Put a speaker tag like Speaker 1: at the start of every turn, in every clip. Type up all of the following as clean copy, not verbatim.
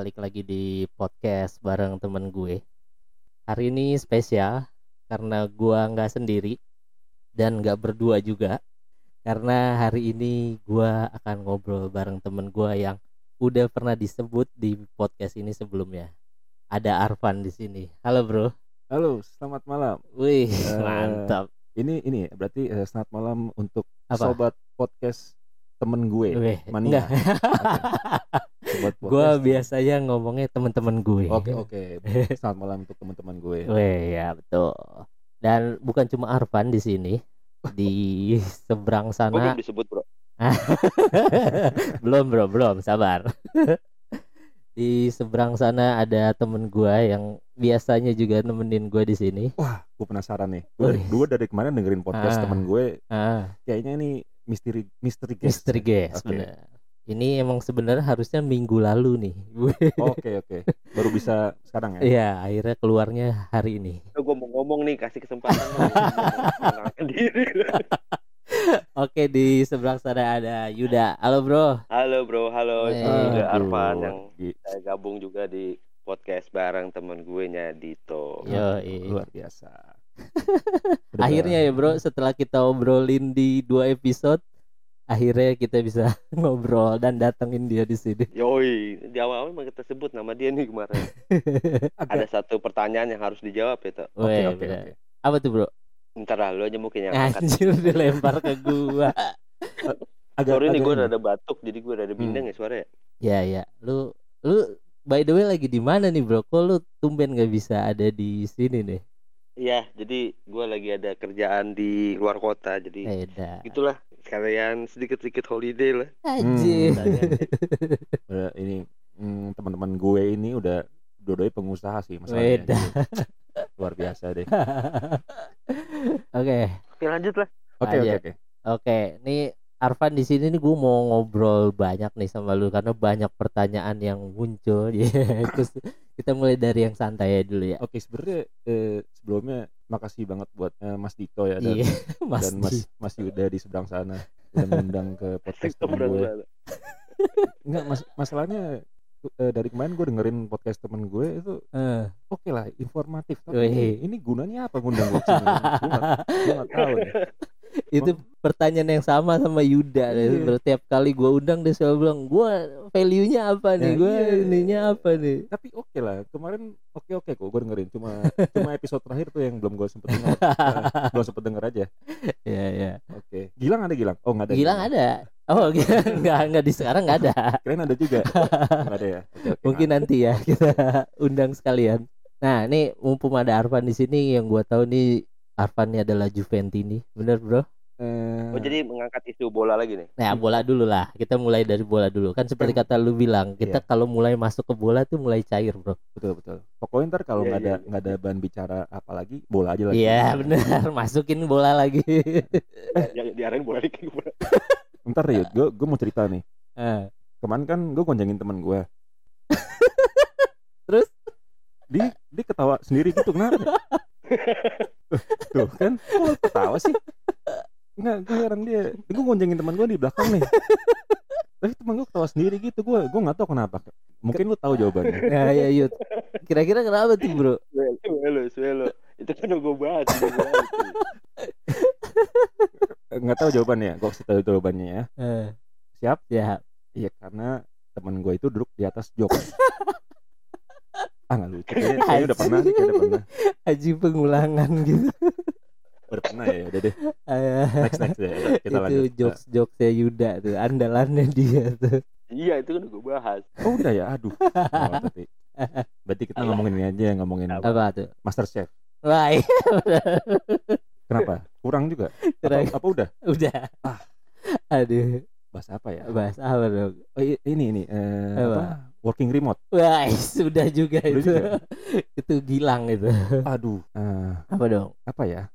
Speaker 1: balik lagi di podcast bareng temen gue. Hari ini spesial karena gua nggak sendiri dan nggak berdua juga. Karena hari ini gua akan ngobrol bareng temen gua yang udah pernah disebut di podcast ini sebelumnya. Ada Arfan di sini. Halo bro.
Speaker 2: Halo, selamat malam.
Speaker 1: Wih,
Speaker 2: Eh,
Speaker 1: mantap.
Speaker 2: Ini berarti selamat malam untuk
Speaker 1: Apa?
Speaker 2: sobat podcast temen gue,
Speaker 1: Wih,
Speaker 2: Mania.
Speaker 1: enggak.
Speaker 2: Sobat
Speaker 1: Gua
Speaker 2: podcast.
Speaker 1: biasanya ngomongnya temen-temen gue.
Speaker 2: Oke. Selamat malam untuk teman-teman gue.
Speaker 1: Wih, ya betul. Dan bukan cuma Arfan di sini. Di seberang
Speaker 3: Gue
Speaker 1: sana.
Speaker 3: belum disebut bro.
Speaker 1: belum, sabar. Di seberang sana ada temen gue yang biasanya juga nemenin gue di sini.
Speaker 2: Wah, gue penasaran nih.
Speaker 1: Wih.
Speaker 2: Gue dari kemarin dengerin podcast temen gue,
Speaker 1: Ah,
Speaker 2: kayaknya ini misteri guest.
Speaker 1: Misteri Guest,
Speaker 2: Oke.
Speaker 1: bener. Ini emang sebenarnya harusnya minggu lalu nih.
Speaker 2: Oke. Baru bisa sekarang ya.
Speaker 1: Iya, akhirnya keluarnya hari ini.
Speaker 3: Gue mau ngomong nih, kasih kesempatan dong. Mengenalkan diri.
Speaker 1: Oke, di seberang sana ada Yuda. Halo bro.
Speaker 3: Halo bro, halo.
Speaker 1: Eh.
Speaker 3: Ini juga
Speaker 2: Aduh.
Speaker 3: Arfan yang saya gabung juga di podcast bareng temen gue nya Dito.
Speaker 1: Yo,
Speaker 2: Luar biasa.
Speaker 1: akhirnya ya bro, setelah kita obrolin di 2 episode, akhirnya kita bisa ngobrol dan datengin dia di sini.
Speaker 3: Yoi, di awal emang kita sebut nama dia nih kemarin. Ada satu pertanyaan yang harus dijawab ya Tok.
Speaker 1: Weh,
Speaker 2: Oke.
Speaker 1: bener. Apa tuh bro?
Speaker 3: Ntar lah, lu aja mungkin yang angkat.
Speaker 1: Anjir, dilempar ke gua.
Speaker 3: Sorry nih, gue
Speaker 2: ini.
Speaker 3: rada batuk, jadi gue rada bindeng ya suara ya.
Speaker 1: Ya. Lu by the way lagi di mana nih bro? Kok lu tumben nggak bisa ada di sini nih?
Speaker 3: Iya, jadi gue lagi ada kerjaan di luar kota, jadi
Speaker 1: Eda.
Speaker 3: itulah sekalian sedikit-sedikit holiday lah.
Speaker 1: Anjir.
Speaker 2: Ini teman-teman gue ini udah dua-duanya pengusaha sih masalahnya.
Speaker 1: Beda.
Speaker 2: Luar biasa deh.
Speaker 1: Oke.
Speaker 3: Oke lanjut lah.
Speaker 2: Oke.
Speaker 1: Oke, nih Arfan di sini nih gue mau ngobrol banyak nih sama lu karena banyak pertanyaan yang muncul. Terus kita mulai dari yang santai dulu ya.
Speaker 2: Oke, sebenarnya sebelumnya makasih banget buat Mas Dito ya dan,
Speaker 1: Iya, Mas
Speaker 2: dan
Speaker 1: Di.
Speaker 2: Mas Yuda di seberang sana udah ngundang ke podcast temen gue. Enggak, masalahnya dari kemarin gue dengerin podcast temen gue itu
Speaker 1: Eh,
Speaker 2: oke lah, informatif.
Speaker 1: Wih.
Speaker 2: Tapi ini gunanya apa ngundang gue sini? Gue nggak tahu nih.
Speaker 1: itu pertanyaan yang sama Yuda.
Speaker 2: Iya.
Speaker 1: Setiap kali gue undang dia selalu bilang, gue value-nya apa nih?
Speaker 2: Ya,
Speaker 1: Gue
Speaker 2: iya.
Speaker 1: ininya apa nih?
Speaker 2: Tapi oke lah, kemarin oke kok gue dengerin. Cuma episode terakhir tuh yang belum gue sempet denger. Belum sempet denger aja.
Speaker 1: Iya.
Speaker 2: Oke. Gilang ada Gilang? Oh nggak ada.
Speaker 1: Gilang ada. Oh, enggak di sekarang enggak ada.
Speaker 2: Kirain ada juga. Nggak ada ya. Oke,
Speaker 1: Mungkin nanti ya kita undang sekalian. Nah, ini mumpung ada Arfan di sini, yang gua tahu nih Arfan ini adalah Juventini, bener bro?
Speaker 3: Oh jadi mengangkat isu bola lagi nih.
Speaker 1: Nah, bola dulu lah. Kita mulai dari bola dulu. Kan seperti kata lu bilang, kita
Speaker 2: Iya.
Speaker 1: kalau mulai masuk ke bola tuh mulai cair, bro.
Speaker 2: Betul. Pokoknya ntar kalau
Speaker 3: Iya,
Speaker 2: nggak ada bahan bicara apa lagi, bola aja lagi.
Speaker 1: Iya, bener. Masukin bola lagi.
Speaker 3: Yang diarahin bola dikit.
Speaker 2: Ntar ya, gue mau cerita nih.
Speaker 1: Eh,
Speaker 2: Kemarin kan gue gonjangin teman gue.
Speaker 1: Terus?
Speaker 2: Dia ketawa sendiri gitu, kenapa? Tuh kan, kok ketawa sih? Enggak, gue heran dia. Gue gonjangin teman gue di belakang nih. Tapi teman gue ketawa sendiri gitu. Gue nggak tahu kenapa. Mungkin lu tahu jawabannya.
Speaker 1: Nah, ya Yud. Kira-kira kenapa tuh, bro?
Speaker 3: Swelo. Itu kan udah gue bahas.
Speaker 2: Nggak tahu jawabannya. Gue kasih tahu jawabannya ya.
Speaker 1: Eh,
Speaker 2: Siap?
Speaker 1: ya.
Speaker 2: Iya, karena teman gue itu duduk di atas jok. Nggak lucu. Kayaknya udah pernah.
Speaker 1: Haji pengulangan gitu.
Speaker 2: Udah pernah ya. Udah deh. Next ya. Kita
Speaker 1: Itu
Speaker 2: lanjut.
Speaker 1: jokes-jokesnya Yuda tuh, andalannya dia tuh.
Speaker 3: Iya itu kan udah gue bahas.
Speaker 2: Oh udah ya. Aduh. Oh, berarti kita ngomongin ini aja. Ngomongin
Speaker 1: Apa tuh?
Speaker 2: MasterChef.
Speaker 1: Wah, iya,
Speaker 2: Kenapa? Kurang juga?
Speaker 1: Kurang.
Speaker 2: Apa udah?
Speaker 1: udah.
Speaker 2: Ah.
Speaker 1: Aduh,
Speaker 2: Bahas apa ya?
Speaker 1: bahas apa dong?
Speaker 2: Oh, ini
Speaker 1: Apa?
Speaker 2: working remote.
Speaker 1: Wah, sudah juga
Speaker 2: Udah
Speaker 1: itu.
Speaker 2: juga?
Speaker 1: Itu Gilang itu.
Speaker 2: Aduh.
Speaker 1: Apa dong?
Speaker 2: Apa ya?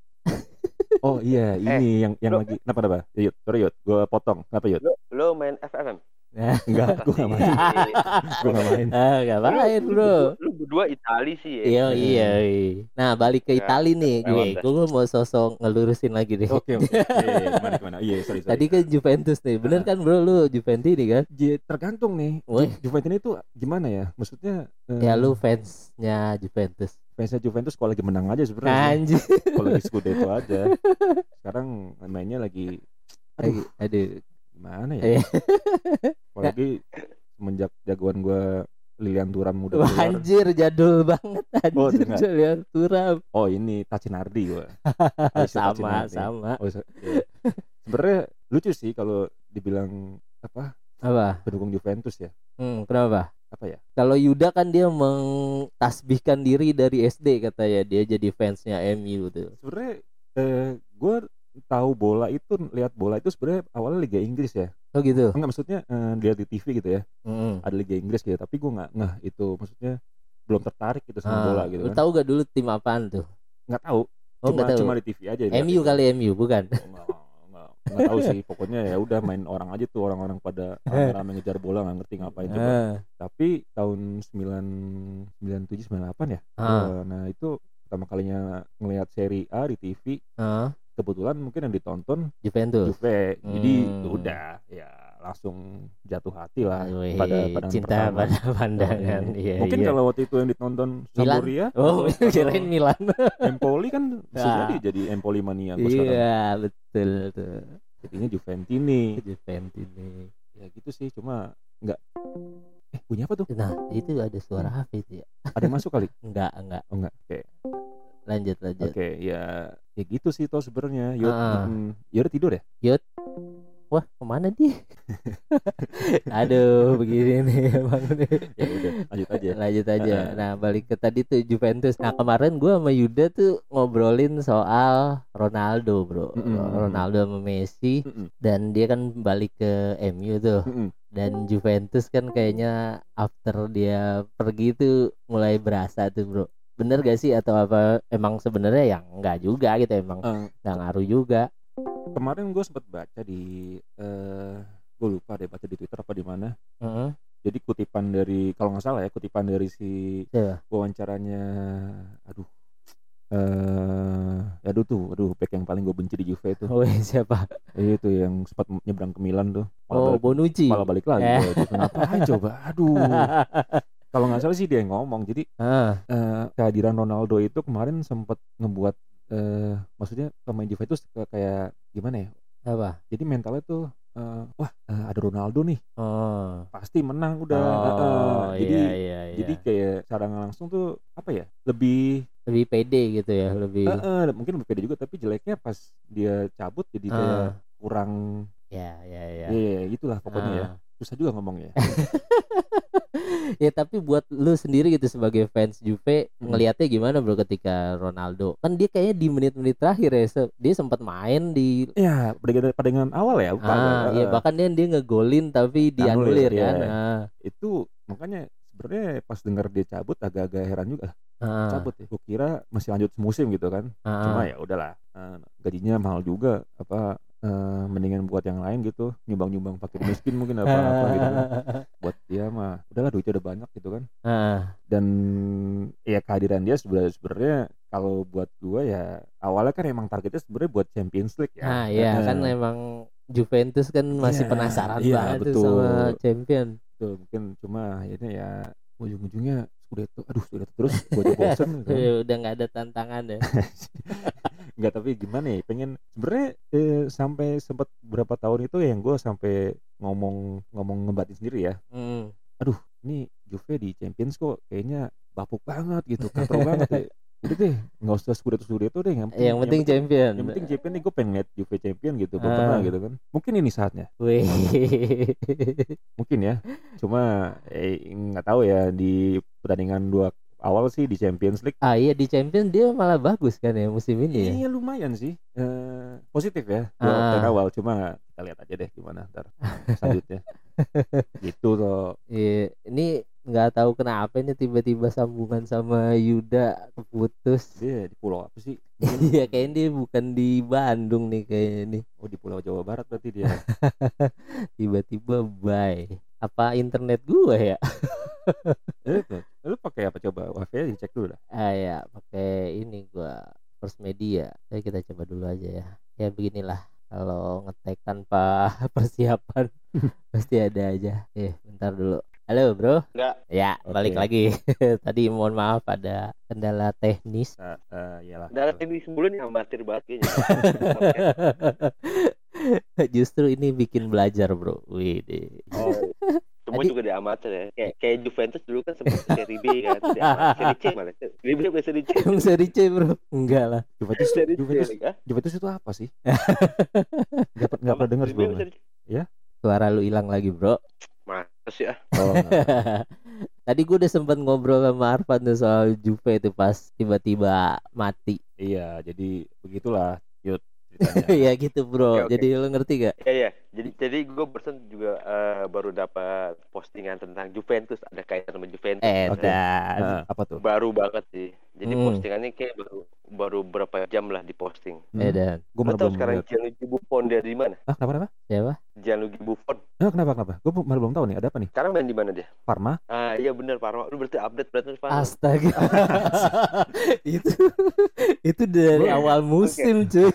Speaker 2: Oh iya, ini yang
Speaker 3: lo-
Speaker 2: lagi. Kenapa? Yud, sorry Yud, gue potong. Kenapa Yud?
Speaker 3: Lo main FFM?
Speaker 2: Enggak, gue nggak main. Gue nggak main.
Speaker 1: Nggak main bro.
Speaker 3: Lu berdua Itali sih
Speaker 1: Iya
Speaker 3: ya.
Speaker 1: iya. Nah balik ke
Speaker 3: Ya,
Speaker 1: Itali nih
Speaker 3: lewat
Speaker 1: gue mau sosok ngelurusin lagi deh.
Speaker 2: Oke. Gimana? Iya, sorry.
Speaker 1: Tadi kan Juventus nih, bener kan bro lu Juventini kan?
Speaker 2: Tergantung nih.
Speaker 1: Woi.
Speaker 2: Juventus itu gimana ya? Maksudnya
Speaker 1: Ya lu fansnya Juventus.
Speaker 2: fansnya Juventus kalau lagi menang aja sebenarnya.
Speaker 1: Anjir.
Speaker 2: Kalau lagi Scudetto aja. Sekarang mainnya lagi
Speaker 1: Aduh.
Speaker 2: gimana ya?
Speaker 1: Iya.
Speaker 2: Apalagi semenjak jagoan gue Lilian Thuram udah
Speaker 1: Wah,
Speaker 2: keluar.
Speaker 1: anjir jadul banget
Speaker 2: Oh,
Speaker 1: anjir
Speaker 2: enggak.
Speaker 1: Julian Thuram.
Speaker 2: Oh, ini Tacinardi gue.
Speaker 1: Sama.
Speaker 2: Oh, iya. Sebenarnya lucu sih kalau dibilang apa pendukung Juventus ya.
Speaker 1: Kenapa?
Speaker 2: Apa ya?
Speaker 1: Kalau Yuda kan dia mengtasbihkan diri dari SD katanya dia jadi fansnya MU tuh.
Speaker 2: Sebenarnya gue tahu lihat bola itu sebenarnya awalnya Liga Inggris ya.
Speaker 1: Oh gitu.
Speaker 2: Enggak, maksudnya lihat di TV gitu ya. Ada Liga Inggris gitu, tapi gue nggak itu, maksudnya belum tertarik gitu sama bola gitu
Speaker 1: Lu
Speaker 2: kan.
Speaker 1: tahu gak dulu tim apaan tuh?
Speaker 2: Nggak tahu.
Speaker 1: Oh, nggak tahu.
Speaker 2: Cuma di TV aja.
Speaker 1: MU kali MU bukan?
Speaker 2: Nggak tahu sih, pokoknya ya udah main orang aja tuh, orang-orang pada rame ngejar bola, nggak ngerti ngapain coba. Tapi tahun 97 98 ya. Nah itu pertama kalinya ngelihat Serie A di TV. Kebetulan mungkin yang ditonton
Speaker 1: Juventus.
Speaker 2: Juve. Jadi udah ya langsung jatuh hati lah pada
Speaker 1: cinta
Speaker 2: pertama.
Speaker 1: pada pandangan. Iya,
Speaker 2: Mungkin kalau waktu itu yang ditonton Sampdoria,
Speaker 1: kirain Milan.
Speaker 2: Empoli kan bisa jadi Empoli mania gua sekarang.
Speaker 1: Iya, betul tuh.
Speaker 2: Jadinya Juventini. Ya gitu sih, cuma enggak. Bunyi apa tuh?
Speaker 1: Nah, itu ada suara HP itu ya.
Speaker 2: Ada yang masuk kali?
Speaker 1: Enggak.
Speaker 2: Oh enggak. Oke.
Speaker 1: Lanjut.
Speaker 2: Oke, ya gitu sih toh sebenarnya. Ya udah tidur ya?
Speaker 1: Yud. Wah, kemana dia? Aduh, begini nih emang nih.
Speaker 2: Ya udah, lanjut aja.
Speaker 1: Nah, balik ke tadi tuh Juventus. Nah, kemarin gua sama Yuda tuh ngobrolin soal Ronaldo, bro. Ronaldo sama Messi. Dan dia kan balik ke MU tuh. Dan Juventus kan kayaknya after dia pergi tuh mulai berasa tuh, bro. Bener gak sih atau apa? Emang sebenarnya yang enggak juga gitu, emang enggak ngaruh juga.
Speaker 2: Kemarin gue sempat baca di gue lupa deh, baca di Twitter apa di mana. Jadi kutipan dari, kalau nggak salah ya, kutipan dari si wawancaranya, aduh back yang paling gue benci di Juve itu.
Speaker 1: Oh, siapa?
Speaker 2: Itu yang sempat nyebrang ke Milan tuh.
Speaker 1: Bonucci.
Speaker 2: Malah balik lagi. Ngapain coba? Aduh. Kalau nggak salah sih dia yang ngomong. Jadi kehadiran Ronaldo itu kemarin sempat ngebuat maksudnya pemain Juve itu kayak gimana ya?
Speaker 1: Apa?
Speaker 2: Jadi mentalnya tuh ada Ronaldo nih. Pasti menang udah. Jadi kayak secara langsung tuh apa ya? Lebih
Speaker 1: pede gitu ya, lebih
Speaker 2: mungkin lebih pede juga, tapi jeleknya pas dia cabut jadi kayak kurang
Speaker 1: ya.
Speaker 2: Gitulah pokoknya ya. Susah juga ngomongnya.
Speaker 1: Ya tapi buat lu sendiri gitu sebagai fans Juve ngelihatnya gimana bro ketika Ronaldo kan dia kayaknya di menit-menit terakhir ya dia sempat main di
Speaker 2: pertandingan awal ya
Speaker 1: bahkan dia ngegolin tapi dianulir kan.
Speaker 2: Itu makanya sebenarnya pas dengar dia cabut agak-agak heran juga. Cabut ya, gue kira masih lanjut musim gitu kan. Cuma ya udahlah, gajinya mahal juga, mendingan buat yang lain gitu, nyumbang fakir miskin mungkin apa gitu kan. Buat dia mah udahlah, duitnya udah banyak gitu kan. Dan ya kehadiran dia sebenarnya kalau buat gua ya awalnya kan emang targetnya sebenarnya buat Champions League ya.
Speaker 1: Kan emang Juventus kan masih penasaran banget tuh sama champion.
Speaker 2: Betul, mungkin cuma akhirnya ya ujung-ujungnya Scudetto terus gua aja bosen kan.
Speaker 1: Udah nggak ada tantangan ya.
Speaker 2: Enggak, tapi gimana ya, pengen sebenarnya sampai sempat berapa tahun itu yang gue sampai ngomong ngebatin sendiri ya. Aduh, ini Juve di Champions kok kayaknya bapuk banget gitu, katro banget ya. Udah deh, nggak usah Scudetto deh,
Speaker 1: yang penting champion.
Speaker 2: Yang penting champion nih, gue pengen lihat Juve champion gitu, belum pernah gitu kan. Mungkin ini saatnya. Mungkin ya. Cuma nggak tahu ya, di pertandingan dua awal sih di Champions League. Iya,
Speaker 1: di Champions dia malah bagus kan ya musim ini ya.
Speaker 2: Iya, lumayan sih. Positif ya dua awal, cuma kita lihat aja deh gimana ntar selanjutnya. Gitu loh.
Speaker 1: Iya, ini nggak tahu kenapa ini tiba-tiba sambungan sama Yuda keputus.
Speaker 2: Dia di pulau apa sih?
Speaker 1: Iya kayaknya dia bukan di Bandung nih kayaknya nih.
Speaker 2: Oh, di Pulau Jawa Barat berarti dia.
Speaker 1: Tiba-tiba bye. Apa internet gua ya?
Speaker 2: Lu pakai apa coba? Wifi dicek dulu dah.
Speaker 1: Ya pakai ini gua First Media. Jadi kita coba dulu aja ya. Ya beginilah kalau ngetek tanpa persiapan pasti ada aja. Bentar dulu. Halo bro.
Speaker 3: Enggak.
Speaker 1: Ya
Speaker 2: Oke.
Speaker 1: balik lagi. Tadi mohon maaf ada kendala teknis.
Speaker 2: Iyalah.
Speaker 3: Dalam ini sebulan nih amatir banget kayaknya.
Speaker 1: Justru ini bikin belajar bro. Wih deh.
Speaker 3: Oh, semua
Speaker 1: Tadi-
Speaker 3: juga di amatir ya. Kayak Juventus dulu kan sempat seri B kan, di amatir. Seri C malah. Seri B bukan seri C.
Speaker 1: Emang seri C bro? Enggak lah.
Speaker 2: Juventus
Speaker 3: Seri C
Speaker 2: Juventus
Speaker 3: ya.
Speaker 2: Juventus itu apa sih? Nggak pernah dengar
Speaker 3: Seri B
Speaker 2: sebelumnya.
Speaker 3: seri C.
Speaker 1: Suara lu hilang lagi bro.
Speaker 3: Masa sih ah.
Speaker 2: Oh, nggak.
Speaker 1: Tadi gue udah sempat ngobrol sama Arfan tuh soal Juve itu pas tiba-tiba mati.
Speaker 2: Iya, jadi begitulah Yud ceritanya.
Speaker 1: Ya gitu bro.
Speaker 3: Oke.
Speaker 1: Jadi lu ngerti gak?
Speaker 3: Iya. Jadi gue barusan juga baru dapat postingan tentang Juventus, ada kaitan sama Juventus.
Speaker 2: Oke.
Speaker 1: Dan
Speaker 2: Nah, apa tuh?
Speaker 3: Baru banget sih. Jadi
Speaker 1: Hmm.
Speaker 3: postingannya kayak baru berapa jam lah diposting.
Speaker 1: dan
Speaker 2: Gue
Speaker 3: Lo
Speaker 2: malah
Speaker 3: tau
Speaker 2: belum
Speaker 3: sekarang
Speaker 2: lihat.
Speaker 3: Gianluigi Buffon dia di mana?
Speaker 2: Ah, kenapa?
Speaker 1: siapa?
Speaker 3: Gianluigi Buffon.
Speaker 2: Kenapa? Gue malah belum tahu nih, ada apa nih?
Speaker 3: Sekarang main di mana dia?
Speaker 2: Parma?
Speaker 3: Ah iya benar Parma. Lu berarti update berarti Parma.
Speaker 1: Astaga. itu dari
Speaker 2: Gua-
Speaker 1: awal musim cuy.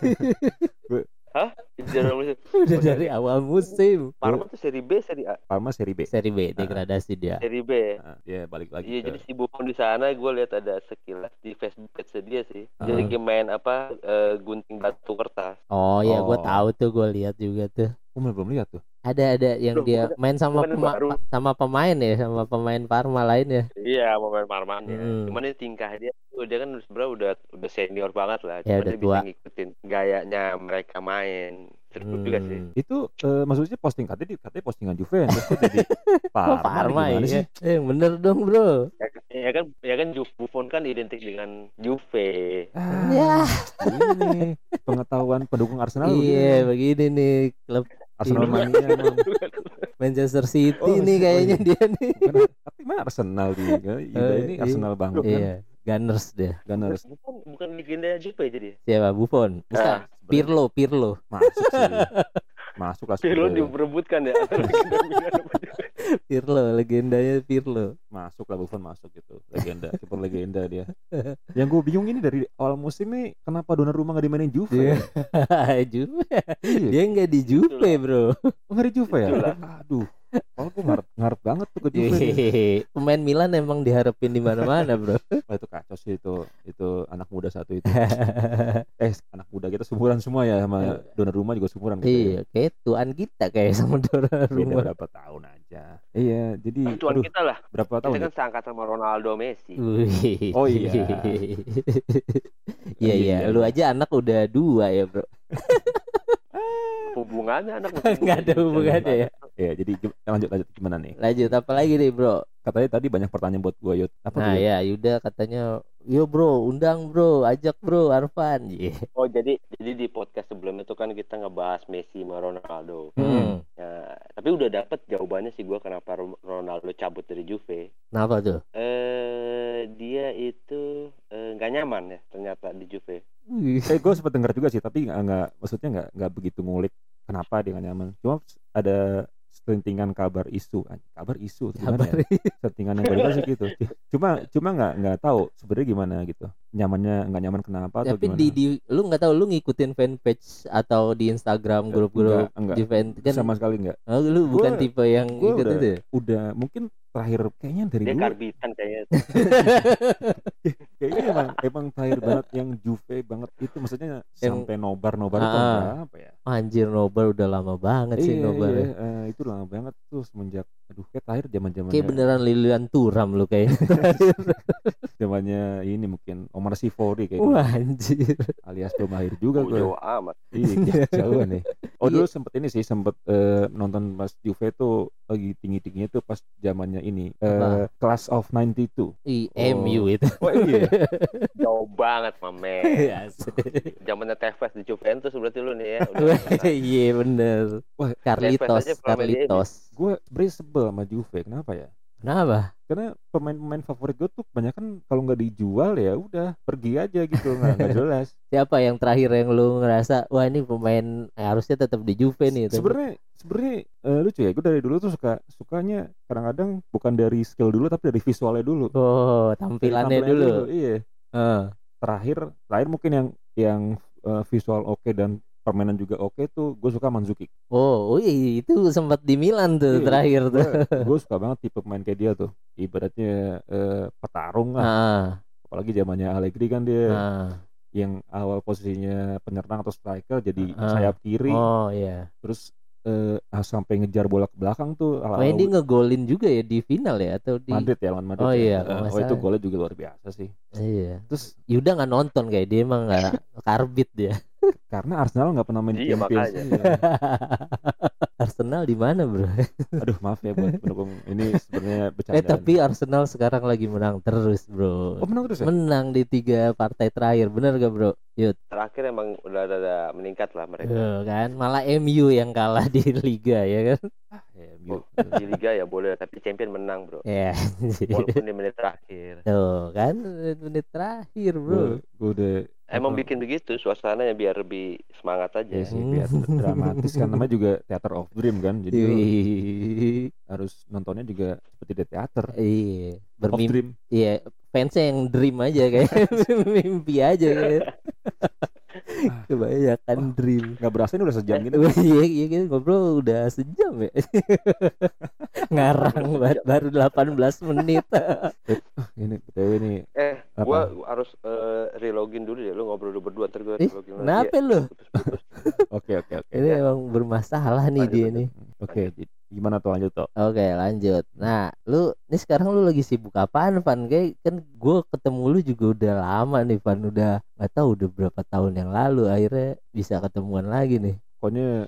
Speaker 1: Udah dari awal musim.
Speaker 3: Parma tuh seri B, seri A.
Speaker 2: Parma seri B.
Speaker 1: Seri B degradasi dia.
Speaker 3: Seri B.
Speaker 2: Nah, dia balik lagi
Speaker 3: Iya,
Speaker 2: ke
Speaker 3: jadi si Buffon di sana gue lihat ada sekilas di Facebook page dia sih.
Speaker 2: Ah.
Speaker 3: Jadi dia main apa gunting batu kertas.
Speaker 1: Oh ya gue
Speaker 2: Oh.
Speaker 1: tahu tuh, gue lihat juga tuh.
Speaker 2: Gue malah belum lihat tuh.
Speaker 1: Ada yang
Speaker 3: Loh,
Speaker 1: dia
Speaker 3: bukan-
Speaker 1: main sama
Speaker 3: bukan baru.
Speaker 1: sama pemain ya, sama pemain Parma lainnya.
Speaker 3: Iya, mau main Parmanya.
Speaker 1: Hmm.
Speaker 3: Cuman ini tingkah dia tuh dia kan sebenarnya udah senior banget lah.
Speaker 1: Ya,
Speaker 3: Cuman
Speaker 1: udah
Speaker 3: dia
Speaker 1: tua.
Speaker 3: bisa ngikutin gayanya mereka main. Seru juga sih.
Speaker 2: Itu maksudnya katanya postingan Juventus kok jadi
Speaker 1: Kok
Speaker 2: Parma,
Speaker 1: Parma
Speaker 2: gimana
Speaker 1: ya?
Speaker 2: sih?
Speaker 1: Bener dong bro.
Speaker 3: Ya kan Buffon kan identik dengan Juve.
Speaker 1: Ya.
Speaker 2: Ini pengetahuan pendukung Arsenal
Speaker 1: Iya
Speaker 2: begini.
Speaker 1: begini nih klub
Speaker 2: Arsenal
Speaker 1: ini.
Speaker 2: mania emang.
Speaker 1: Manchester City
Speaker 2: Oh,
Speaker 1: nih kayaknya
Speaker 2: oh,
Speaker 1: dia nih.
Speaker 2: Tapi mana Arsenal dia? Ini
Speaker 1: iya.
Speaker 2: Arsenal banget kan.
Speaker 1: Iya, Gunners deh.
Speaker 2: Gunners
Speaker 3: Bukan legenda Juve jadi.
Speaker 1: Siapa? Buffon. Bukan.
Speaker 3: Ah,
Speaker 1: Pirlo.
Speaker 2: masuk sih. Masuk lah.
Speaker 3: Pirlo
Speaker 2: sebenarnya.
Speaker 3: diperebutkan ya. antara legenda Milan sama Juve.
Speaker 1: Pirlo, legendanya Pirlo.
Speaker 2: Masuk lah Buffon masuk gitu. Legenda, kiper legenda dia. Yang gue bingung ini dari awal musim nih kenapa Donnarumma nggak dimainin Juve?
Speaker 1: Iya.
Speaker 2: ya?
Speaker 1: Juve.
Speaker 2: Iya.
Speaker 1: Dia nggak di Juve, bro.
Speaker 2: Oh, nggak di Juve ya?
Speaker 3: Itulah.
Speaker 2: Aduh. Kalau gue ngarep banget tuh ke Juve. nih.
Speaker 1: Hehehe. Pemain Milan emang diharapin di mana-mana, bro.
Speaker 2: Wah, itu kacau sih itu anak muda satu itu. Anak muda kita sumuran semua ya sama Donnarumma juga sumuran gitu.
Speaker 1: Iya, kayak tuan kita kayak sama
Speaker 2: Beda
Speaker 1: Donnarumma.
Speaker 2: berapa tahun aja. Iya, jadi
Speaker 3: Tuan kita lah.
Speaker 2: berapa
Speaker 3: Kita
Speaker 2: tahun?
Speaker 3: kan seangkatan sama Ronaldo Messi.
Speaker 1: Wih.
Speaker 2: Oh, iya.
Speaker 1: Iya, iya.
Speaker 2: Iya.
Speaker 1: Lu aja anak udah 2 ya, bro.
Speaker 3: Hubungannya anak
Speaker 1: Nggak ada hubungannya ya.
Speaker 2: Ya, jadi lanjut gimana nih?
Speaker 1: Lanjut apa lagi nih, bro?
Speaker 2: Katanya tadi banyak pertanyaan buat gua, Yud. Apa
Speaker 1: Nah
Speaker 2: tuh? Yud?
Speaker 1: ya Yuda katanya, yo bro, undang bro, ajak bro Arfan. Iya.
Speaker 3: Oh jadi di podcast sebelumnya tuh kan kita ngebahas Messi sama Ronaldo.
Speaker 1: Hmm.
Speaker 3: Ya, tapi udah dapet jawabannya sih gua kenapa Ronaldo cabut dari Juve.
Speaker 1: Kenapa tuh?
Speaker 3: Dia itu nggak nyaman ya ternyata di Juve.
Speaker 2: Gue sempat dengar juga sih, tapi maksudnya nggak begitu ngulik kenapa dia nggak nyaman. Cuma ada selentingan kabar isu tuh gimana ya? Selentingan yang gue sih gitu. Cuma nggak tahu sebenarnya gimana gitu. Nggak nyaman kenapa atau
Speaker 1: Tapi
Speaker 2: gimana?
Speaker 1: lu nggak tahu, lu ngikutin fanpage atau di Instagram grup-grup
Speaker 2: Enggak.
Speaker 1: Juventus kan?
Speaker 2: Sama sekali nggak.
Speaker 1: Oh, lu bukan
Speaker 2: Gua-
Speaker 1: tipe yang
Speaker 2: Gue
Speaker 1: ikut itu ya?
Speaker 2: udah mungkin terakhir kayaknya dari
Speaker 3: Dia
Speaker 2: dulu
Speaker 3: karbitan kayaknya.
Speaker 2: kayaknya emang terakhir banget yang Juve banget itu, maksudnya sampai nobar itu
Speaker 1: Ah.
Speaker 2: berapa ya?
Speaker 1: Anjir, nobar udah lama banget sih nobar.
Speaker 2: Iya, itu lama banget tuh semenjak kayak terakhir zaman-zamannya
Speaker 1: Kayak beneran Lilian Thuram lu kayaknya.
Speaker 2: zamannya ini mungkin Omar Sivori kayak
Speaker 1: Wah anjir.
Speaker 2: alias Bro Mahir juga gue.
Speaker 3: Jauh amat.
Speaker 2: Iya, jauh nih. Oh,
Speaker 1: Iya.
Speaker 2: dulu sempet nonton pas Juve tuh lagi tinggi-tingginya tuh pas zamannya ini
Speaker 1: Apa?
Speaker 2: Class of 92.
Speaker 1: MU itu.
Speaker 2: Oh iya.
Speaker 3: Jauh banget mamen.
Speaker 1: Iya sih.
Speaker 3: Zamannya Tevez di Juventus berarti lu nih ya. Udah
Speaker 1: Iya bener.
Speaker 2: Wah,
Speaker 1: Carlitos,
Speaker 3: Tevez aja pernah main di
Speaker 1: Carlitos.
Speaker 2: gue sebenernya sebel sama Juve. Kenapa ya?
Speaker 1: Kenapa?
Speaker 2: Karena pemain-pemain favorit gue tuh kebanyakan kalau nggak dijual ya udah pergi aja gitu, nggak jelas.
Speaker 1: Siapa yang terakhir yang lu ngerasa wah ini pemain harusnya tetap di Juve nih?
Speaker 2: Sebenarnya lucu ya, gue dari dulu tuh sukanya kadang-kadang bukan dari skill dulu tapi dari visualnya dulu.
Speaker 1: Oh,
Speaker 2: Dari
Speaker 1: tampilannya dulu.
Speaker 2: Iya.
Speaker 1: Heeh.
Speaker 2: Terakhir mungkin yang visual oke dan permainan juga oke tuh gue suka Mandzukic.
Speaker 1: Oh, itu sempat di Milan tuh
Speaker 2: Iya,
Speaker 1: terakhir tuh.
Speaker 2: gue suka banget tipe pemain kayak dia tuh. Ibaratnya petarung lah.
Speaker 1: Ah,
Speaker 2: Apalagi zamannya Allegri kan dia
Speaker 1: ah,
Speaker 2: yang awal posisinya penyerang atau striker jadi
Speaker 1: ah.
Speaker 2: sayap kiri.
Speaker 1: Oh iya.
Speaker 2: Terus sampai ngejar bola ke belakang tuh
Speaker 1: Oh, dia ngegolin juga ya di final ya atau di
Speaker 2: Madrid ya, lawan Madrid
Speaker 1: Oh
Speaker 2: ya.
Speaker 1: iya, kalau nggak
Speaker 2: itu
Speaker 1: salah.
Speaker 2: golnya juga luar biasa sih.
Speaker 1: Iya.
Speaker 2: Terus
Speaker 1: Yuda nggak nonton kayak dia emang nggak karbit dia.
Speaker 2: karena Arsenal nggak pernah main
Speaker 3: Iya,
Speaker 2: Champions.
Speaker 3: makanya.
Speaker 2: Iya.
Speaker 1: Arsenal di mana, Bro?
Speaker 2: Aduh maaf ya buat pendukung ini sebenarnya bercandaan.
Speaker 1: Tapi Arsenal sekarang lagi menang terus, Bro.
Speaker 2: Oh menang terus ya?
Speaker 1: Menang di 3 partai terakhir, bener gak, Bro? Yud.
Speaker 3: Terakhir emang udah ada meningkat lah mereka.
Speaker 1: Kan malah MU yang kalah di liga ya kan.
Speaker 3: Di liga ya boleh, tapi champion menang, Bro.
Speaker 1: Ya.
Speaker 3: Walaupun di menit terakhir.
Speaker 1: Tuh kan menit terakhir, Bro.
Speaker 2: Gue udah
Speaker 3: Emang bikin begitu suasananya biar lebih semangat aja.
Speaker 2: ya sih biar dramatis kan, namanya juga Theater of Dream kan, jadi lu
Speaker 1: Wih.
Speaker 2: harus nontonnya juga seperti di teater
Speaker 1: Iya,
Speaker 2: of
Speaker 1: bermimpi.
Speaker 2: Dream.
Speaker 1: Iya, fansnya yang dream aja kayak mimpi aja kayak. Kebanyakan dream.
Speaker 2: Nggak berasa ini udah sejam gini.
Speaker 1: Iya kita ngobrol udah sejam ya. Ngarang banget, baru 18 menit.
Speaker 2: Ini BTW nih
Speaker 3: Gua harus relogin dulu ya. Lu ngobrol dulu berdua, ntar gua relogin lagi.
Speaker 1: Kenapa lu?
Speaker 2: Oke.
Speaker 1: Ini emang bermasalah nih dia nih.
Speaker 2: Oke, gimana tuh lanjut toh?
Speaker 1: Oke lanjut. Nah lu nih sekarang lu lagi sibuk apaan Van? Kayak kan gue ketemu lu juga udah lama nih Van. Udah gak tahu udah berapa tahun yang lalu akhirnya bisa ketemuan lagi nih.
Speaker 2: Pokoknya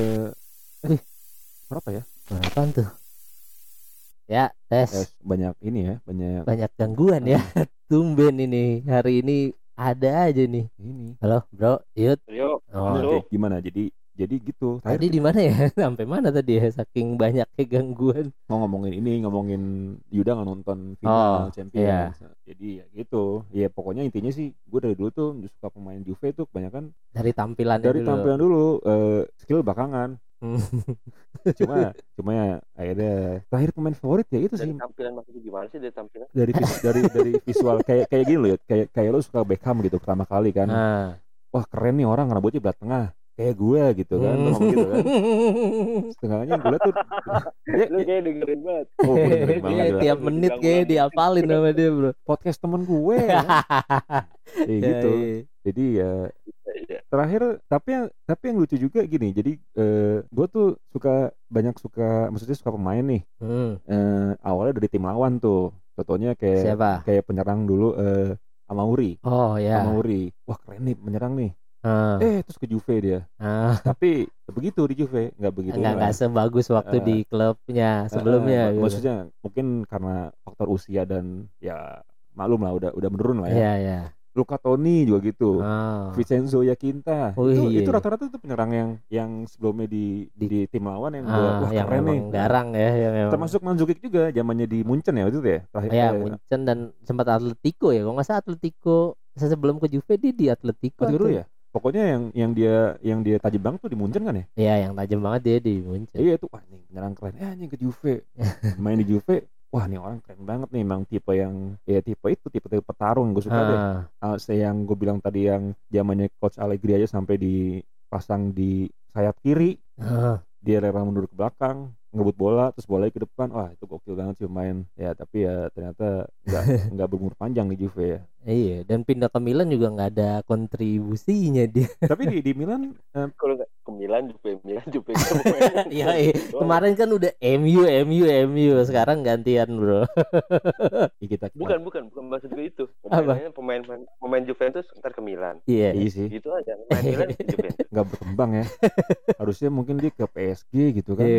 Speaker 2: berapa ya?
Speaker 1: Berapaan tuh? Ya tes.
Speaker 2: Banyak ini ya,
Speaker 1: Banyak gangguan ya. Tumben ini hari ini ada aja nih.
Speaker 2: ini.
Speaker 1: Halo bro, Yud.
Speaker 3: Yo,
Speaker 1: Oh,
Speaker 2: Oke, gimana? Jadi gitu.
Speaker 1: tadi di mana ya? Sampai mana tadi ya? Saking banyaknya gangguan.
Speaker 2: Mau ngomongin Yuda nggak nonton final Champions.
Speaker 1: iya.
Speaker 2: Jadi ya gitu. Ya pokoknya intinya sih gue dari dulu tuh suka pemain Juve tuh kebanyakan
Speaker 1: Dari tampilannya
Speaker 2: dari
Speaker 1: dulu.
Speaker 2: tampilan dulu, skill belakangan. cuma ya akhirnya terakhir pemain favorit ya itu
Speaker 3: dari
Speaker 2: sih.
Speaker 3: tampilan maksudnya gimana sih dari tampilan?
Speaker 2: Dari visual kayak gini loh ya. Kayak lo suka Beckham gitu pertama kali kan.
Speaker 1: Nah.
Speaker 2: Wah keren nih orang, rambutnya belah tengah kayak gue gitu kan. Lo ngomong gitu kan. Setengahnya gue liat tuh
Speaker 3: Lu kayak dengerin banget.
Speaker 2: oh gue dengerin banget
Speaker 1: Iya,
Speaker 2: gila.
Speaker 1: tiap menit kayak diapalin sama dia bro.
Speaker 2: Podcast temen gue kan. Gitu. Jadi ya
Speaker 3: Iya.
Speaker 2: terakhir tapi yang lucu juga gini. Jadi gue tuh maksudnya suka pemain nih. Awalnya dari tim lawan tuh. Contohnya
Speaker 1: Siapa?
Speaker 2: kayak penyerang dulu Amauri.
Speaker 1: Oh ya.
Speaker 2: Amauri. Wah keren nih menyerang nih. Terus ke Juve dia. Tapi begitu di Juve nggak begitu.
Speaker 1: Nggak sebagus waktu di klubnya sebelumnya. Gitu.
Speaker 2: Maksudnya mungkin karena faktor usia dan ya maklum lah udah menurun lah ya.
Speaker 1: Iya.
Speaker 2: Luca Toni juga gitu. Vincenzo Yakinta. Itu rata-rata tuh penyerang yang sebelumnya di tim lawan yang wah
Speaker 1: yang
Speaker 2: keren nih.
Speaker 1: Garang ya yang
Speaker 2: Termasuk Mandzukic juga zamannya di Munchen ya waktu itu ya. Terakhir.
Speaker 1: Ya Munchen dan sempat Atletico ya. Kalau nggak salah Atletico sebelum ke Juve dia di Atletico.
Speaker 2: Dulu ya. Pokoknya yang dia tajam banget tuh di Munchen kan ya?
Speaker 1: Iya, yang tajam banget dia di Munchen.
Speaker 2: Iya tuh, wah nih penyerang keren. Nih ke Juve. Main di Juve. Wah nih orang keren banget nih, emang tipe tipe petarung gue suka deh. Yang gue bilang tadi yang zamannya coach Allegri aja sampai dipasang di sayap kiri. Dia rela mundur ke belakang, ngebut bola terus bolanya ke depan. Wah itu gokil banget sih main ya, tapi ya ternyata nggak berumur panjang di Juve ya.
Speaker 1: Iya, dan pindah ke Milan juga nggak ada kontribusinya dia.
Speaker 2: Tapi di Milan
Speaker 3: kalau nggak ke Milan Juve
Speaker 1: Iya, kemarin kan udah MU sekarang gantian bro.
Speaker 3: bukan maksud gue itu pemain Juventus ntar ke Milan.
Speaker 1: Iya
Speaker 2: sih
Speaker 3: gitu aja, main Milan ke Juventus
Speaker 2: nggak berkembang ya. Harusnya mungkin dia ke PSG gitu kan.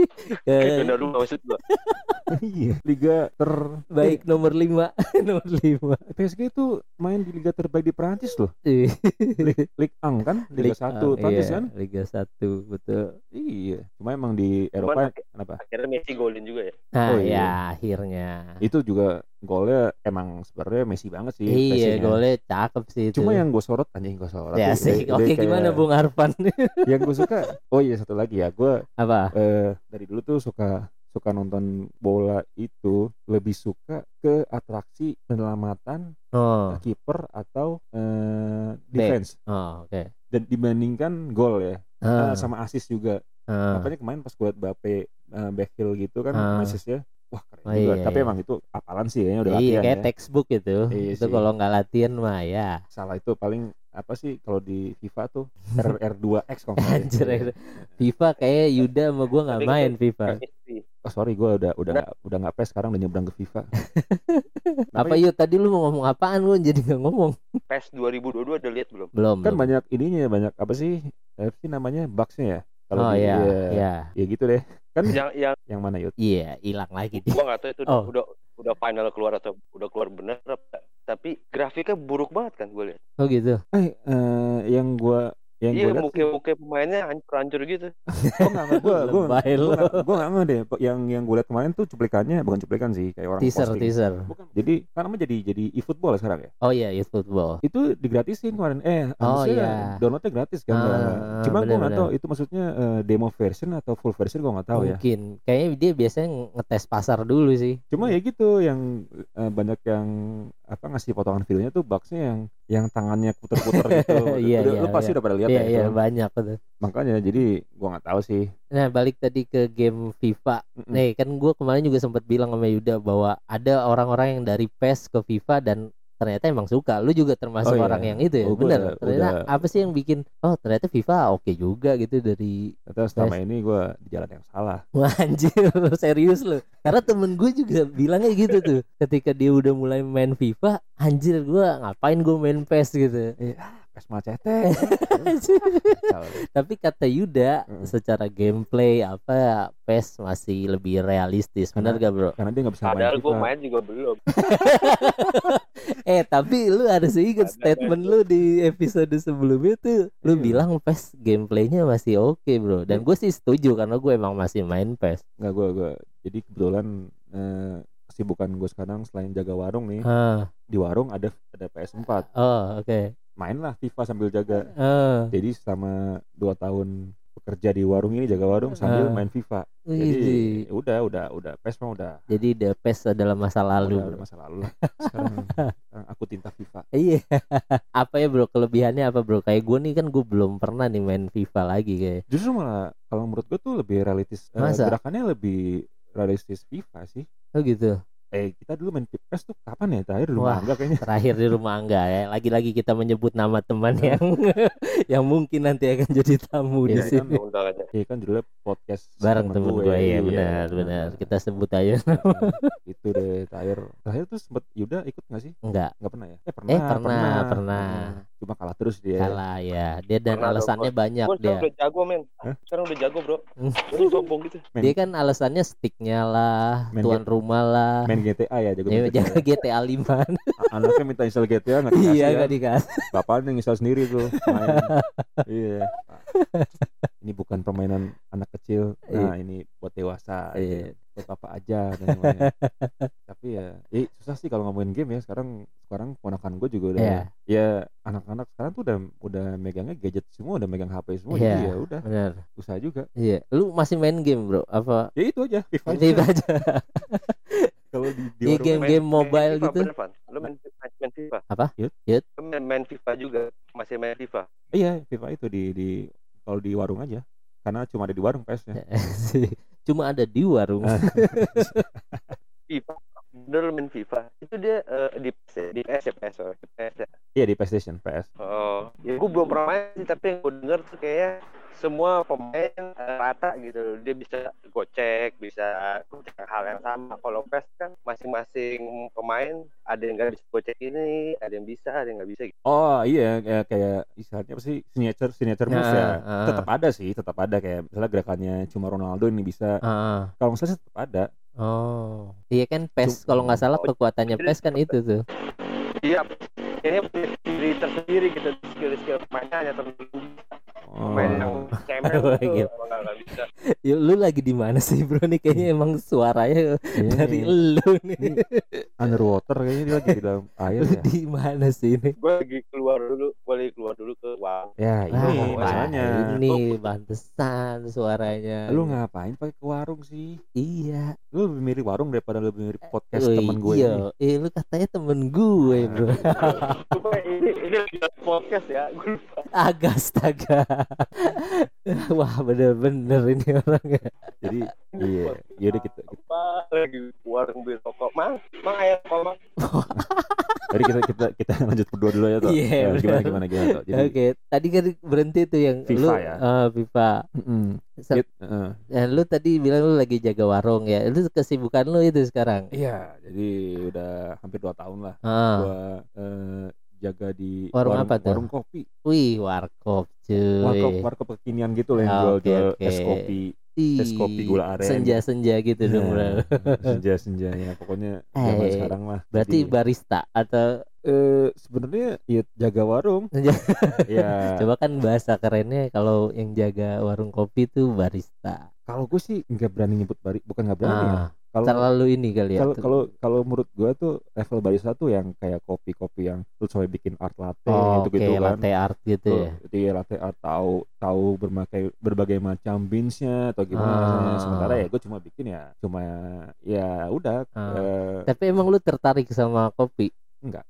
Speaker 3: Pindah rumah maksud gue.
Speaker 2: Iya, liga terbaik
Speaker 1: nomor 5
Speaker 2: PSG itu main di liga terbaik di Prancis loh. Ligue 1 kan, Liga 1 Prancis
Speaker 1: iya,
Speaker 2: kan?
Speaker 1: Liga 1 betul.
Speaker 2: Iya, cuma emang di
Speaker 3: Cuman
Speaker 2: Eropa kenapa?
Speaker 3: akhirnya Messi golin juga ya.
Speaker 1: Nah,
Speaker 2: Oh,
Speaker 1: ya
Speaker 2: iya.
Speaker 1: akhirnya.
Speaker 2: Itu juga golnya emang sebenarnya Messi banget sih.
Speaker 1: Iya,
Speaker 2: passingnya.
Speaker 1: golnya cakep sih itu.
Speaker 2: Cuma yang gue sorot
Speaker 1: ya sih. Oke, gimana Bung Arfan?
Speaker 2: Yang gue suka, oh iya satu lagi ya, gue
Speaker 1: Apa?
Speaker 2: dari dulu tuh suka nonton bola itu lebih suka ke atraksi penyelamatan
Speaker 1: Oh,
Speaker 2: kiper atau defense
Speaker 1: oh, oke.
Speaker 2: dan dibandingkan gol ya.
Speaker 1: Ah,
Speaker 2: Sama assist juga.
Speaker 1: ah.
Speaker 2: Makanya kemarin pas gue liat Bape backheel gitu kan
Speaker 1: Ah.
Speaker 2: assistnya, wah keren
Speaker 1: Oh,
Speaker 2: juga.
Speaker 1: iya,
Speaker 2: Tapi
Speaker 1: iya.
Speaker 2: emang itu apalan sih ya, udah
Speaker 1: Iya,
Speaker 2: latihan
Speaker 1: kayak
Speaker 2: ya.
Speaker 1: textbook itu.
Speaker 2: Iya
Speaker 1: Itu
Speaker 2: sih.
Speaker 1: kalau nggak latihan mah ya.
Speaker 2: Salah itu paling apa sih kalau di FIFA tuh R2X kalau nggak salah ya.
Speaker 1: Anjir, FIFA kayak Yuda sama gue nggak
Speaker 3: Tapi kan
Speaker 1: main FIFA.
Speaker 3: Messi.
Speaker 2: Oh sorry, gue udah nggak PES sekarang, udah nyebrang ke FIFA.
Speaker 1: Apa Yud, tadi lu mau ngomong apaan, lu jadi nggak ngomong?
Speaker 3: PES 2022 udah lihat belum?
Speaker 1: Belum.
Speaker 2: Kan
Speaker 1: belum.
Speaker 2: banyak ininya, banyak apa sih? Apa sih namanya, bugs-nya ya? Kalau
Speaker 1: Oh
Speaker 2: di
Speaker 1: iya,
Speaker 2: ya,
Speaker 1: iya.
Speaker 2: ya gitu deh. Kan
Speaker 3: Yang
Speaker 2: yang mana Yud?
Speaker 1: Iya, hilang lagi dia.
Speaker 3: gua nggak tahu itu
Speaker 1: Oh.
Speaker 3: udah final keluar atau udah keluar bener apa. Tapi grafiknya buruk banget kan gue lihat.
Speaker 1: Oh gitu.
Speaker 2: Yang gue
Speaker 3: Iya,
Speaker 2: lihat sih-
Speaker 3: muka pemainnya hancur-hancur gitu.
Speaker 2: Oh enggak,
Speaker 1: Lebay lu.
Speaker 2: gue nggak nge deh. Yang gue lihat kemarin tuh cuplikannya, bukan cuplikan sih, kayak orang posting.
Speaker 1: Teaser.
Speaker 2: Bukan. Jadi kan namanya jadi eFootball sekarang ya.
Speaker 1: Oh iya, youth football.
Speaker 2: Itu digratisin kemarin.
Speaker 1: Oh,
Speaker 2: harusnya
Speaker 1: iya.
Speaker 2: downloadnya gratis kan. Cuma gue nggak
Speaker 1: benar-benar.
Speaker 2: tahu itu maksudnya demo version atau full version, gue nggak tahu ya.
Speaker 1: Mungkin. Kayaknya dia biasanya ngetes pasar dulu sih.
Speaker 2: Cuma ya gitu, yang banyak yang apa ngasih potongan videonya tuh bugsnya yang tangannya puter-puter gitu.
Speaker 1: Iya,
Speaker 2: Lu
Speaker 1: iya,
Speaker 2: pasti
Speaker 1: iya.
Speaker 2: udah pada lihat
Speaker 1: Iya,
Speaker 2: ya
Speaker 1: iya,
Speaker 2: itu.
Speaker 1: banyak tuh.
Speaker 2: Makanya jadi gua nggak tahu sih.
Speaker 1: Nah, balik tadi ke game FIFA.
Speaker 2: Mm-mm.
Speaker 1: Nih, kan gue kemarin juga sempat bilang sama Yuda bahwa ada orang-orang yang dari PES ke FIFA dan ternyata emang suka. Lu juga termasuk
Speaker 2: Oh, iya.
Speaker 1: orang yang itu ya.
Speaker 2: Oh, gua
Speaker 1: Bener. Ternyata
Speaker 2: udah-
Speaker 1: apa sih yang bikin ternyata FIFA oke juga gitu dari
Speaker 2: Ternyata selama ini gua di jalan yang salah.
Speaker 1: Wah, anjir, serius lu. Karena temen gue juga bilangnya gitu tuh. Ketika dia udah mulai main FIFA, anjir gue ngapain gue main PES gitu.
Speaker 2: PES mah cetek.
Speaker 1: Tapi kata Yuda,
Speaker 2: Mm.
Speaker 1: secara gameplay apa PES masih lebih realistis. Benar gak bro?
Speaker 2: Karena dia nggak bisa main
Speaker 3: Padahal gue
Speaker 2: FIFA.
Speaker 3: main juga belum.
Speaker 1: Tapi lu harus ingat
Speaker 3: Ada,
Speaker 1: statement lu di episode sebelumnya tuh. Lu
Speaker 2: Iya.
Speaker 1: bilang PES gameplaynya masih oke bro. Dan gue sih setuju karena gue emang masih main PES.
Speaker 2: Nggak, gua jadi kebetulan kesibukan gue sekarang selain jaga warung nih, di warung ada PS4.
Speaker 1: Oh oke.
Speaker 2: Mainlah FIFA sambil jaga.
Speaker 1: Ah.
Speaker 2: Jadi selama 2 tahun bekerja di warung ini, jaga warung sambil main FIFA. Jadi
Speaker 1: Widih.
Speaker 2: udah PES mah udah
Speaker 1: Jadi the PES adalah masa lalu.
Speaker 2: udah masa lalu lah. Sekarang aku tinta FIFA.
Speaker 1: Iya. Apa ya bro, kelebihannya apa bro? Kayak gue nih kan gue belum pernah nih main FIFA lagi kayak.
Speaker 2: Justru malah kalau menurut gue tuh lebih realistis,
Speaker 1: Masa?
Speaker 2: gerakannya lebih realistis FIFA sih.
Speaker 1: Oh gitu.
Speaker 2: Kita dulu main PES tuh kapan ya? Terakhir di rumah
Speaker 1: Wah.
Speaker 2: Angga kayaknya.
Speaker 1: Terakhir di rumah Angga ya. Lagi-lagi kita menyebut nama teman yang yang mungkin nanti akan jadi tamu di
Speaker 2: Iya,
Speaker 1: sini.
Speaker 2: kan?
Speaker 3: Undang aja.
Speaker 2: Iya kan judulnya podcast
Speaker 1: Bareng temen gue ya,
Speaker 2: iya.
Speaker 1: benar. Kita sebut aja.
Speaker 2: Itu deh terakhir tuh sempet Yuda ikut nggak sih?
Speaker 1: Enggak.
Speaker 2: Nggak pernah ya? Pernah. Cuma kalah terus dia.
Speaker 1: Kalah ya. Dia dan
Speaker 3: Pernah dong,
Speaker 1: alasannya banyak
Speaker 3: Gue sekarang
Speaker 1: dia.
Speaker 3: udah jago men.
Speaker 2: Hah?
Speaker 3: Sekarang udah jago bro.
Speaker 1: Hmm.
Speaker 3: Lu sombong gitu.
Speaker 1: Dia kan alasannya sticknya lah,
Speaker 2: Main
Speaker 1: tuan rumah lah.
Speaker 2: Main GTA ya, jago
Speaker 1: Ya,
Speaker 2: main
Speaker 1: jaga
Speaker 2: GTA.
Speaker 1: GTA 5.
Speaker 2: Anaknya minta install GTA nggak dikasih
Speaker 1: Iya,
Speaker 2: ya.
Speaker 1: enggak dikasih.
Speaker 2: Bapaknya install sendiri tuh main. Iya. Ini bukan permainan anak kecil. Nah, ini buat dewasa.
Speaker 1: Iya.
Speaker 2: Buat papa aja dan namanya. Tapi ya susah sih kalau ngomongin game ya. Sekarang ponakan gue juga udah
Speaker 1: Iya.
Speaker 2: ya anak-anak sekarang tuh udah megangnya gadget semua, udah megang HP semua.
Speaker 1: Iya.
Speaker 2: Jadi ya udah
Speaker 1: Benar.
Speaker 2: susah juga.
Speaker 1: Iya. Lu masih main game, bro? Apa?
Speaker 2: Ya itu aja FIFA.
Speaker 1: Itu aja.
Speaker 2: Kalau di
Speaker 1: Iya,
Speaker 2: warung
Speaker 1: game-
Speaker 2: kan,
Speaker 1: mobile
Speaker 3: FIFA,
Speaker 1: gitu.
Speaker 3: bener, Van? Lu main FIFA.
Speaker 1: Apa?
Speaker 2: Yud?
Speaker 3: Lu main FIFA juga. Masih main FIFA.
Speaker 2: iya FIFA itu di kalau di warung aja. Karena cuma ada di warung PS-nya.
Speaker 1: Cuma ada di warung.
Speaker 3: FIFA. Bener lu main FIFA. Itu dia di PS ya? Di PS ya? Sorry. Di PS ya?
Speaker 2: Iya di PlayStation PS.
Speaker 3: Oh, ya gue belum pernah main sih, tapi yang gue denger tuh kayak semua pemain rata gitu. Dia bisa gocek, bisa gocek hal yang sama. Kalau PES kan masing-masing pemain ada yang nggak bisa gocek ini, ada yang bisa, ada yang nggak bisa gitu.
Speaker 2: Oh iya, kayak istilahnya apa sih, signature moves ya. Tetap ada kayak misalnya gerakannya cuma Ronaldo ini bisa. Kalau misalnya tetap ada.
Speaker 1: Oh, iya kan PES kalau nggak salah kekuatannya PES kan itu tuh.
Speaker 3: Iya, ini punya diri tersendiri gitu, skill pemainnya hanya tertentu. Pemain yang cemen
Speaker 1: Oh,
Speaker 3: gitu
Speaker 1: gitu.
Speaker 3: emang nggak bisa.
Speaker 1: Ya, lu lagi di mana sih bro nih? Kayaknya emang suaranya
Speaker 2: Kayaknya
Speaker 1: dari
Speaker 2: nih,
Speaker 1: lu nih.
Speaker 2: ini underwater kayaknya dia lagi di dalam air
Speaker 1: Lu
Speaker 2: ya.
Speaker 1: di mana sih ini?
Speaker 3: Gue lagi keluar dulu ke warung.
Speaker 2: Ya ini
Speaker 1: Ah,
Speaker 2: masalahnya.
Speaker 1: ini pantesan suaranya.
Speaker 2: Lu ngapain pakai ke warung sih?
Speaker 1: Iya.
Speaker 2: Lu lebih mirip warung daripada lebih mirip podcast
Speaker 1: Wih,
Speaker 2: temen gue
Speaker 1: iya.
Speaker 2: ini.
Speaker 1: Lu katanya temen gue bro.
Speaker 3: Cuma ini lagi podcast ya, gue lupa.
Speaker 1: Agak astaga. Wah bener-bener ini orangnya.
Speaker 2: Jadi iya, yaudah kita
Speaker 3: Apa lagi warung beli rokok, mang ayam kok mang.
Speaker 2: Tadi kita lanjut berdua dulu ya toh.
Speaker 1: Iya,
Speaker 2: Gimana toh. Jadi
Speaker 1: Oke, tadi kan berhenti tuh yang
Speaker 2: FIFA
Speaker 1: lu
Speaker 2: ya?
Speaker 1: FIFA. Lu tadi bilang lu lagi jaga warung ya. Itu kesibukan lu itu sekarang.
Speaker 2: iya, jadi udah hampir 2 tahun lah
Speaker 1: Ah.
Speaker 2: gua jaga di
Speaker 1: Warung apa tuh?
Speaker 2: warung kopi.
Speaker 1: Wih, warkop cuy.
Speaker 2: Warkop kekinian gitu lah yang
Speaker 1: Oke,
Speaker 2: jual
Speaker 1: oke.
Speaker 2: es kopi,
Speaker 1: Ih,
Speaker 2: es kopi gula aren.
Speaker 1: senja-senja gitu dong bro.
Speaker 2: Senja-senjanya pokoknya zaman
Speaker 1: Eh,
Speaker 2: sekarang lah.
Speaker 1: Berarti
Speaker 2: Jadi,
Speaker 1: barista atau
Speaker 2: sebenarnya ya jaga warung. Ya.
Speaker 1: coba kan bahasa kerennya kalau yang jaga warung kopi tuh barista.
Speaker 2: Kalau gue sih nggak berani nyebut bukan nggak berani ya. Kalau
Speaker 1: Terlalu ini kali ya.
Speaker 2: kalau menurut gue tuh level barista tuh yang kayak kopi yang lu sampai bikin art latte
Speaker 1: Oh,
Speaker 2: gitu
Speaker 1: oke,
Speaker 2: kan.
Speaker 1: latte art gitu ya.
Speaker 2: Itu ya latte art tahu berbagai macam beansnya atau gimana.
Speaker 1: Ah.
Speaker 2: Sementara ya gue cuma bikin ya udah.
Speaker 1: Tapi emang lu tertarik sama kopi?
Speaker 2: Enggak,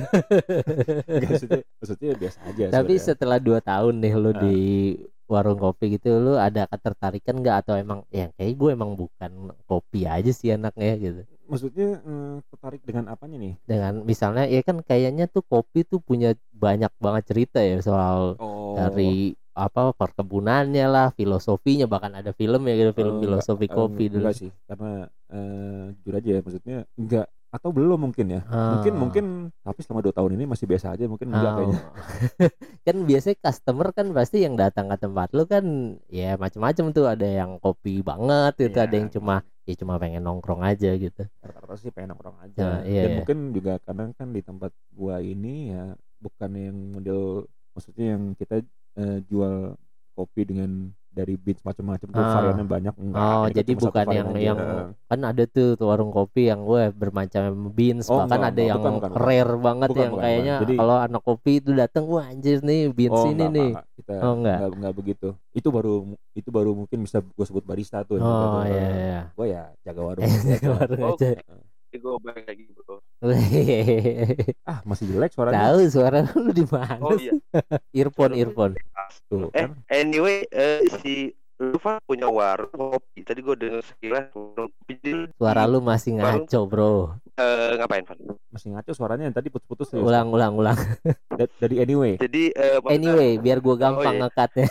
Speaker 2: maksudnya biasa aja.
Speaker 1: Tapi
Speaker 2: sebenarnya.
Speaker 1: setelah 2 tahun nih lu
Speaker 2: Ah.
Speaker 1: di warung kopi gitu, lu ada ketertarikan nggak atau emang ya kayak gue emang bukan kopi aja sih anaknya gitu.
Speaker 2: Maksudnya tertarik dengan apanya nih?
Speaker 1: Dengan misalnya ya kan kayaknya tuh kopi tuh punya banyak banget cerita ya soal dari apa perkebunannya lah, filosofinya, bahkan ada film ya gitu, film filosofi kopi dulu.
Speaker 2: Enggak sih, karena jujur aja ya, maksudnya enggak atau belum mungkin ya. Mungkin tapi selama 2 tahun ini masih biasa aja, mungkin enggak kayaknya.
Speaker 1: Kan biasanya customer kan pasti yang datang ke tempat lu kan ya macam-macam tuh, ada yang kopi banget gitu,
Speaker 2: Iya.
Speaker 1: ada yang cuma pengen nongkrong aja gitu.
Speaker 2: Rata-rata sih pengen nongkrong aja.
Speaker 1: Nah, iya,
Speaker 2: Dan
Speaker 1: iya.
Speaker 2: mungkin juga kadang kan di tempat gua ini ya bukan yang model, maksudnya yang kita jual kopi dengan dari beans macam-macam tuh variannya banyak, enggak.
Speaker 1: Oh,
Speaker 2: Ini
Speaker 1: jadi
Speaker 2: cuma satu
Speaker 1: bukan
Speaker 2: varian aja.
Speaker 1: yang kan ada tuh warung kopi yang gue bermacam beans,
Speaker 2: Oh,
Speaker 1: bahkan
Speaker 2: enggak,
Speaker 1: ada yang
Speaker 2: bukan.
Speaker 1: rare banget
Speaker 2: Bukan,
Speaker 1: yang
Speaker 2: bukan.
Speaker 1: kayaknya
Speaker 2: Jadi-
Speaker 1: kalau anak kopi itu datang wah anjir nih beans ini nih.
Speaker 2: Enggak. Kita
Speaker 1: Oh, enggak.
Speaker 2: enggak begitu. Itu baru mungkin bisa gua sebut barista tuh.
Speaker 1: Oh iya iya.
Speaker 2: Gua ya jaga warung aja.
Speaker 1: Warung
Speaker 3: Oh,
Speaker 1: aja.
Speaker 3: gue balik lagi bro.
Speaker 2: Masih jelek suaranya.
Speaker 1: Tahu suara lu di mana?
Speaker 3: Oh iya.
Speaker 1: Earphone.
Speaker 2: Tuh, kan.
Speaker 3: Anyway, si Lufa punya warung kopi. Tadi gue dengar sekilas warung kopi.
Speaker 1: Suara lu masih ngaco, Bro.
Speaker 3: Ngapain, Van?
Speaker 2: Masih ngaco suaranya yang tadi putus-putus.
Speaker 1: Ulang.
Speaker 2: Dari anyway.
Speaker 3: Jadi
Speaker 1: Anyway, biar gua gampang
Speaker 3: iya.
Speaker 1: ngekatnya.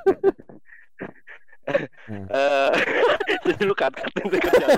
Speaker 3: jadi lu kat-katin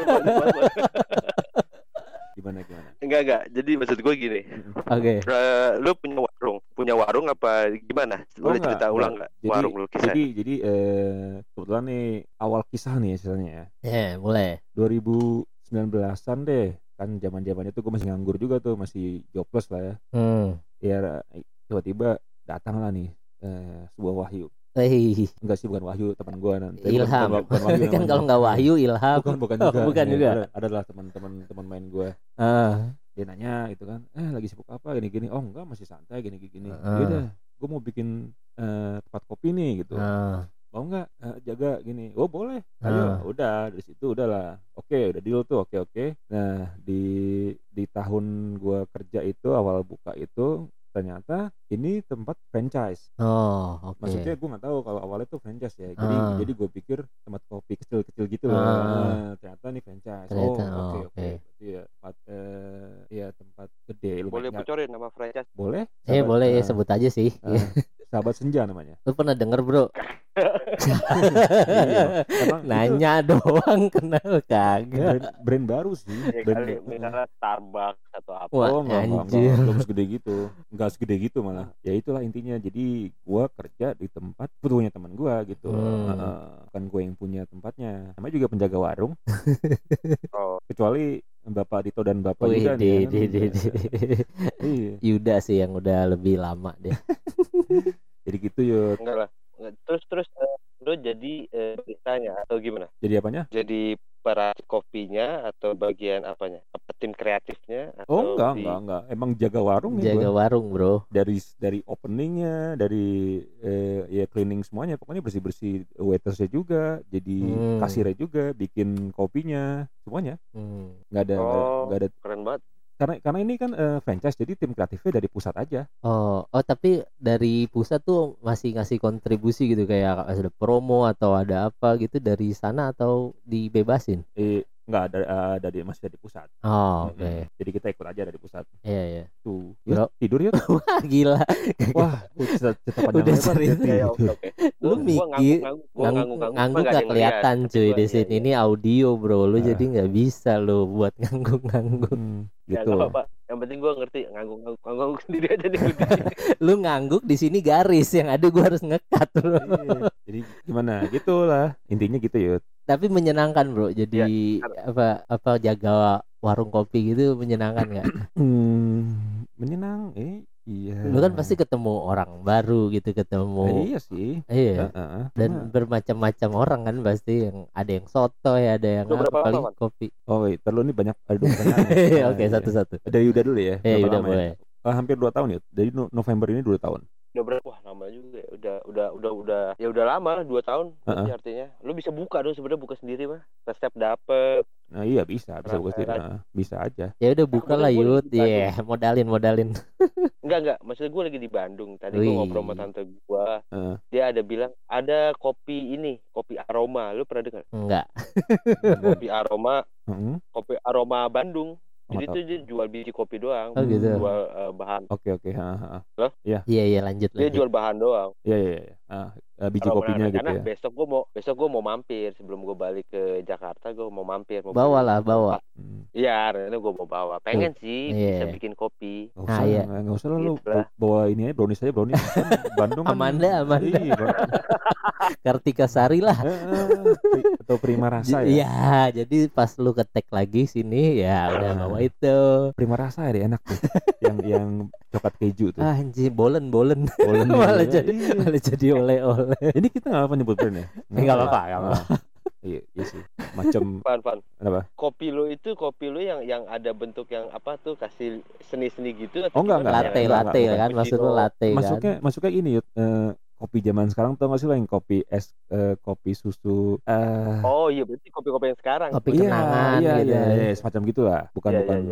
Speaker 2: Gimana?
Speaker 3: Enggak. Jadi maksud gue gini.
Speaker 1: Oke.
Speaker 3: Lu punya warung apa gimana? Boleh
Speaker 2: enggak,
Speaker 3: cerita ulang
Speaker 2: enggak.
Speaker 3: nggak warung lu kisah?
Speaker 2: Jadi kebetulan nih awal kisah nih istilahnya ya.
Speaker 1: Ya, mulai.
Speaker 2: 2019-an deh. Kan zaman-zamannya tuh gue masih nganggur juga tuh, masih jobless lah ya. Ya tiba-tiba datang lah nih sebuah wahyu. Enggak sih, bukan wahyu, teman gue nanti.
Speaker 1: Ilham.
Speaker 2: Bukan wahyu
Speaker 1: Kan kalau nggak wahyu ilham.
Speaker 2: bukan juga.
Speaker 1: Bukan
Speaker 2: Ya,
Speaker 1: juga.
Speaker 2: Adalah teman main gue. Dia nanya gitu kan, lagi sibuk apa gini-gini. Oh enggak, masih santai gini-gini. Yaudah, gue mau bikin tempat kopi nih gitu. Mau nggak jaga gini? Oh boleh, ayo. Udah dari situ udahlah. Oke, udah deal tuh. Oke. Nah di tahun gue kerja itu, awal buka itu ternyata ini tempat franchise.
Speaker 1: Oh, oke.
Speaker 2: Maksudnya gue nggak tahu kalau awalnya tuh franchise ya. Jadi gue pikir tempat kopi kecil-kecil gitu loh. Ternyata ini franchise.
Speaker 1: Ternyata,
Speaker 2: Oke. Berarti ya tempat gede.
Speaker 3: Boleh
Speaker 2: Lumayan.
Speaker 3: bocorin nama franchise?
Speaker 2: Boleh?
Speaker 1: Boleh ya,
Speaker 2: Nah,
Speaker 1: sebut aja sih.
Speaker 2: sahabat senja namanya.
Speaker 1: Lu pernah denger bro?
Speaker 2: Iya, emang itu
Speaker 1: Nanya doang kenal kagak.
Speaker 2: brand baru sih.
Speaker 3: Ya
Speaker 2: Brand,
Speaker 3: kali misalnya Starbucks atau apa.
Speaker 1: Wah,
Speaker 2: oh enggak,
Speaker 1: anjir.
Speaker 2: belum segede gitu. Enggak segede gitu malah. Ya itulah intinya. Jadi gua kerja di tempat punya teman gua gitu. Kan gue yang punya tempatnya. Namanya juga penjaga warung.
Speaker 3: Oh,
Speaker 2: Kecuali Bapak Dito dan Bapak
Speaker 1: Wih,
Speaker 2: Yuda nih kan. Iya.
Speaker 1: Yuda sih yang udah lebih lama deh.
Speaker 2: Jadi gitu Yud.
Speaker 3: enggak lah. Terus lo jadi beritanya atau gimana?
Speaker 2: Jadi apanya?
Speaker 3: Jadi peracik kopinya atau bagian apanya? Apa tim kreatifnya
Speaker 2: Oh
Speaker 3: atau
Speaker 2: enggak. Emang jaga warung nih
Speaker 1: Jaga
Speaker 2: gua.
Speaker 1: warung bro.
Speaker 2: Dari openingnya, dari ya cleaning semuanya, pokoknya bersih waitersnya juga, jadi kasirnya juga, bikin kopinya, semuanya. Nggak ada
Speaker 3: keren banget.
Speaker 2: karena ini kan franchise, jadi tim kreatifnya dari pusat aja.
Speaker 1: Oh tapi dari pusat tuh masih ngasih kontribusi gitu kayak ada promo atau ada apa gitu dari sana atau dibebasin?
Speaker 2: Nggak ada masih dari pusat.
Speaker 1: Oh oke.
Speaker 2: Jadi kita ikut aja dari pusat.
Speaker 1: Iya.
Speaker 2: Tuh,
Speaker 1: Bro.
Speaker 2: tidur ya.
Speaker 1: Wah gila.
Speaker 2: Wah, cerita panjang
Speaker 1: Udah
Speaker 2: lebar
Speaker 1: serius.
Speaker 2: ya.
Speaker 3: Oke.
Speaker 1: Lu mikir ngangguk gak kelihatan cuy di sini. Ini audio bro, lu jadi nggak bisa lo buat ngangguk.
Speaker 3: Ya
Speaker 2: Gitu.
Speaker 3: nggak apa-apa. Yang penting gue ngerti ngangguk sendiri aja nih.
Speaker 1: Lu ngangguk di sini garis yang ada gua harus ngekat bro.
Speaker 2: Iya. Jadi gimana? Gitulah intinya gitu Yud.
Speaker 1: Tapi menyenangkan bro. Jadi apa jaga warung kopi gitu menyenangkan nggak?
Speaker 2: Menyenang. Iya.
Speaker 1: Lu kan pasti ketemu orang baru gitu, ketemu.
Speaker 2: Iya sih.
Speaker 1: Iya. Dan bermacam-macam orang kan pasti, yang ada yang sotoy, ada yang paling kopi.
Speaker 2: Oh, terlalu ini banyak ada pertanyaan.
Speaker 1: Oke, satu-satu.
Speaker 2: Dari Yuda dulu ya.
Speaker 1: Yuda boleh.
Speaker 2: Hampir 2 tahun ya. Dari November ini 2 tahun.
Speaker 3: Udah berapa? Wah, lama juga ya. Udah lama lah 2 tahun. Berarti artinya lu bisa buka dong sebenarnya, buka sendiri mah. Resep dapet.
Speaker 2: Nah, iya bisa buka sendiri. Bisa aja.
Speaker 1: Ya udah buka lah Yud. Iya, modalin.
Speaker 3: Enggak. Maksudnya gue lagi di Bandung. Tadi gue ngobrol sama tante gue. Dia ada bilang ada kopi ini, kopi aroma. Lu pernah dengar?
Speaker 1: Enggak.
Speaker 3: Kopi aroma. Kopi aroma Bandung. Jadi itu dia jual biji kopi doang.
Speaker 1: Oh gitu.
Speaker 3: Jual bahan.
Speaker 2: Oke.
Speaker 3: Loh?
Speaker 1: Iya, lanjut.
Speaker 3: Dia jual bahan doang.
Speaker 2: Iya. Biji kopinya gitu ya.
Speaker 3: Besok gue mau mampir sebelum gue balik ke Jakarta. Gue mau mampir.
Speaker 1: Bawa.
Speaker 3: Iya, karena gue mau bawa. Pengen sih bisa bikin kopi.
Speaker 2: Nggak usah lah lu bawa ini aja, brownies aja, Bandung kan.
Speaker 1: Amanda.
Speaker 2: Iya,
Speaker 1: Kartika Sari lah.
Speaker 2: Atau Prima Rasa ya.
Speaker 1: Iya, jadi pas lu ketek lagi sini ya udah bawa itu.
Speaker 2: Prima Rasa ya enak tuh. yang coklat keju tuh.
Speaker 1: Anjir, bolen malah jadi oleh-oleh.
Speaker 2: Ini kita nggak apa nyebut brand ya?
Speaker 1: Nggak apa-apa.
Speaker 2: Iya sih. Macam
Speaker 3: Fan.
Speaker 2: Apa?
Speaker 3: Kopi lo yang ada bentuk yang apa tuh, kasih seni-seni gitu atau
Speaker 2: enggak.
Speaker 1: Latte kan, maksud lu latte kan.
Speaker 2: Masuknya ini Yud, kopi zaman sekarang tau gak sih lo yang kopi es, kopi susu.
Speaker 3: Oh iya, berarti kopi-kopi yang sekarang.
Speaker 1: Kopi kenangan gitu.
Speaker 2: Iya, semacam gitulah. Bukan.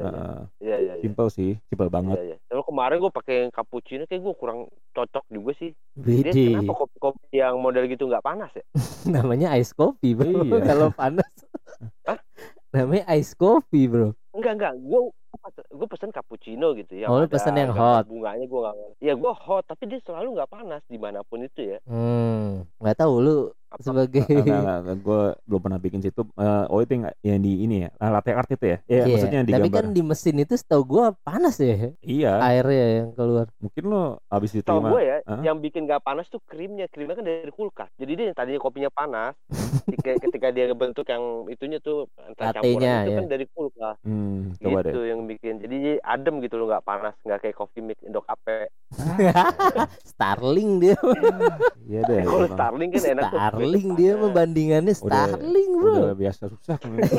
Speaker 3: Iya.
Speaker 2: Simple banget.
Speaker 3: Iya. Lalu kemarin gue pakai cappuccino, kayak gue kurang cocok juga sih.
Speaker 1: Widih.
Speaker 3: Kenapa kopi-kopi yang model gitu nggak panas ya?
Speaker 1: Namanya ice coffee bro.
Speaker 2: Iya.
Speaker 1: Kalau panas.
Speaker 3: Hah?
Speaker 1: Namanya ice coffee bro.
Speaker 3: Enggak. Gue pesen cappuccino gitu ya.
Speaker 1: Oh, lu pesen yang hot.
Speaker 3: Bunganya gue nggak. Ya gue hot, tapi dia selalu nggak panas dimanapun itu ya.
Speaker 1: Nggak tahu lu sebagai.
Speaker 2: Enggak, gue belum pernah bikin situ. Itu yang di ini ya, latte art itu ya. Iya, maksudnya yang digambar.
Speaker 1: Tapi kan di mesin itu setahu gue panas ya.
Speaker 2: Iya.
Speaker 1: Airnya yang keluar.
Speaker 2: Mungkin lo abis diterima.
Speaker 3: Tahu gue ya, yang bikin nggak panas tuh krimnya kan dari kulkas. Jadi dia yang tadinya kopinya panas, ketika dia bentuk yang itunya tuh
Speaker 1: latenya
Speaker 3: itu
Speaker 1: ya.
Speaker 3: kan dari kulkas.
Speaker 2: Coba
Speaker 3: gitu
Speaker 2: deh.
Speaker 3: yang bikin. Jadi adem gitu loh, nggak panas, nggak kayak coffee mix Indo Cafe.
Speaker 1: Starling dia.
Speaker 2: Iya deh.
Speaker 3: Kalau Starling kan enak tuh.
Speaker 1: Starling dia membandingannya Starling bro.
Speaker 2: Udah biasa susah kan itu.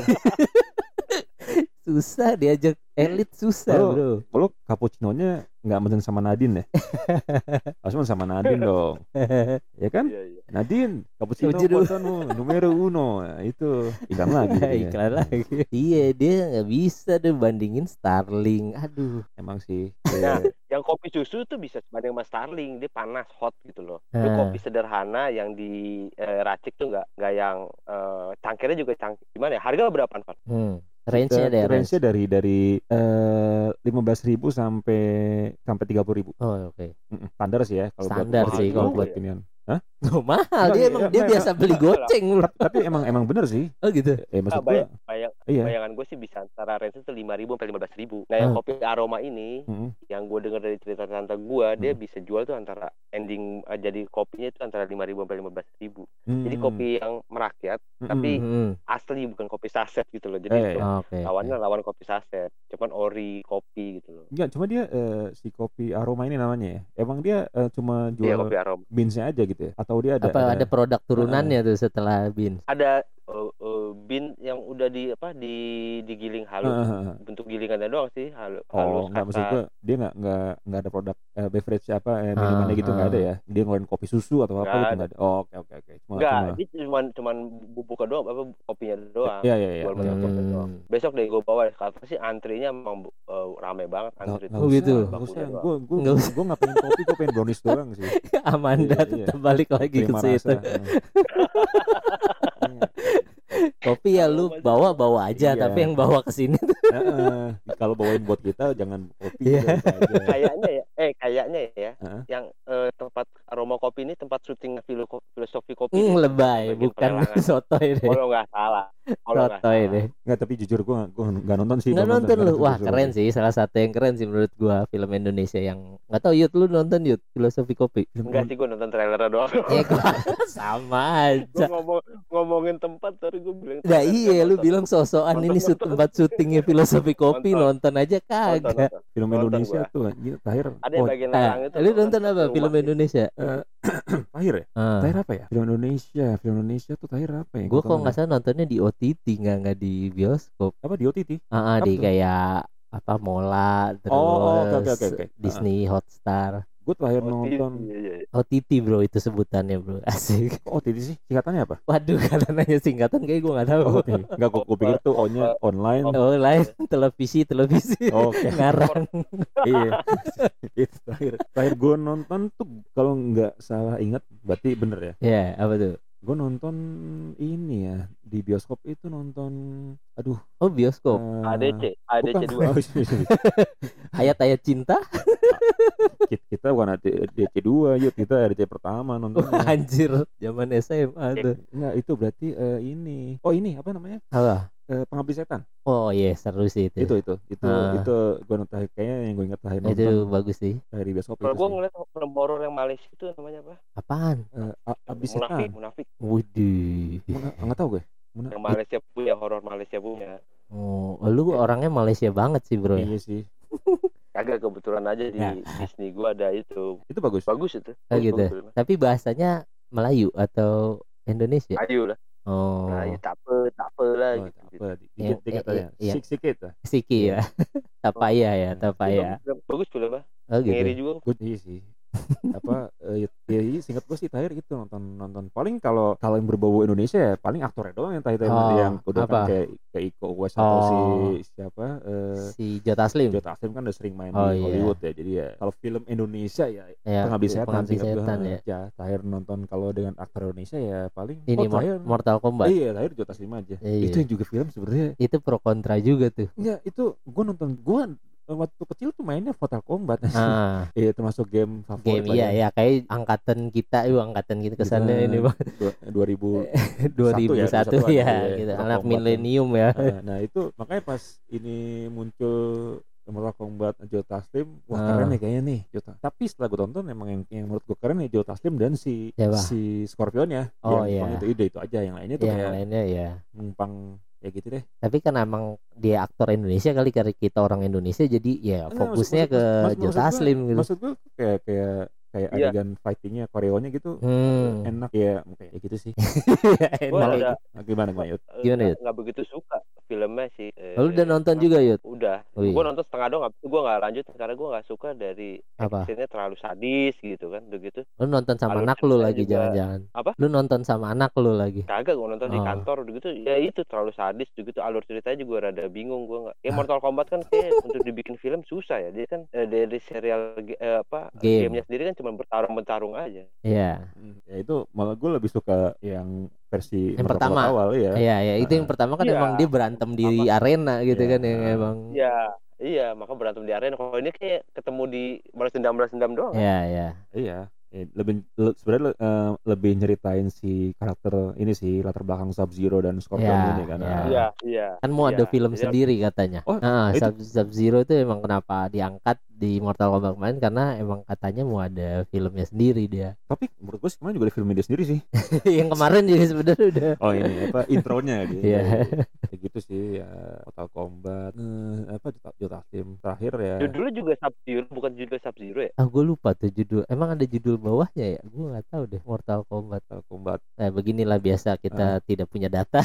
Speaker 1: Susah diajak elit susah bro.
Speaker 2: Kalau cappuccino-nya nggak mesen sama Nadine ya? Harus mesen sama Nadine dong. Ya kan?
Speaker 3: Iya.
Speaker 2: Nadine, cappuccino portano numero 1. Nah, itu iklan lagi.
Speaker 1: Iklan lagi. Iya, dia nggak bisa deh bandingin Starling. Aduh.
Speaker 2: Emang sih.
Speaker 3: Nah, yang kopi susu tuh bisa sebanding sama Starling, dia panas, hot gitu loh. Itu kopi sederhana yang diracik tuh nggak yang cangkirnya juga gimana ya? Harga berapaan, Pak?
Speaker 1: Range-nya ada range.
Speaker 2: Range-nya dari 15.000 sampai 30.000.
Speaker 1: Oh, oke.
Speaker 2: Standar sih ya kalau
Speaker 1: Standar
Speaker 2: buat
Speaker 1: sih kalau
Speaker 2: buat
Speaker 3: ya.
Speaker 2: pilihan.
Speaker 1: Oh, mahal.
Speaker 2: Enggak,
Speaker 1: Dia emang dia
Speaker 2: enggak,
Speaker 1: biasa beli goceng bro.
Speaker 2: Tapi emang bener sih.
Speaker 1: Oh gitu.
Speaker 2: Maksud gua iya.
Speaker 3: Bayangan gue sih bisa antara range itu 5.000 sampai 15.000. Nah yang kopi aroma ini, yang gue dengar dari cerita tante gue, dia bisa jual tuh antara ending jadi kopinya itu antara 5.000 sampai 15.000. Jadi kopi yang merakyat, tapi asli bukan kopi saset gitu loh. Jadi lawan kopi saset, cuman ori kopi gitu loh.
Speaker 2: Enggak, cuma dia si kopi aroma ini namanya ya. Emang dia cuma jual
Speaker 3: kopi aroma
Speaker 2: beans-nya aja gitu ya? Atau dia
Speaker 1: ada produk turunannya tuh setelah beans?
Speaker 3: Ada bean yang udah digiling halus, bentuk gilingannya doang sih halus.
Speaker 2: Nggak, maksud gue dia nggak ada produk beverage minumannya gitu, nggak ada ya? Dia ngeluarin kopi susu atau apa gitu nggak ada? Oke.
Speaker 3: Dia cuman bubuk doang, kopinya doang.
Speaker 2: Iya.
Speaker 3: Doang. Besok deh gue bawa, kata sih antrinya emang rame banget antri.
Speaker 2: Oh gitu. Gue nggak pengen kopi, gue pengen brownies doang sih.
Speaker 1: Amanda tetap balik lagi ke situ. Kopi ya lu bawa aja, tapi yang bawa ke sini
Speaker 2: kalau bawain buat kita jangan kopi aja.
Speaker 3: Kayaknya ya yang tempat aroma kopi ini tempat syuting filosofi kopi.
Speaker 1: Lebay, bukan sotoy deh.
Speaker 3: Kalau nggak salah.
Speaker 1: Sotoy deh.
Speaker 2: Nggak, tapi jujur gue nggak nonton sih.
Speaker 1: Nggak nonton lu. Wah keren sih, salah satu yang keren sih menurut gue film Indonesia yang nggak tahu Yud, lu nonton Yud filosofi kopi?
Speaker 3: Enggak sih, gue nonton trailernya doang.
Speaker 1: Sama aja.
Speaker 3: Ngomongin tempat tadi gue bilang.
Speaker 1: Nah iya, lu bilang sosokan ini tempat syutingnya filosofi kopi, nonton aja kagak.
Speaker 2: Film Indonesia tuh terakhir.
Speaker 3: Ada yang bagian larang itu.
Speaker 1: Lu nonton apa film Indonesia?
Speaker 2: Terakhir ya? Terakhir apa ya? Film Indonesia tuh terakhir apa ya?
Speaker 1: Gue kok nggak salah nontonnya di OTT, nggak di bioskop.
Speaker 2: Apa di OTT?
Speaker 1: Di kayak apa Mola terus
Speaker 2: okay.
Speaker 1: Disney Hotstar.
Speaker 2: Gue terakhir nonton
Speaker 1: OTT bro, itu sebutannya bro. Asik.
Speaker 2: OTT sih singkatannya apa?
Speaker 1: Waduh, kalau nanya singkatan kayak gue nggak tahu.
Speaker 2: Nggak, gue pikir tuh O-nya online.
Speaker 1: televisi.
Speaker 2: Oke.
Speaker 1: Ngarang.
Speaker 2: Iya. Itu terakhir gue nonton tuh, kalau nggak salah ingat berarti bener ya.
Speaker 1: Iya, apa tuh?
Speaker 2: Gue nonton ini ya di bioskop itu nonton
Speaker 1: bioskop
Speaker 3: ADC 2
Speaker 1: Ayat-ayat cinta.
Speaker 2: Kita bukan ADC 2 yuk, kita ADC pertama nonton.
Speaker 1: Anjir, zaman SMA tuh.
Speaker 2: Enggak, itu berarti ini apa namanya? Pengabdi Setan.
Speaker 1: Oh iya, seru sih itu.
Speaker 2: Itu gue nonton, kayaknya yang gue ingat terakhir nonton.
Speaker 1: Itu bagus sih.
Speaker 2: Dari bioskop.
Speaker 3: Kalau gue ngeliat film horor yang Malaysia itu namanya apa?
Speaker 1: Apaan?
Speaker 2: Abdi Setan.
Speaker 3: Munafik.
Speaker 1: Widih.
Speaker 2: Enggak tahu gue.
Speaker 3: Yang Malaysia punya, horor Malaysia punya.
Speaker 1: Oh, lu orangnya Malaysia banget sih bro.
Speaker 2: Iya sih.
Speaker 3: Kagak, kebetulan aja di Disney gua ada itu.
Speaker 2: Itu bagus
Speaker 3: itu.
Speaker 1: Gitu.
Speaker 3: Bagus.
Speaker 1: Tapi bahasanya Melayu atau Indonesia?
Speaker 3: Melayu lah.
Speaker 1: Oh.
Speaker 3: Melayu tak apa lah gitu.
Speaker 2: Dikit katanya. Sikit lah.
Speaker 1: Siki ya. Tapaya ya.
Speaker 3: Bagus filmnya.
Speaker 1: Oh gitu.
Speaker 3: Ngeri juga.
Speaker 2: Iya sih. Singkat gue sih terakhir gitu nonton paling kalau yang berbau Indonesia ya paling aktornya doang yang terakhir yang udah kan kayak Iko Uwais atau si
Speaker 1: Joe Taslim
Speaker 2: kan udah sering main di Hollywood ya, jadi ya kalau film Indonesia ya Pengabdi Setan ya. Terakhir nonton kalau dengan aktor Indonesia ya paling
Speaker 1: ini Mortal Kombat.
Speaker 2: Iya, terakhir Joe Taslim aja. Itu yang juga film sebenarnya
Speaker 1: itu pro kontra juga tuh.
Speaker 2: Enggak, itu gue waktu kecil tuh mainnya Mortal Kombat. Iya, termasuk game favorit.
Speaker 1: Iya, kayak angkatan kita kesannya ini Bang. 2001 ya, gitu. Anak milenium ya.
Speaker 2: Nah, itu makanya pas ini muncul Mortal Kombat Joe Taslim, wah keren nih kayaknya nih Joe. Tapi setelah gue tonton emang yang menurut gue keren nih Joe Taslim dan si Scorpion ya. Itu aja, yang lainnya tuh kayak numpang ya gitu deh.
Speaker 1: Tapi kan emang dia aktor Indonesia kali, karena kita orang Indonesia jadi ya fokusnya ke Joe Taslim gitu.
Speaker 2: Maksud gue kayak adegan fightingnya, koreonya gitu enak ya, kayak gitu sih.
Speaker 1: Enak.
Speaker 2: Gimana Yud?
Speaker 3: Nggak begitu suka filmnya sih.
Speaker 1: Lu udah nonton juga Yud?
Speaker 3: Udah. Gue nonton setengah doang, gue nggak lanjut karena gue nggak suka dari actionnya terlalu sadis gitu kan, begitu.
Speaker 1: Lu nonton sama anak lu lagi jangan-jangan?
Speaker 3: Apa?
Speaker 1: Lu nonton sama anak lu lagi?
Speaker 3: Kagak, gue nonton di kantor begitu. Ya itu terlalu sadis begitu, alur ceritanya juga rada bingung gue nggak. Mortal Kombat kan kayak untuk dibikin film susah ya. Dia kan dari serial gamenya sendiri kan cuma bertarung aja.
Speaker 1: Iya.
Speaker 2: Ya itu malah gue lebih suka yang versi
Speaker 1: Yang
Speaker 2: Mortal
Speaker 1: pertama.
Speaker 2: Kombat awal ya.
Speaker 1: Iya, ya itu yang pertama kan
Speaker 3: Iya.
Speaker 1: emang dia berantem di arena gitu
Speaker 2: Iya.
Speaker 1: kan yang emang.
Speaker 3: Iya, maka berantem di arena. Kalau ini kayak ketemu di balas dendam doang. Kan?
Speaker 1: Iya, iya.
Speaker 2: Iya, sebenarnya lebih nyeritain si karakter ini sih, latar belakang Sub-Zero dan Scorpion
Speaker 1: Iya,
Speaker 2: ini kan.
Speaker 1: iya.
Speaker 3: Iya.
Speaker 1: Kan mau ada film
Speaker 3: Jadi
Speaker 1: sendiri katanya.
Speaker 2: Oh, itu-
Speaker 1: Sub-Zero itu emang kenapa diangkat di Mortal Kombat kemarin karena emang katanya mau ada filmnya sendiri dia.
Speaker 2: Tapi menurut gue kemarin juga ada film dia sendiri sih.
Speaker 1: Yang kemarin juga sebenarnya udah.
Speaker 2: Oh ini apa intronya dia.
Speaker 1: Iya.
Speaker 2: Kayak gitu sih ya, Mortal Kombat Jota Tim terakhir ya.
Speaker 3: Judulnya juga Sub-Zero, bukan juga Sub-Zero ya?
Speaker 1: Ah, gue lupa tuh judul. Emang ada judul bawahnya ya? Gue nggak tahu deh. Mortal Kombat.
Speaker 2: Mortal Kombat.
Speaker 1: Nah, beginilah biasa kita tidak punya data.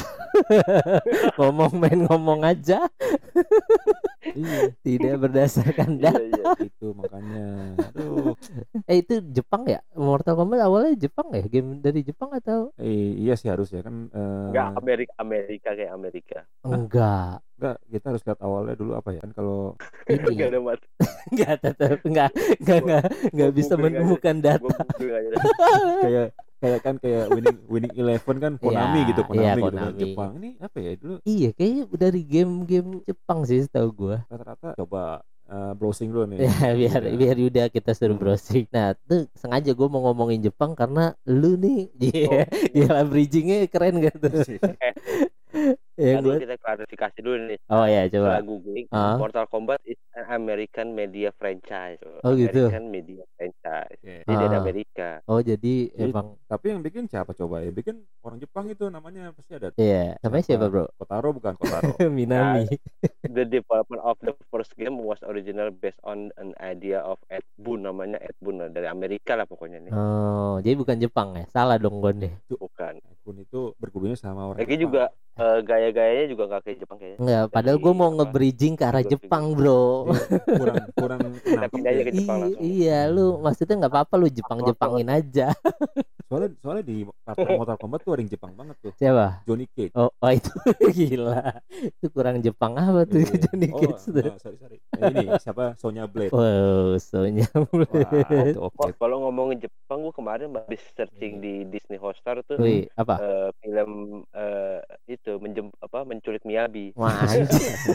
Speaker 1: Ngomong aja.
Speaker 2: Iya,
Speaker 1: Tidak berdasarkan data.
Speaker 3: Iya.
Speaker 2: itu makanya. Aduh.
Speaker 1: Itu Jepang ya? Mortal Kombat awalnya Jepang ya? Game dari Jepang atau?
Speaker 2: Iya sih harus ya kan.
Speaker 3: Enggak, Amerika kayak Amerika.
Speaker 1: Enggak.
Speaker 2: Enggak, kita harus lihat awalnya dulu apa ya kan kalau
Speaker 1: Ini
Speaker 3: Enggak ada mati.
Speaker 1: enggak tetap enggak bisa menemukan data.
Speaker 3: Gua Google aja.
Speaker 2: kayak winning Eleven kan Konami
Speaker 1: Iya,
Speaker 2: gitu, Konami
Speaker 1: iya,
Speaker 2: gitu kan
Speaker 1: Konami.
Speaker 2: Jepang. Ini apa ya dulu
Speaker 1: Iya, kayaknya dari game-game Jepang sih setahu gua.
Speaker 2: rata-rata coba browsing dulu nih.
Speaker 1: Ya biar Yuda kita suruh
Speaker 2: Hmm.
Speaker 1: browsing. Nah tuh sengaja gue mau ngomongin Jepang karena lu nih gila bridgingnya keren gak tuh. Ya
Speaker 3: Aduh,
Speaker 1: gue.
Speaker 3: kita klarifikasi dulu nih.
Speaker 1: Oh ya
Speaker 3: Setelah
Speaker 1: coba.
Speaker 3: googling,
Speaker 1: Ah.
Speaker 3: Mortal Kombat is an American media franchise.
Speaker 1: Oh, gitu.
Speaker 3: American media franchise.
Speaker 2: Oke.
Speaker 3: Jadi dari
Speaker 1: Ah.
Speaker 3: Amerika.
Speaker 1: Oh jadi
Speaker 2: Jadi-
Speaker 1: emang
Speaker 2: Tapi yang bikin siapa coba ya? Bikin orang Jepang itu namanya pasti ada.
Speaker 1: iya. Namanya siapa bro?
Speaker 2: Kotaro bukan Kotaro.
Speaker 1: Minami.
Speaker 3: The development of the first game was original based on an idea of Ed Boon, namanya Ed Boon dari Amerika lah pokoknya nih.
Speaker 1: Oh jadi bukan Jepang ya? Salah dong gue deh.
Speaker 3: Bukan.
Speaker 2: Akun itu bergurunya sama orang
Speaker 3: Lagi
Speaker 2: Jepang.
Speaker 3: juga gaya-gayanya juga nggak kayak Jepang kayaknya.
Speaker 1: Enggak. Padahal gue mau
Speaker 3: Apa?
Speaker 1: nge-bridging ke arah
Speaker 3: Figur-figur.
Speaker 1: Jepang bro.
Speaker 2: Iya, kurang
Speaker 3: Kita
Speaker 2: nangkep
Speaker 3: pindah aja
Speaker 2: ya.
Speaker 3: ke Jepang langsung.
Speaker 1: Iya lu maksudnya nggak apa-apa lu Jepangin aja.
Speaker 2: Soalnya di Mortal Kombat tuh ada yang Jepang banget tuh.
Speaker 1: Siapa?
Speaker 2: Johnny Cage.
Speaker 1: Oh itu gila. Itu kurang Jepang apa tuh
Speaker 2: Iya.
Speaker 1: Johnny Cage tuh?
Speaker 2: enggak, sorry. Ini siapa? Sonya Blade.
Speaker 1: Wow, soalnya
Speaker 2: Wah, itu oke.
Speaker 3: Kalau ngomongin Jepang, gue kemarin habis searching di Disney Hotstar tuh
Speaker 1: Wih, apa?
Speaker 3: film itu menculik Miyabi.
Speaker 1: Wah, anjing.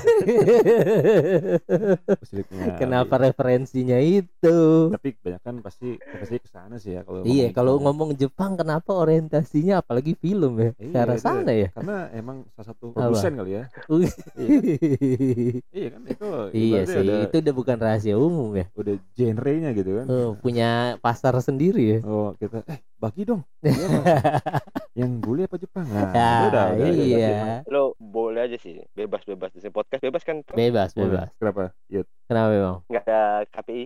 Speaker 2: Musiknya.
Speaker 1: Kenapa referensinya itu?
Speaker 2: Tapi kebanyakan pasti ke sana sih ya kalau
Speaker 1: Iya,
Speaker 2: ngomongin
Speaker 1: kalau
Speaker 2: Jepang.
Speaker 1: ngomong Jepang kenapa orientasinya apalagi film ya?
Speaker 2: Iya,
Speaker 1: Ke arah
Speaker 2: itu.
Speaker 1: sana ya?
Speaker 2: Karena emang salah satu produsen kali ya. Iya kan itu
Speaker 1: Iya
Speaker 2: ibaratnya
Speaker 1: sih, itu udah bukan rahasia umum ya.
Speaker 2: udah genre-nya gitu kan.
Speaker 1: Punya pasar sendiri ya.
Speaker 2: Oh, kita bagi dong. Iya, Mas. Yang bule apa Jepang? Nah,
Speaker 1: Ya,
Speaker 2: udah.
Speaker 1: iya.
Speaker 3: Lo boleh aja sih, bebas di sini podcast bebas kan?
Speaker 1: Bebas.
Speaker 2: Kenapa? Iya.
Speaker 1: Kenapa emang?
Speaker 3: Nggak ada KPI.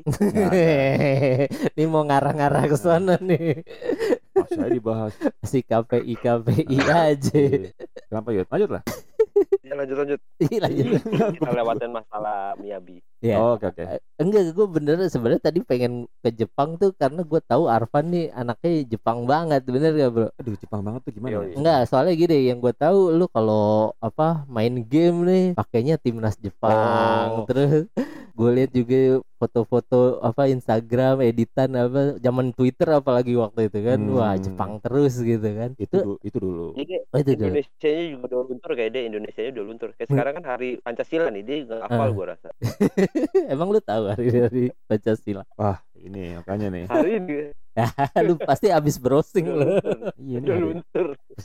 Speaker 1: Ini mau ngarah-ngarah ke sana nih.
Speaker 2: Saya dibahas.
Speaker 1: Si KPI aja.
Speaker 2: Iya. Kenapa Yud? Lanjut lah.
Speaker 3: Ya, lanjut.
Speaker 1: Ih, lanjut.
Speaker 3: Kita lewatin masalah Miyabi.
Speaker 1: Ya.
Speaker 2: Oh, oke.
Speaker 1: Enggak, gue bener sebenarnya tadi pengen ke Jepang tuh karena gue tahu Arfan nih anaknya Jepang banget, bener gak bro?
Speaker 2: Aduh, Jepang banget tuh gimana?
Speaker 3: Yoi.
Speaker 1: Enggak, soalnya gini, yang gue tahu lu kalau main game nih pakainya timnas Jepang,
Speaker 2: Oh.
Speaker 1: terus gue lihat juga foto-foto Instagram editan zaman Twitter apalagi waktu itu kan, wah Jepang terus gitu kan.
Speaker 2: Itu dulu.
Speaker 3: Jadi
Speaker 1: itu dulu.
Speaker 3: Indonesianya juga udah luntur kayak dia. Indonesianya udah luntur. Kayak sekarang kan hari Pancasila nih, dia nggak hafal gue rasa.
Speaker 1: Emang lu tahu hari Pancasila?
Speaker 2: Wah, ini makanya nih.
Speaker 3: Hari ini
Speaker 1: Lu pasti abis browsing
Speaker 3: udah
Speaker 1: lu.
Speaker 3: luntur.
Speaker 2: Iya
Speaker 3: Udah
Speaker 2: nih.
Speaker 3: luntur.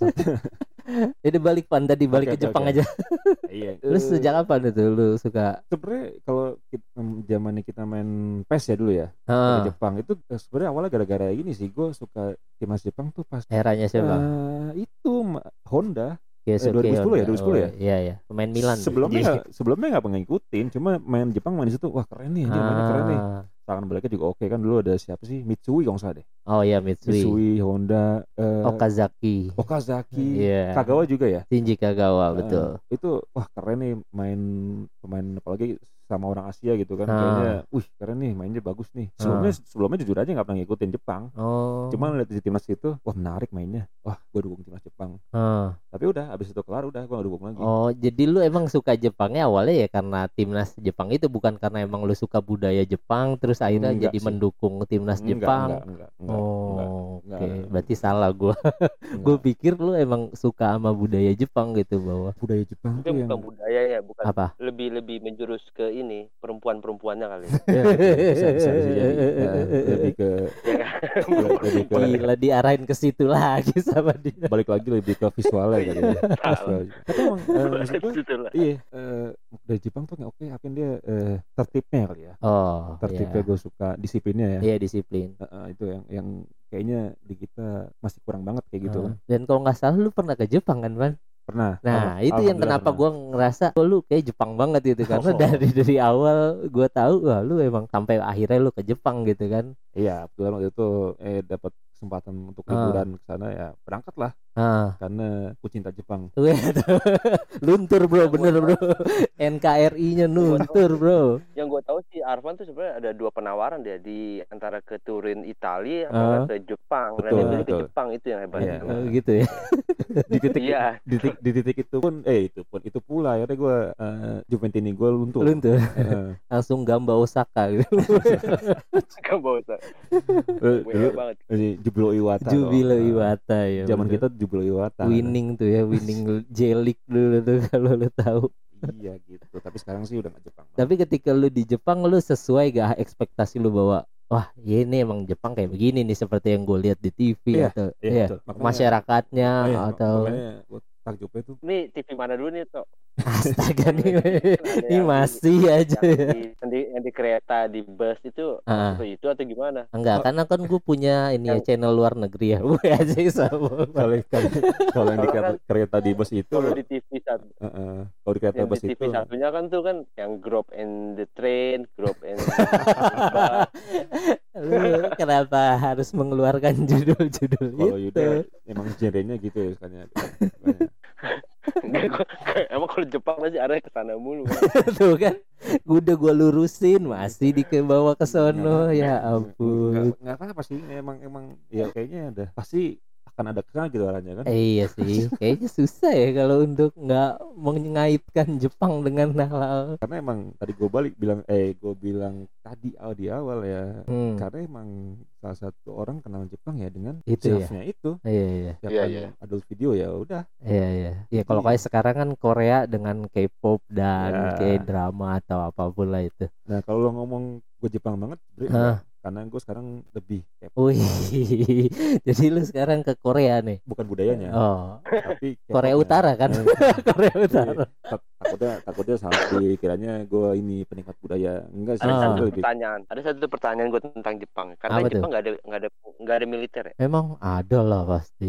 Speaker 1: Jadi balik tadi balik
Speaker 2: Oke,
Speaker 1: ke Jepang
Speaker 2: oke.
Speaker 1: aja.
Speaker 2: Iya.
Speaker 1: Lu sejak kapan itu lu suka?
Speaker 2: Sebenarnya kalau zamannya kita main PES ya dulu ya,
Speaker 1: Ah,
Speaker 2: di Jepang itu sebenarnya awalnya gara-gara ini sih, gue suka timnas Jepang tuh pas
Speaker 1: eranya siapa?
Speaker 2: itu Honda.
Speaker 1: Keisuke
Speaker 2: 2010 ya,
Speaker 1: Honda.
Speaker 2: 2010 ya?
Speaker 1: Iya ya, pemain Milan.
Speaker 2: Sebelumnya nggak pernah ngikutin, cuma main Jepang main di situ, wah keren nih, dia mainnya keren nih.
Speaker 1: Ah.
Speaker 2: Tangan baliknya juga oke kan, dulu ada siapa sih, Mitsui kalau nggak salah deh.
Speaker 1: Oh iya, Mitsui.
Speaker 2: Honda,
Speaker 1: Okazaki.
Speaker 2: Okazaki,
Speaker 1: Iya.
Speaker 2: Kagawa juga ya.
Speaker 1: Shinji Kagawa, betul.
Speaker 2: Itu wah keren nih main pemain apalagi sama orang Asia gitu kan,
Speaker 1: Ah.
Speaker 2: kayaknya, keren nih mainnya bagus nih. Sebelumnya jujur aja nggak pernah ngikutin Jepang.
Speaker 1: Oh.
Speaker 2: Cuma lihat di timnas itu, wah menarik mainnya, wah gue dukung timnas Jepang.
Speaker 1: Ah.
Speaker 2: Tapi udah abis itu kelar udah gue gak dukung lagi.
Speaker 1: Oh, jadi lu emang suka Jepangnya awalnya ya karena timnas Jepang itu, bukan karena emang lu suka budaya Jepang terus akhirnya
Speaker 2: Enggak
Speaker 1: jadi
Speaker 2: sih.
Speaker 1: mendukung timnas Jepang.
Speaker 2: Enggak.
Speaker 1: Oh,
Speaker 2: Enggak.
Speaker 1: oke berarti salah gua. Gue pikir lu emang suka sama budaya Jepang gitu bahwa
Speaker 2: budaya Jepang
Speaker 3: Itu
Speaker 2: tuh yang
Speaker 3: bukan budayanya, bukan
Speaker 1: apa?
Speaker 3: lebih menjurus ke ini perempuan-perempuannya kali.
Speaker 2: ya, bisa jadi lebih ke
Speaker 3: Ya kan?
Speaker 2: lebih ke
Speaker 1: Gila diarahin ke situ lagi sama dia.
Speaker 2: balik lagi lebih ke visualnya kali ya. Visual. Tapi emang maksud gue
Speaker 3: Itulah.
Speaker 2: iya dari Jepang tuh nggak oke apa dia tertibnya kali ya.
Speaker 1: Oh,
Speaker 2: Tertibnya gue suka disiplinnya ya.
Speaker 1: iya disiplin.
Speaker 2: Itu yang kayaknya di kita masih kurang banget kayak gitu kan.
Speaker 1: Dan kalau nggak salah lu pernah ke Jepang kan, Van?
Speaker 2: Pernah.
Speaker 1: Nah, itu yang
Speaker 2: Alhamdulillah
Speaker 1: kenapa
Speaker 2: pernah.
Speaker 1: gue ngerasa lu kayak Jepang banget gitu karena
Speaker 2: Oh.
Speaker 1: dari awal gue tahu wah lu emang sampai akhirnya lu ke Jepang gitu kan.
Speaker 2: Iya, kebetulan waktu itu dapat kesempatan untuk liburan ke sana ya berangkat lah karena aku cinta Jepang.
Speaker 1: Luntur bro, bener bro. NKRI-nya luntur bro.
Speaker 3: Yang gue tahu sih Arfan tuh sebenarnya ada 2 penawaran dia di antara ke Turin Italia atau ke Jepang. Dan
Speaker 2: Betul,
Speaker 3: dia pilih ke
Speaker 2: betul.
Speaker 3: Jepang itu yang hebat.
Speaker 2: Iya.
Speaker 1: Gitu ya.
Speaker 2: Di titik
Speaker 3: Iya.
Speaker 2: di titik itu pun itu pula akhirnya gue Juventini gue luntur.
Speaker 1: Langsung Gamba Osaka gitu.
Speaker 3: Kan bosan.
Speaker 2: Dulu
Speaker 3: banget.
Speaker 2: Jubilo Iwata.
Speaker 1: Jubilo Iwata ya.
Speaker 2: Zaman
Speaker 1: bener.
Speaker 2: kita Jubilo Iwata.
Speaker 1: Winning tuh ya, winning J-League dulu tuh kalau lu tahu.
Speaker 2: Iya gitu. Tapi sekarang sih udah gak Jepang.
Speaker 1: Tapi ketika lu di Jepang lu sesuai gak ekspektasi lu bahwa wah ya ini emang Jepang kayak begini nih seperti yang gue lihat di TV
Speaker 2: Iya,
Speaker 1: atau
Speaker 2: iya, betul. Makanya-
Speaker 1: masyarakatnya atau
Speaker 2: makanya gue takjubnya tuh
Speaker 3: Ini TV mana dulu nih, Tok?
Speaker 1: astaga nih
Speaker 3: Ada
Speaker 1: ini
Speaker 3: yang
Speaker 1: masih aja ya.
Speaker 3: yang di kereta, di bus itu itu atau gimana?
Speaker 1: Enggak, karena kan gue punya ini ya channel luar negeri ya. Gue aja sama.
Speaker 2: kalau yang di kereta di bus itu
Speaker 3: Kalau di TV satu,
Speaker 2: kalau di kereta
Speaker 3: yang
Speaker 2: bus
Speaker 3: di TV
Speaker 2: itu
Speaker 3: satunya kan tuh kan yang Grab and the Train, Grab and
Speaker 1: Lu kenapa harus mengeluarkan judul-judul
Speaker 2: kalau
Speaker 1: itu?
Speaker 2: Yuda emang genrenya gitu ya makanya.
Speaker 3: Emang kalau Jepang masih arahnya ke sana mulu.
Speaker 1: Tuh kan udah gue lurusin masih dibawa ke sono ya ampun.
Speaker 2: Nggak apa sih emang ya kayaknya ada pasti akan ada kesana gitu arahnya kan.
Speaker 1: Iya sih, kayaknya susah ya kalau untuk nggak mengaitkan Jepang dengan hal.
Speaker 2: Karena emang tadi gue bilang tadi di awal ya karena emang salah satu orang kenal Jepang ya dengan
Speaker 1: itu ya.
Speaker 2: chefnya itu.
Speaker 1: Iya.
Speaker 3: Iya.
Speaker 2: Adult video ya udah.
Speaker 1: Iya. Ya kalau kayak sekarang kan Korea dengan K-pop dan K-drama atau apapun lah itu.
Speaker 2: Nah kalau lo ngomong gue Jepang banget, karena gue sekarang lebih
Speaker 1: Wih, jadi lu sekarang ke Korea nih?
Speaker 2: bukan budayanya, tapi
Speaker 1: Korea Utara kan? Korea Utara.
Speaker 2: Takutnya salah dikiranya gue ini penikmat budaya. Enggak sih.
Speaker 3: Ada satu pertanyaan gue tentang Jepang. Karena
Speaker 1: apa
Speaker 3: Jepang nggak ada militer ya.
Speaker 1: Memang ada lah pasti.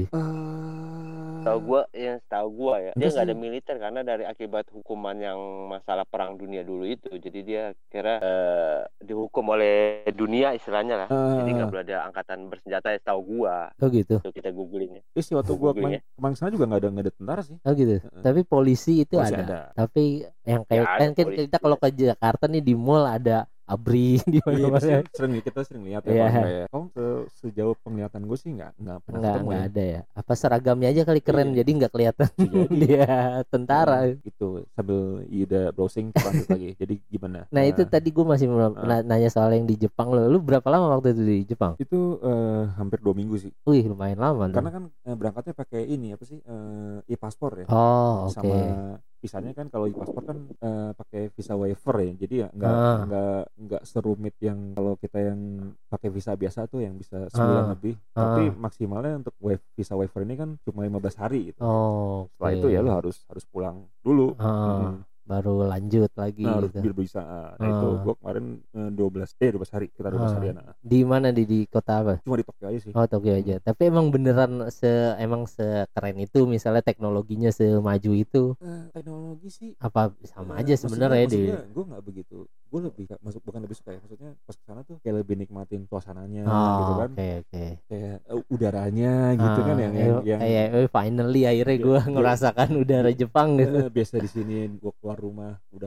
Speaker 3: Setahu gue ya, dia nggak ada militer karena dari akibat hukuman yang masalah perang dunia dulu itu. Jadi dia kira dihukum oleh dunia istilahnya lah. Jadi nggak boleh ada angkatan bersenjata ya, setahu gue.
Speaker 1: Oh gitu.
Speaker 3: Tuh kita googling ya.
Speaker 2: Sih waktu gue kemarin sana juga nggak ada tentara sih.
Speaker 1: Oh gitu. Tapi polisi itu
Speaker 2: Polisi
Speaker 1: ada. Tapi yang kayak
Speaker 3: Ya,
Speaker 1: kan kita kalau ke Jakarta nih di mall ada ABRI di mana-mana.
Speaker 2: Kita sering lihat ya. Kalau sejauh penglihatan gue sih nggak pernah ketemu
Speaker 1: Nggak
Speaker 2: ya.
Speaker 1: ada ya. Apa seragamnya aja kali keren jadi nggak kelihatan dia tentara.
Speaker 2: Gitu sambil Yuda browsing lanjut lagi. Jadi gimana?
Speaker 1: Nah itu tadi gue masih nanya soal yang di Jepang lo. Lu berapa lama waktu itu di Jepang?
Speaker 2: Itu hampir 2 minggu sih.
Speaker 1: Wih lumayan lama.
Speaker 2: Karena kan berangkatnya pakai ini apa sih? E-paspor ya.
Speaker 1: Oh oke.
Speaker 2: Sama visanya kan kalau e-paspor kan pakai visa waiver ya. Jadi ya nggak serumit yang kalau kita yang pakai visa biasa tuh yang bisa sebulan lebih. Tapi maksimalnya untuk visa waiver ini kan cuma 15 hari gitu. Setelah itu ya lo harus pulang dulu.
Speaker 1: Baru lanjut lagi
Speaker 2: harus
Speaker 1: gitu.
Speaker 2: bisa. Nah itu gua kemarin 12 hari kita 12 harian.
Speaker 1: Di mana di kota apa?
Speaker 2: Cuma di Tokyo aja sih.
Speaker 1: Oh Tokyo aja. Tapi emang beneran emang sekeren itu misalnya teknologinya semaju itu.
Speaker 2: Teknologi sih
Speaker 1: apa sama aja sebenarnya di.
Speaker 2: Gue nggak begitu. Gue lebih bukan lebih suka ya. Maksudnya pas kesana tuh kayak lebih nikmatin suasananya gitu kan.
Speaker 1: Oke.
Speaker 2: Kayak udaranya gitu kan yang
Speaker 1: finally akhirnya gue ngerasakan udara Jepang gitu.
Speaker 2: Biasa di sini gue keluar rumah udah knalpot motor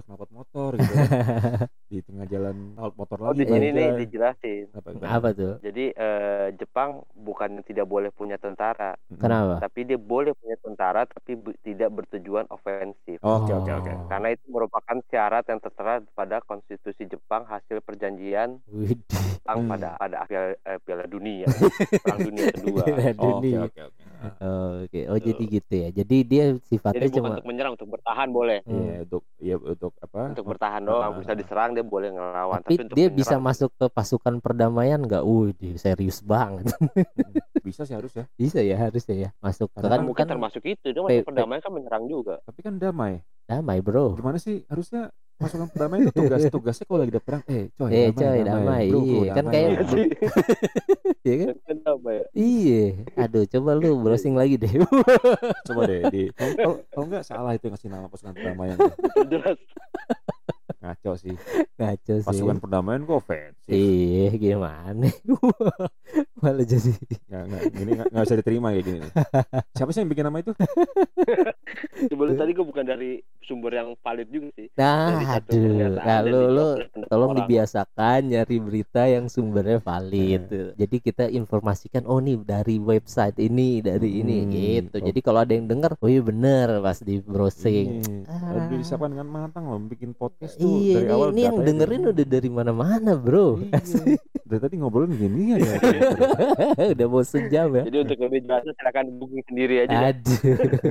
Speaker 2: motor gitu kan. Di tengah jalan motor
Speaker 3: Oh,
Speaker 2: lagi
Speaker 3: di sini nih
Speaker 2: bajai.
Speaker 3: dijelasin.
Speaker 1: Apa tuh?
Speaker 3: Jadi Jepang bukan tidak boleh punya tentara,
Speaker 1: Kenapa?
Speaker 3: tapi dia boleh punya tentara tapi tidak bertujuan ofensif.
Speaker 2: Oke.
Speaker 3: Karena itu merupakan syarat yang tertera pada konstitusi Jepang hasil perjanjian
Speaker 1: Widih.
Speaker 3: Jepang pada Piala Dunia, Perang Dunia Kedua.
Speaker 1: Piala Dunia.
Speaker 2: Oke.
Speaker 1: Oke. Oh, jadi gitu ya. Jadi dia sifatnya
Speaker 3: Jadi bukan
Speaker 1: cuma
Speaker 3: untuk menyerang, untuk bertahan boleh.
Speaker 2: Iya, untuk apa?
Speaker 3: Untuk bertahan doang, bisa diserang dia boleh ngelawan.
Speaker 1: tapi
Speaker 3: untuk
Speaker 1: dia
Speaker 3: menyerang
Speaker 1: bisa masuk ke pasukan perdamaian nggak? Serius banget.
Speaker 2: Bisa sih harus ya.
Speaker 1: Bisa ya, harusnya ya. Masuk ke
Speaker 2: Karena
Speaker 1: kan,
Speaker 3: mungkin
Speaker 1: kan
Speaker 3: termasuk itu. Dia masuk perdamaian kan menyerang juga.
Speaker 2: Tapi kan damai.
Speaker 1: damai, bro.
Speaker 2: Gimana sih harusnya pasukan perdamaian itu tugasnya kalau lagi ada perang, coy damai, bro,
Speaker 1: iya kan
Speaker 2: damai,
Speaker 1: kayak
Speaker 2: bro.
Speaker 1: iya kan
Speaker 3: Kenapa ya?
Speaker 1: iya aduh coba lu browsing lagi deh.
Speaker 2: Coba deh kalau nggak salah itu yang ngasih nama pasukan perdamaian.
Speaker 3: Jelas.
Speaker 2: Ngaco sih.
Speaker 1: Ngaco sih.
Speaker 2: Pasukan perdamaian kok ofensif.
Speaker 1: Iya gimana? Malah jadi
Speaker 2: nggak bisa diterima kayak gini nih. Siapa sih yang bikin nama itu?
Speaker 3: Sebelum tadi gue bukan dari sumber yang valid juga sih.
Speaker 1: Nah, aduh, lu tolong dibiasakan nyari berita yang sumbernya valid. Jadi kita informasikan, oh nih dari website ini, dari ini gitu. Jadi kalau ada yang dengar, oh iya bener pas di browsing.
Speaker 2: Udah disiapkan dengan matang loh, bikin podcast tuh
Speaker 1: Iya,
Speaker 2: dari awal.
Speaker 1: ini yang dengerin udah dari mana-mana, bro.
Speaker 2: Iya. Dari tadi ngobrolin gini aja.
Speaker 1: Udah mau sejam ya.
Speaker 3: Jadi untuk lebih jelasnya silakan googling sendiri aja.
Speaker 1: Aduh.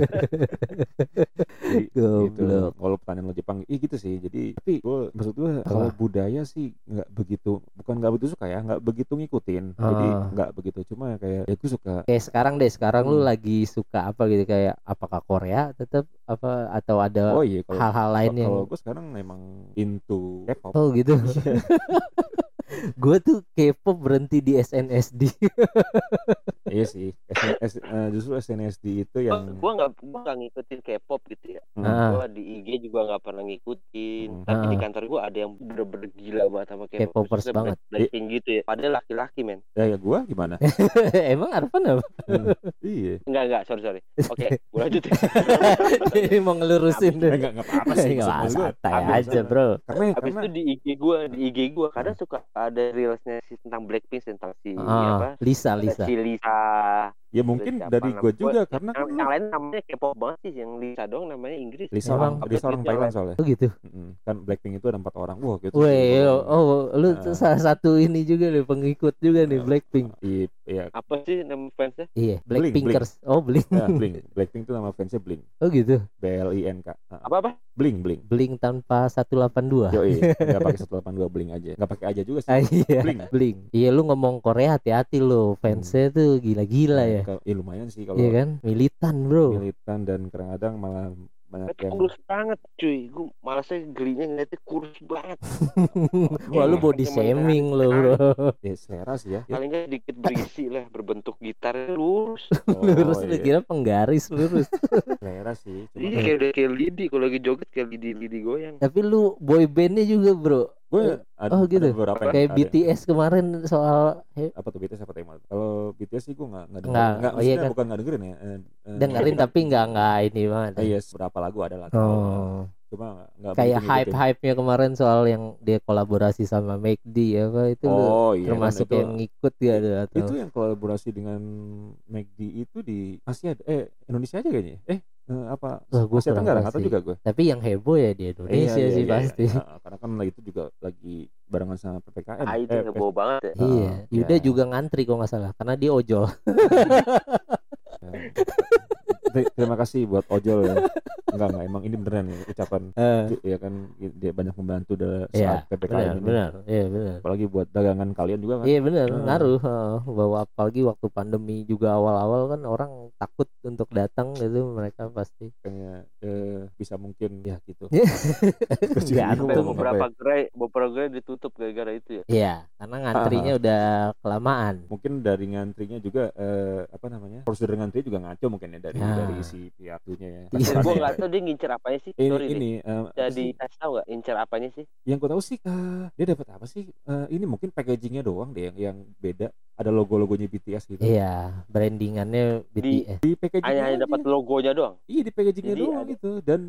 Speaker 2: Gitu. Kalau pertanyaan lo Jepang, gitu sih. Jadi tapi maksud gue kalau budaya sih bukan nggak begitu suka ya, nggak begitu ngikutin. Jadi nggak begitu, cuma kayak ya gue suka.
Speaker 1: Kayak sekarang lu lagi suka apa gitu, kayak apakah Korea tetap apa atau ada hal-hal lain yang
Speaker 2: kalau gue sekarang memang into K-pop.
Speaker 1: Oh gitu. Gue tuh K-pop berhenti di SNSD.
Speaker 2: Iya sih, justru SNSD itu yang
Speaker 3: gue nggak ngikutin K-pop gitu ya. Gue di IG juga nggak pernah ngikutin. Tapi di kantor gue ada yang bener-bener gila banget sama K-pop.
Speaker 1: K-popers banget.
Speaker 3: Blackpink gitu ya. Padahal laki-laki men.
Speaker 2: Ya gue gimana?
Speaker 1: Emang Arfan apa?
Speaker 2: Iya.
Speaker 3: Enggak, sorry. Oke, gue lanjutin.
Speaker 1: Ini mau ngelurusin deh.
Speaker 2: Enggak apa-apa sih.
Speaker 1: Enggak santai aja, bro.
Speaker 3: Habis itu di IG gue kadang suka ada reelsnya sih tentang Blackpink, tentang si
Speaker 1: Lisa.
Speaker 3: Si Lisa.
Speaker 2: Ya mungkin dari gue juga karena
Speaker 3: yang lain namanya K-pop banget sih, yang Lisa doang namanya Inggris.
Speaker 2: Lisa orang Thailand soalnya.
Speaker 1: Oh gitu.
Speaker 2: Kan Blackpink itu ada 4 orang. Wah gitu.
Speaker 1: Weh, lu salah satu ini juga nih, pengikut juga nih Blackpink.
Speaker 2: Iya.
Speaker 3: Apa sih nama fansnya?
Speaker 1: Iya, Blackpinkers. Oh, Blink.
Speaker 2: Blink. Blackpink itu nama fansnya Blink.
Speaker 1: Oh gitu.
Speaker 2: BLINK.
Speaker 3: Apa?
Speaker 2: Blink.
Speaker 1: Blink tanpa 182.
Speaker 2: Yo iya, enggak pakai 182 Blink aja. Enggak pakai aja juga sih.
Speaker 1: Iya.
Speaker 2: Blink.
Speaker 1: Iya, lu ngomong Korea hati-hati lo. Fansnya tuh gila-gila ya.
Speaker 2: Lumayan sih kalau.
Speaker 1: Iya kan? Militan, bro.
Speaker 2: Militan dan kadang-kadang malah banyak yang
Speaker 3: kurus banget cuy. Gue malah saya gelinya ngeliatnya kurus banget.
Speaker 1: Wah, lu body shaming lo, bro.
Speaker 2: Ya selera sih ya.
Speaker 3: Paling nggak sedikit berisi lah, berbentuk gitar lurus.
Speaker 1: Lurus lu kira penggaris lurus.
Speaker 2: Selera sih.
Speaker 3: Iya kayak lidi, kalau lagi joget kayak lidi goyang.
Speaker 1: Tapi lu boy bandnya juga, bro.
Speaker 2: Gue
Speaker 1: gitu.
Speaker 2: Beberapa
Speaker 1: kayak BTS kemarin soal
Speaker 2: apa tuh BTS apa tema? Kalau BTS sih gue nggak
Speaker 1: iya kan?
Speaker 2: Bukan nggak dengerin ya.
Speaker 1: Dengerin tapi nggak ini banget.
Speaker 2: Iya, beberapa lagu ada lah. Cuma nggak
Speaker 1: kayak hype-nya kemarin soal yang dia kolaborasi sama McD apa itu termasuk yang ngikut ya atau
Speaker 2: itu yang kolaborasi dengan McD itu di Asia Indonesia aja kayaknya Asia Tenggara atau juga gue.
Speaker 1: Tapi yang heboh ya di Indonesia sih pasti.
Speaker 2: Karena kan itu juga lagi barengan sama PPKM.
Speaker 3: Itu heboh banget ya.
Speaker 1: Iya, Yuda juga ngantri kok nggak salah karena dia ojol.
Speaker 2: Terima kasih buat ojol ya. Enggak emang ini beneran ya ucapan ya kan dia banyak membantu saat PPKM ini. Benar. Apalagi buat dagangan kalian juga kan.
Speaker 1: Iya benar, ngaruh bahwa apalagi waktu pandemi juga awal-awal kan orang takut untuk datang gitu, mereka pasti
Speaker 2: kayak bisa mungkin ya gitu.
Speaker 3: Beberapa gerai ditutup gara-gara itu ya.
Speaker 1: Iya, karena ngantrinya udah kelamaan.
Speaker 2: Mungkin dari ngantrinya juga prosedur ngantri juga ngaco mungkin ya dari si pihaknya ya.
Speaker 3: Gue nggak tahu dia ngincer apanya sih. Jadi kasih tahu nggak ngincer apanya sih?
Speaker 2: Yang gue tahu sih dia dapat apa sih? Ini mungkin packagingnya doang deh yang beda ada logo-logonya BTS gitu.
Speaker 1: Iya, brandingannya BTS.
Speaker 2: Di packagingnya
Speaker 3: hanya
Speaker 2: aja.
Speaker 3: dapat logonya doang.
Speaker 2: Iya, di packagingnya
Speaker 3: Jadi
Speaker 2: doang
Speaker 3: ada-
Speaker 2: gitu. Dan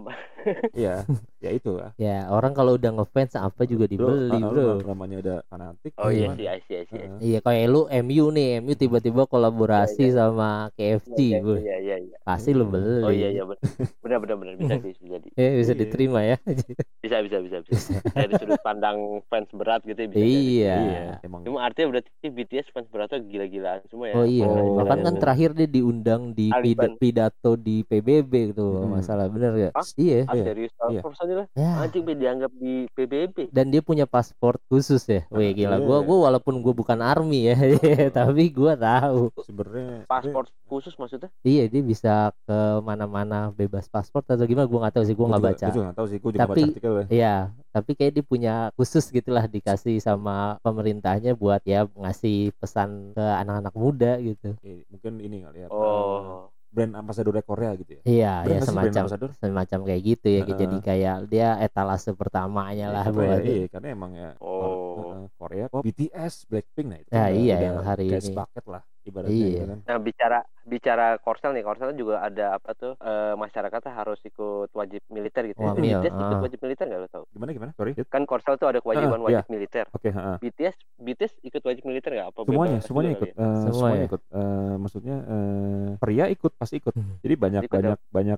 Speaker 2: iya, ya itu lah.
Speaker 1: Ya, orang kalau udah ngefans apa juga dibeli, bro.
Speaker 2: Namanya udah fanatik.
Speaker 3: Oh iya
Speaker 2: gimana?
Speaker 3: sih, I see.
Speaker 2: Heeh.
Speaker 1: Iya, kayak lu MU nih, MU tiba-tiba kolaborasi
Speaker 3: Iya.
Speaker 1: sama KFC, bro.
Speaker 3: Iya.
Speaker 1: Pasti lu beli.
Speaker 3: Oh iya benar bisa sih, bisa jadi.
Speaker 1: Bisa
Speaker 2: Iya.
Speaker 1: diterima ya.
Speaker 3: Bisa. Dari sudut pandang fans berat gitu ya bisa jadi.
Speaker 1: Iya.
Speaker 2: Iya, emang.
Speaker 3: Cuma artinya berarti BTS fans beratnya gila-gilaan semua ya.
Speaker 1: Oh iya,
Speaker 2: Oh.
Speaker 1: bahkan kan terakhir dia diundang di
Speaker 3: Taliban.
Speaker 1: pidato di PBB gitu, masalah bener gak?
Speaker 3: Hah?
Speaker 1: Iya.
Speaker 3: Ah, serius?
Speaker 2: Iya.
Speaker 3: Personilnya
Speaker 1: Ya.
Speaker 3: anjing dianggap di PBB.
Speaker 1: Dan dia punya paspor khusus ya. Wih gila,
Speaker 2: Iya.
Speaker 1: gua walaupun gua bukan army ya, tapi gua tahu.
Speaker 2: Sebenarnya
Speaker 3: Paspor khusus maksudnya?
Speaker 1: Iya, dia bisa ke mana-mana bebas paspor atau gimana, gua nggak tahu sih, gua nggak baca.
Speaker 2: Gue juga nggak tahu sih, gue juga
Speaker 1: Tapi-
Speaker 2: baca artikel ya.
Speaker 1: Iya, tapi kayak dia punya khusus gitulah, dikasih sama pemerintahnya buat ya ngasih pesan ke anak-anak muda gitu.
Speaker 2: Mungkin ini kali ya.
Speaker 3: Oh.
Speaker 2: Brand ambassador Korea gitu ya.
Speaker 1: Iya,
Speaker 2: Bener
Speaker 1: ya
Speaker 2: nggak sih brand
Speaker 1: semacam
Speaker 2: ambassador?
Speaker 1: kayak gitu ya.
Speaker 2: Heeh.
Speaker 1: Jadi kayak dia etalase pertamanya lah
Speaker 2: Korea,
Speaker 1: buat.
Speaker 2: iya, karena emang ya
Speaker 3: Oh.
Speaker 2: Korea, BTS, Blackpink, nah itu
Speaker 1: Ya,
Speaker 2: udah-
Speaker 1: iya,
Speaker 2: udah
Speaker 1: yang hari
Speaker 2: kayak
Speaker 1: ini.
Speaker 2: sepaket lah ibaratnya
Speaker 1: Iya.
Speaker 2: gitu kan.
Speaker 3: Nah, bicara Korsel nih, Korsel juga ada apa tuh? Masyarakatnya harus ikut wajib militer gitu. Ya.
Speaker 1: Wamil,
Speaker 3: BTS ikut wajib militer nggak lo tau?
Speaker 2: Gimana? Sorry.
Speaker 3: Kan Korsel tuh ada kewajiban
Speaker 2: Ah,
Speaker 3: wajib militer.
Speaker 2: Oke, heeh.
Speaker 3: BTS ikut wajib militer nggak? Apa
Speaker 2: Semuanya
Speaker 3: bebas
Speaker 2: semuanya
Speaker 3: juga
Speaker 2: ikut.
Speaker 3: kali ya?
Speaker 1: Semua
Speaker 2: Semuanya
Speaker 1: ya?
Speaker 2: ikut. Maksudnya pria ikut, pasti ikut. Jadi banyak
Speaker 3: Ikut ya?
Speaker 2: banyak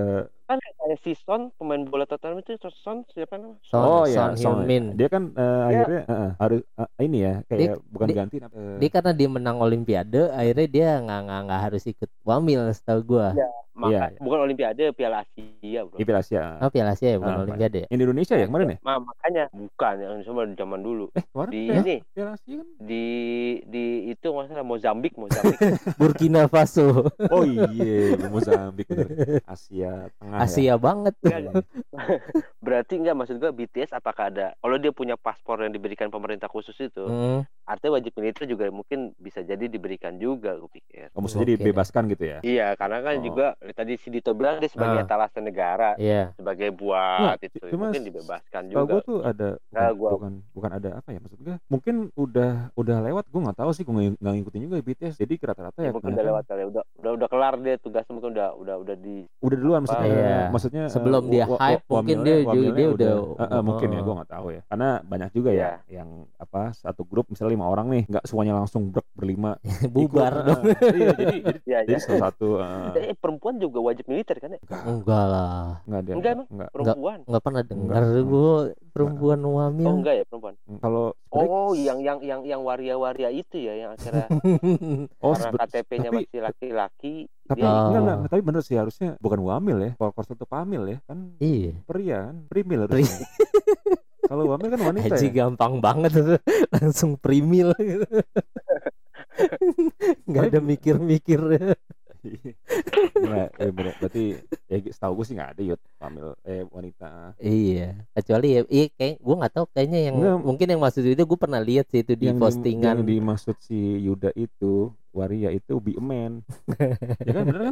Speaker 3: Kan kayak si Son, pemain bola Tottenham itu Son siapa namanya?
Speaker 1: Son
Speaker 2: ya,
Speaker 1: Heung-min.
Speaker 2: Dia kan akhirnya harus ini ya kayak bukan
Speaker 1: dia-
Speaker 2: ganti
Speaker 1: Dia karena dia menang Olimpiade, akhirnya dia nggak harus ikut Wamil setahu gua.
Speaker 3: Iya.
Speaker 2: Iya.
Speaker 3: Bukan Olimpiade, Piala Asia, bro.
Speaker 2: di Piala Asia.
Speaker 1: Oh, Piala Asia ya, bukan
Speaker 2: Ah,
Speaker 1: Olimpiade ya?
Speaker 2: Indonesia ya kemarin ya?
Speaker 3: Makanya bukan yang sama zaman dulu.
Speaker 2: Kemarin
Speaker 3: Di
Speaker 2: Piala-
Speaker 3: ini
Speaker 2: Piala Asia kan?
Speaker 3: di itu masalah Mozambik.
Speaker 1: Burkina Faso.
Speaker 2: Oh iya, Mozambik bener. Asia Tengah ya.
Speaker 1: Asia banget tuh.
Speaker 3: Enggak. Berarti enggak, maksud gua BTS apakah ada, kalau dia punya paspor yang diberikan pemerintah khusus itu,
Speaker 1: Hmm.
Speaker 3: artinya wajib militer juga mungkin bisa jadi diberikan juga, gue pikir.
Speaker 2: Oh, maksudnya
Speaker 1: Oke.
Speaker 2: dibebaskan gitu ya?
Speaker 3: Iya, karena kan
Speaker 2: Oh.
Speaker 3: juga tadi si Dito bilang dia sebagai
Speaker 1: Ah.
Speaker 3: etalase negara,
Speaker 1: Iya.
Speaker 3: sebagai buat
Speaker 2: Nggak,
Speaker 3: itu
Speaker 2: cuma
Speaker 3: mungkin dibebaskan
Speaker 2: Kalau
Speaker 3: juga.
Speaker 2: gue tuh ada
Speaker 3: Nah,
Speaker 2: bukan ada apa ya, maksud gue mungkin udah lewat, gue nggak tahu sih, gue nggak ngikutin juga BTS, jadi rata-rata
Speaker 3: Ya,
Speaker 2: ya
Speaker 3: mungkin udah lewat kali, udah kelar dia tugasnya, mungkin udah di
Speaker 2: udah duluan maksudnya.
Speaker 1: Iya.
Speaker 2: Maksudnya
Speaker 1: Sebelum dia hype, mungkin dia udah-
Speaker 2: mungkin ya, gue nggak tahu ya, karena banyak juga ya yang apa, satu grup misalnya 5 orang nih, nggak semuanya langsung berlima
Speaker 1: Bubar
Speaker 2: ikut.
Speaker 1: dong.
Speaker 2: Iya,
Speaker 3: ya,
Speaker 2: jadi salah satu
Speaker 3: perempuan juga wajib militer kan ya?
Speaker 1: Enggak lah.
Speaker 2: nggak ada
Speaker 3: Enggak, emang?
Speaker 2: nggak.
Speaker 3: Perempuan.
Speaker 1: Nggak pernah dengar
Speaker 2: Enggak.
Speaker 1: gue perempuan
Speaker 3: Oh
Speaker 1: wamil.
Speaker 3: enggak ya, perempuan.
Speaker 2: Kalau
Speaker 3: Oh, yang waria-waria itu ya, yang akhirnya karena KTP-nya
Speaker 2: tapi
Speaker 3: masih laki-laki.
Speaker 2: tapi
Speaker 3: dia-
Speaker 2: enggak, tapi bener sih, harusnya bukan wamil ya, kalau Korsel itu pamil ya kan,
Speaker 1: Iya.
Speaker 2: pria kan, primil harusnya. Kalau wamil kan wanita
Speaker 1: Haji
Speaker 2: ya.
Speaker 1: gampang banget tuh. Langsung primil gitu. Nggak ada mikir-mikir.
Speaker 2: Nggak, bener. Berarti ya setahu gue sih nggak ada yut wamil wanita.
Speaker 1: Iya, kecuali ya, kayak gue nggak tahu, kayaknya yang
Speaker 2: Enggak.
Speaker 1: mungkin yang maksud itu gue pernah lihat sih itu di
Speaker 2: Yang
Speaker 1: postingan.
Speaker 2: yang dimaksud si Yuda itu, waria itu be a man. Ya kan, bener kan?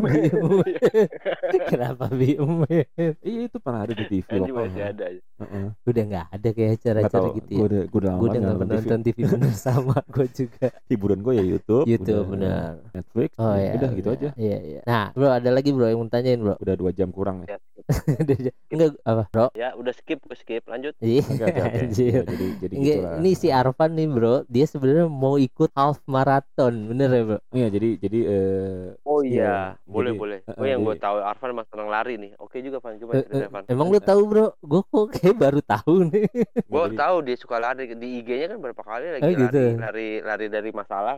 Speaker 1: Kenapa Bim?
Speaker 2: Iya, itu pernah ada di TV
Speaker 3: Anjing
Speaker 2: lokal.
Speaker 3: masih ada.
Speaker 2: Heeh.
Speaker 1: Udah nggak ada kayak
Speaker 2: Nggak
Speaker 1: acara-acara
Speaker 2: tahu,
Speaker 1: gitu ya.
Speaker 2: gue udah lama
Speaker 1: Gue udah
Speaker 2: nggak
Speaker 1: nggak pernah nonton TV bener sama gue juga.
Speaker 2: Hiburan gue ya YouTube.
Speaker 1: YouTube,
Speaker 2: udah
Speaker 1: benar.
Speaker 2: Netflix.
Speaker 1: Oh
Speaker 2: ya
Speaker 1: ya.
Speaker 2: udah gitu aja.
Speaker 1: Iya iya. Nah bro, ada lagi bro yang mau tanyain bro.
Speaker 2: Udah 2 jam kurang ya.
Speaker 1: Enggak apa bro?
Speaker 3: Ya, udah skip, lanjut.
Speaker 1: Iya.
Speaker 2: Oke.
Speaker 1: Anjir.
Speaker 2: Ya, jadi
Speaker 1: Enggak,
Speaker 2: gitulah.
Speaker 1: ini si Arfan nih bro, dia sebenarnya mau ikut half marathon, bener ya bro?
Speaker 2: Iya, jadi
Speaker 3: Oh
Speaker 2: iya,
Speaker 3: iya, boleh.
Speaker 2: jadi-
Speaker 3: Oh, yang gue
Speaker 2: jadi-
Speaker 3: tahu Arfan emang senang lari nih. Oke juga, Van. Coba cerita, Van.
Speaker 1: Emang lu tahu bro? Gue kok kayak baru tahu nih.
Speaker 3: Gue
Speaker 2: jadi-
Speaker 3: tahu dia suka lari di IG-nya kan, berapa kali lagi
Speaker 1: Oh, gitu.
Speaker 3: lari dari masalah.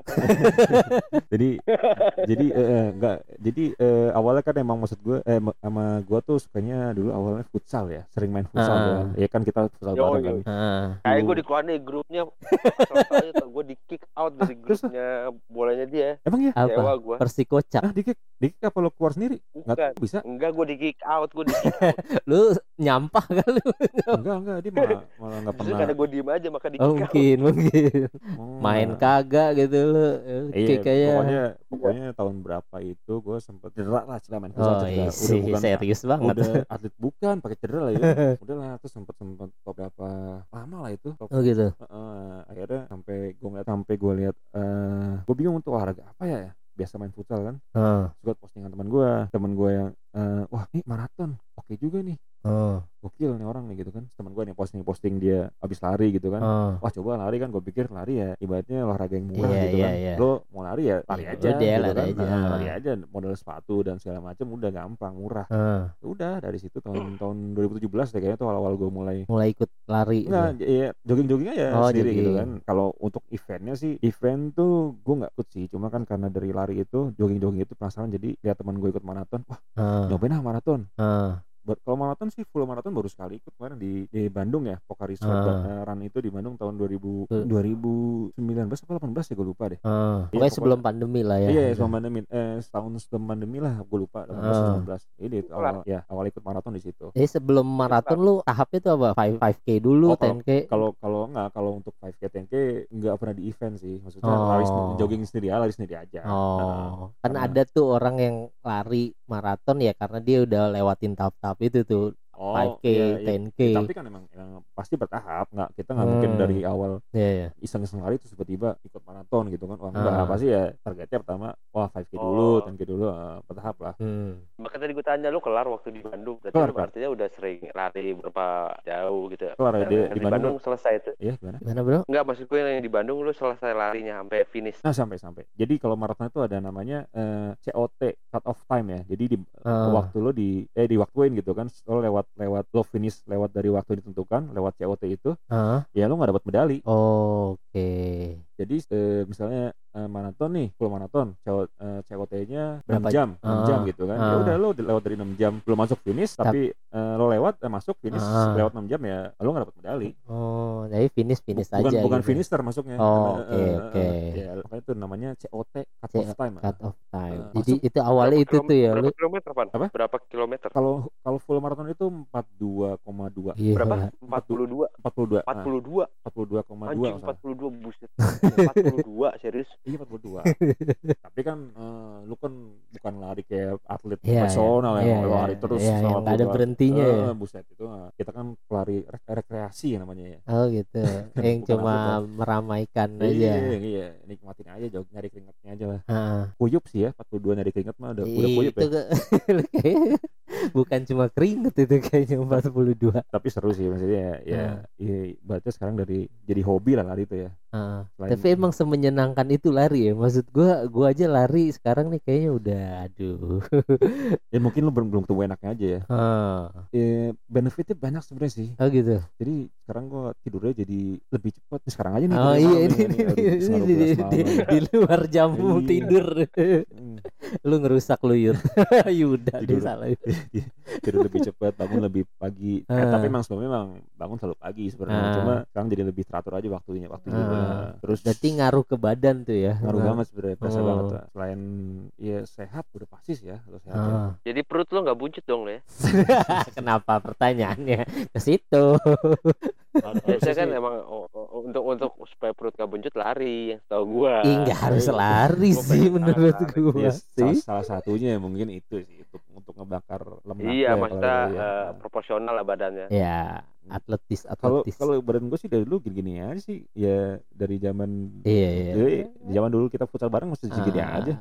Speaker 2: jadi enggak, jadi awalnya kan emang maksud gue sama gue tuh sukanya dulu awalnya futsal ya, sering main futsal ya kan, kita futsal
Speaker 3: Yo,
Speaker 2: bareng kan.
Speaker 3: yo.
Speaker 1: Ah.
Speaker 3: Kayak gue dikeluarin dari grupnya, gue di kick out dari grupnya bolanya dia.
Speaker 2: Emang ya?
Speaker 1: Apa?
Speaker 3: Dewa gue.
Speaker 1: Persikocak.
Speaker 2: Dikit Dik apa lo keluar sendiri? Nggak
Speaker 3: Bukan.
Speaker 2: bisa?
Speaker 3: Enggak, gue di kick out, gue di kick out.
Speaker 1: Lu nyampah kali.
Speaker 2: Enggak, dia malah nggak
Speaker 3: Justru
Speaker 2: pernah.
Speaker 3: karena gue diem aja maka di
Speaker 1: Oh,
Speaker 3: kick out.
Speaker 1: mungkin.
Speaker 2: Oh,
Speaker 1: Main
Speaker 2: nah.
Speaker 1: kagak gitu lu.
Speaker 2: Iya,
Speaker 1: Kayak
Speaker 2: pokoknya tahun berapa itu gue sempet cedera lah, cedera main futsal
Speaker 1: oh,
Speaker 2: cedera.
Speaker 1: isi,
Speaker 2: bukan
Speaker 1: serius banget.
Speaker 2: udah atlet bukan, pakai cedera lah ya. Udah lah, terus sempet beberapa lama lah itu.
Speaker 1: Oh gitu.
Speaker 2: Akhirnya sampai gue lihat gue bingung untuk olahraga apa ya. Biasa main futsal kan. Terus gue postingan teman gue yang wah ini maraton oke juga nih. Gokil nih orang nih gitu kan. Teman gue nih posting dia habis lari gitu kan. Wah coba lari kan, gue pikir lari ya ibaratnya olahraga yang murah gitu kan. Lo mau lari ya lari aja
Speaker 1: Udah,
Speaker 2: gitu
Speaker 1: lari
Speaker 2: kan.
Speaker 1: aja.
Speaker 2: Lari aja, modal sepatu dan segala macam udah gampang, murah. Udah dari situ tahun 2017 deh kayaknya tuh awal-awal gue mulai
Speaker 1: ikut lari.
Speaker 2: Enggak, ya jogging aja sendiri
Speaker 1: jogging
Speaker 2: gitu kan. Kalau untuk eventnya sih, event tuh gue nggak ikut sih. Cuma kan karena dari lari itu, jogging itu penasaran. Jadi lihat teman gue ikut maraton, wah nyobain maraton. Kalau maraton sih full maraton baru sekali ikut kemarin di Bandung ya, Pocari Sweat Run itu di Bandung tahun 2019 atau 18 ya gue lupa deh.
Speaker 1: Pokoknya sebelum pandemi lah ya.
Speaker 2: Iya, sebelum pandemi, setahun sebelum pandemi lah gue lupa 18 19. Ini awal ikut maraton di situ.
Speaker 1: Jadi sebelum maraton lu tahapnya tuh apa? 5K dulu, 10K.
Speaker 2: Kalau untuk 5K 10K nggak pernah di event sih. Maksudnya lari jogging sendiri aja.
Speaker 1: Kan ada tuh orang yang lari maraton ya karena dia udah lewatin tahap itu tuh 5K, 10K.
Speaker 2: Tapi kan emang pasti bertahap, kita nggak mungkin dari awal iseng-iseng lari terus tiba-tiba ikut maraton gitu kan. Wah enggak, pasti ya targetnya pertama 5K dulu, 10K dulu, bertahap lah.
Speaker 3: Makanya tadi gue tanya lu kelar waktu di Bandung, berarti lu artinya udah sering lari berapa jauh gitu.
Speaker 2: Kelar ya, di
Speaker 3: Bandung selesai itu.
Speaker 2: Iya, gimana?
Speaker 1: Gimana bro?
Speaker 3: Enggak, maksud gue yang di Bandung lu selesai larinya sampai finish.
Speaker 2: Nah sampai. Jadi kalau maraton itu ada namanya COT, cut off time ya. Jadi di waktu lo diwaktuin gitu kan. Lo lewat lo finish lewat dari waktu ditentukan, lewat COT itu, ya lo nggak dapat medali.
Speaker 1: Oke.
Speaker 2: Jadi misalnya maraton nih, full maraton, COT-nya 6 jam gitu kan. Ya udah lo lewat dari 6 jam belum masuk finish, tapi lo lewat masuk finish lewat 6 jam ya lo nggak dapat medali.
Speaker 1: Oh, jadi finish aja.
Speaker 2: Bukan
Speaker 1: gitu.
Speaker 2: finisher masuknya.
Speaker 1: Oke.
Speaker 2: Ya, makanya itu namanya COT, cut off time.
Speaker 1: Cut off time. Jadi itu awalnya itu tuh ya.
Speaker 3: Berapa kilometer, Pan?
Speaker 2: Apa?
Speaker 3: Berapa kilometer?
Speaker 2: Kalau full maraton itu 42,2.
Speaker 1: Iya.
Speaker 3: Berapa? 42.
Speaker 2: 42,2.
Speaker 3: Anjing, 42 buset. 42 serius.
Speaker 2: Iya 42. Tapi kan lu kan bukan lari kayak atlet
Speaker 1: Iya,
Speaker 2: profesional
Speaker 1: iya,
Speaker 2: yang lari terus
Speaker 1: yang nggak ada berhentinya ya.
Speaker 2: Buset itu kita kan pelari rekreasi namanya ya.
Speaker 1: Oh gitu. Yang cuma meramaikan aja.
Speaker 2: Iya, nikmatin aja, nyari keringatnya aja lah.
Speaker 1: Heeh.
Speaker 2: Kuyup sih ya, 42 nyari keringat mah udah kuyup
Speaker 1: itu
Speaker 2: ya.
Speaker 1: Kayaknya bukan cuma keringet itu kayaknya 42.
Speaker 2: Tapi seru sih maksudnya ya berarti sekarang jadi hobi lah lari itu ya.
Speaker 1: Tapi emang semenyenangkan itu lari ya. Maksud gua aja lari sekarang nih kayaknya udah aduh.
Speaker 2: Ya mungkin lu belum ketemu enaknya aja ya. Benefitnya banyak sebenarnya sih.
Speaker 1: Oh gitu.
Speaker 2: Jadi sekarang gua tidurnya jadi lebih cepat. Sekarang aja nih.
Speaker 1: Oh iya ini di luar jamu tidur. Lu ngerusak lu Yud. Yuda
Speaker 2: tidur
Speaker 1: salah.
Speaker 2: Tidur lebih cepat, bangun lebih pagi. Tapi emang sebelumnya memang bangun selalu pagi sebenarnya. Cuma sekarang jadi lebih teratur aja waktunya.
Speaker 1: Terus berarti ngaruh ke badan tuh ya.
Speaker 2: Ngaruh banget sebenarnya, berasa banget lah. Selain ya sehat udah pasti sih ya, lo sehat. Ya.
Speaker 3: Jadi perut lo nggak buncit dong lo ya?
Speaker 1: Kenapa pertanyaannya ke situ?
Speaker 3: Biasanya kan emang untuk supaya perut gak buncit lari, tahu gua.
Speaker 1: Nggak harus lari sih menurut gua.
Speaker 2: Salah satunya mungkin itu sih untuk ngebakar lemak.
Speaker 3: Iya, maksudnya proporsional lah badannya.
Speaker 1: Ya, atletis.
Speaker 2: Kalau badan gue sih dari dulu gini-gini aja sih. Ya dari zaman
Speaker 1: Iya.
Speaker 2: Zaman dulu kita futsal bareng mesti gini aja.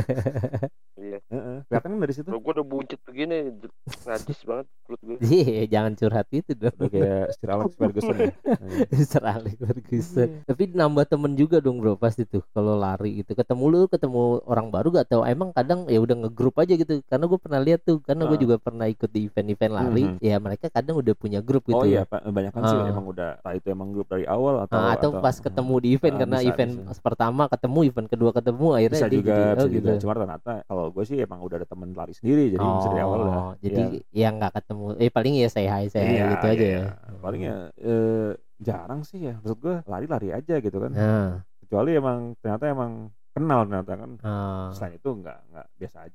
Speaker 3: Iya.
Speaker 2: Kelihatan kan dari situ.
Speaker 3: Gue udah buncit begini, najis banget perut gue.
Speaker 1: Iya, jangan curhat itu dong.
Speaker 2: Udah kayak Sir Alex Ferguson ya.
Speaker 1: Sir Alex Ferguson. Tapi nambah temen juga dong bro pasti tuh kalau lari gitu. Ketemu orang baru gak tahu. Emang kadang ya udah ngegrup aja gitu. Karena gue pernah lihat tuh, karena gue juga pernah ikut di event-event lari. Ya mereka kadang udah punya grup gitu.
Speaker 2: Oh iya, banyak kan sih emang udah. Itu emang grup dari awal
Speaker 1: atau pas ketemu di event karena event pertama ketemu, event kedua ketemu akhirnya
Speaker 2: bisa juga,
Speaker 1: gitu.
Speaker 2: Cuma ternyata kalau gue sih emang udah ada temen lari sendiri jadi bisa dari awal lah.
Speaker 1: Jadi yang nggak ketemu paling ya say hi gitu aja ya.
Speaker 2: Paling ya jarang sih ya, maksud gue lari aja gitu kan. Kecuali emang ternyata emang kenal ternyata kan. Selain itu nggak biasa aja.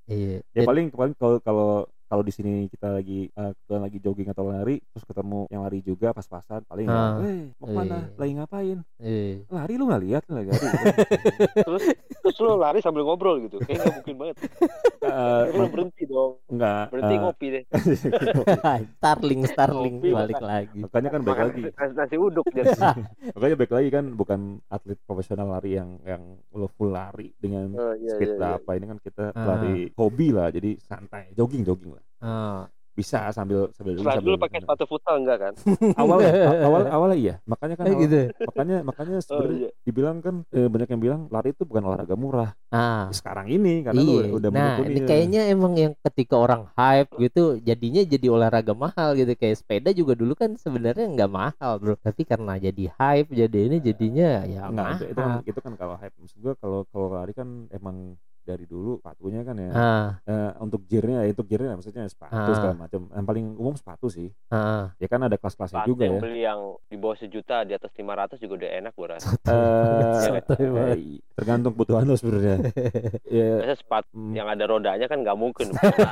Speaker 1: Iya.
Speaker 2: Ya
Speaker 1: Dan-
Speaker 2: paling kalau di sini kita lagi jogging atau lari terus ketemu yang lari juga pas-pasan paling
Speaker 1: Ah.
Speaker 2: mau kemana?
Speaker 1: Iya.
Speaker 2: Lagi ngapain?
Speaker 1: iya.
Speaker 2: Lari lu nggak lihat lagi lari.
Speaker 3: Terus lo lari sambil ngobrol gitu, kayak nggak mungkin banget. Lo berhenti dong,
Speaker 2: Enggak.
Speaker 3: berhenti ngopi deh.
Speaker 1: Starling
Speaker 3: Ngopi,
Speaker 1: balik
Speaker 3: makan.
Speaker 1: lagi.
Speaker 2: Makanya kan baik
Speaker 3: Makan
Speaker 2: lagi.
Speaker 3: nasi uduk jadi.
Speaker 2: Makanya baik lagi kan bukan atlet profesional lari yang lo full lari dengan
Speaker 3: Oh, iya,
Speaker 2: speed
Speaker 3: iya, iya.
Speaker 2: berapa. Ini kan kita
Speaker 1: Ah.
Speaker 2: lari hobi lah, jadi santai, jogging lah.
Speaker 1: Ah.
Speaker 2: Bisa sambil
Speaker 3: Setelah dulu pakai sepatu futsal enggak kan?
Speaker 2: awalnya iya. Makanya kan
Speaker 1: Gitu.
Speaker 2: makanya sebenarnya
Speaker 3: iya.
Speaker 2: dibilang kan banyak yang bilang lari itu bukan olahraga murah.
Speaker 1: Ah.
Speaker 2: Sekarang ini karena
Speaker 1: Iya.
Speaker 2: lu udah
Speaker 1: Nah,
Speaker 2: menekuni
Speaker 1: ini kayaknya emang yang ketika orang hype gitu, jadinya jadi olahraga mahal gitu. Kayak sepeda juga dulu kan sebenarnya nggak mahal bro, tapi karena jadi hype, jadi ini jadinya ya
Speaker 2: enggak,
Speaker 1: mahal.
Speaker 2: itu kan kalau hype. Maksud gua kalau lari kan emang dari dulu sepatunya kan ya untuk gearnya maksudnya sepatu segala macam. Yang paling umum sepatu sih. Ya kan ada kelas-kelasnya
Speaker 3: Sepatu
Speaker 2: juga
Speaker 3: yang
Speaker 2: ya.
Speaker 3: beli yang di bawah 1 juta, di atas 500 juga udah enak gue rasa.
Speaker 1: Santai banget.
Speaker 2: Tergantung kebutuhan lo sebenarnya. Ya,
Speaker 3: Biasanya sepatu yang ada rodanya kan nggak mungkin.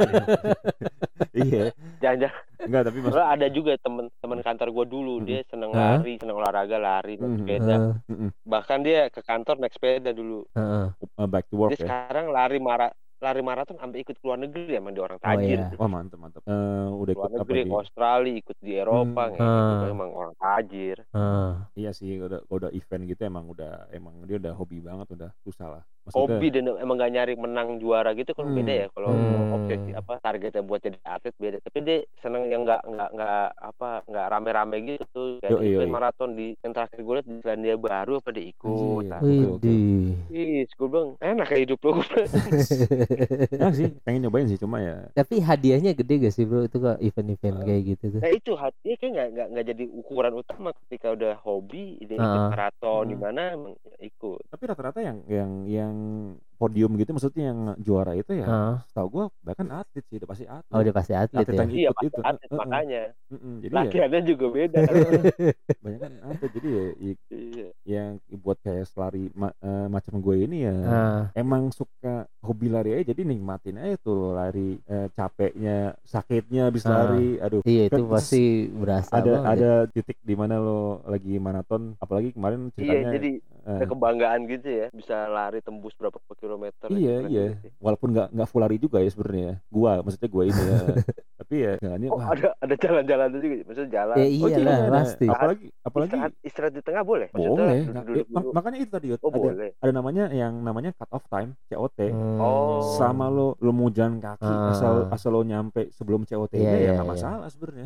Speaker 2: iya.
Speaker 3: Jangan-jangan.
Speaker 2: Enggak, tapi
Speaker 3: Soalnya ada juga teman kantor gue dulu, dia seneng lari, seneng olahraga, lari, naik sepeda. Bahkan dia ke kantor naik sepeda dulu.
Speaker 2: Back to work
Speaker 3: Dia
Speaker 2: ya.
Speaker 3: sekarang lari maraton sampai ikut keluar negeri, emang dia orang tajir.
Speaker 1: iya.
Speaker 2: Wah, mantap. Udah
Speaker 3: Keluar
Speaker 2: ikut apa
Speaker 3: negeri,
Speaker 2: di
Speaker 3: ke Australia, ikut di Eropa, kayak gitu. Emang orang tajir.
Speaker 2: Iya sih, udah event gitu emang dia udah hobi banget, udah susah lah. Maksudnya,
Speaker 3: Hobi dan emang gak nyari menang juara gitu kan beda ya. Kalau objektif targetnya buat jadi atlet beda. Tapi dia seneng yang nggak rame-rame gitu. Kayak event maraton yang terakhir gue liat di Selandia Baru apa dia ikut. Ih, gue bilang enak kayak hidup lo.
Speaker 2: Nah sih, pengen nyobain sih cuma ya.
Speaker 1: Tapi hadiahnya gede gak sih bro itu kok event-event kayak gitu tuh?
Speaker 3: Nah itu hadiah kayak nggak jadi ukuran utama ketika udah hobi dia ikut maraton di mana emang ikut.
Speaker 2: Tapi rata-rata yang podium gitu maksudnya yang juara itu ya setahu gue bahkan atlet sih, udah pasti atlet.
Speaker 1: Oh udah pasti atlet ya?
Speaker 3: Iya pasti itu. Atlet makanya
Speaker 2: jadi
Speaker 3: latihannya juga beda kan.
Speaker 2: banyak kan atlet, jadi ya yang buat kayak lari macam gue ini ya emang suka hobi lari aja, jadi nikmatin aja tuh lari, capeknya, sakitnya habis lari. Aduh
Speaker 1: iya
Speaker 2: kan
Speaker 1: itu pasti berasa
Speaker 2: ada titik di mana lo lagi maraton, apalagi kemarin ceritanya.
Speaker 3: Iya, jadi ada kebanggaan gitu ya, bisa lari tembus berapa kilometer.
Speaker 2: Iya gitu. Walaupun nggak full lari juga ya sebenarnya, maksudnya gue ini ya. Tapi ya jalannya
Speaker 3: ada jalan-jalan juga, maksudnya jalan.
Speaker 1: Ya iyalah pasti.
Speaker 2: Apalagi
Speaker 3: istirahat di tengah boleh.
Speaker 2: Boleh. Makanya itu tadi ada namanya cut off time, COT. Sama lo mau jalan kaki asal lo nyampe sebelum COT ya nggak masalah sebenarnya.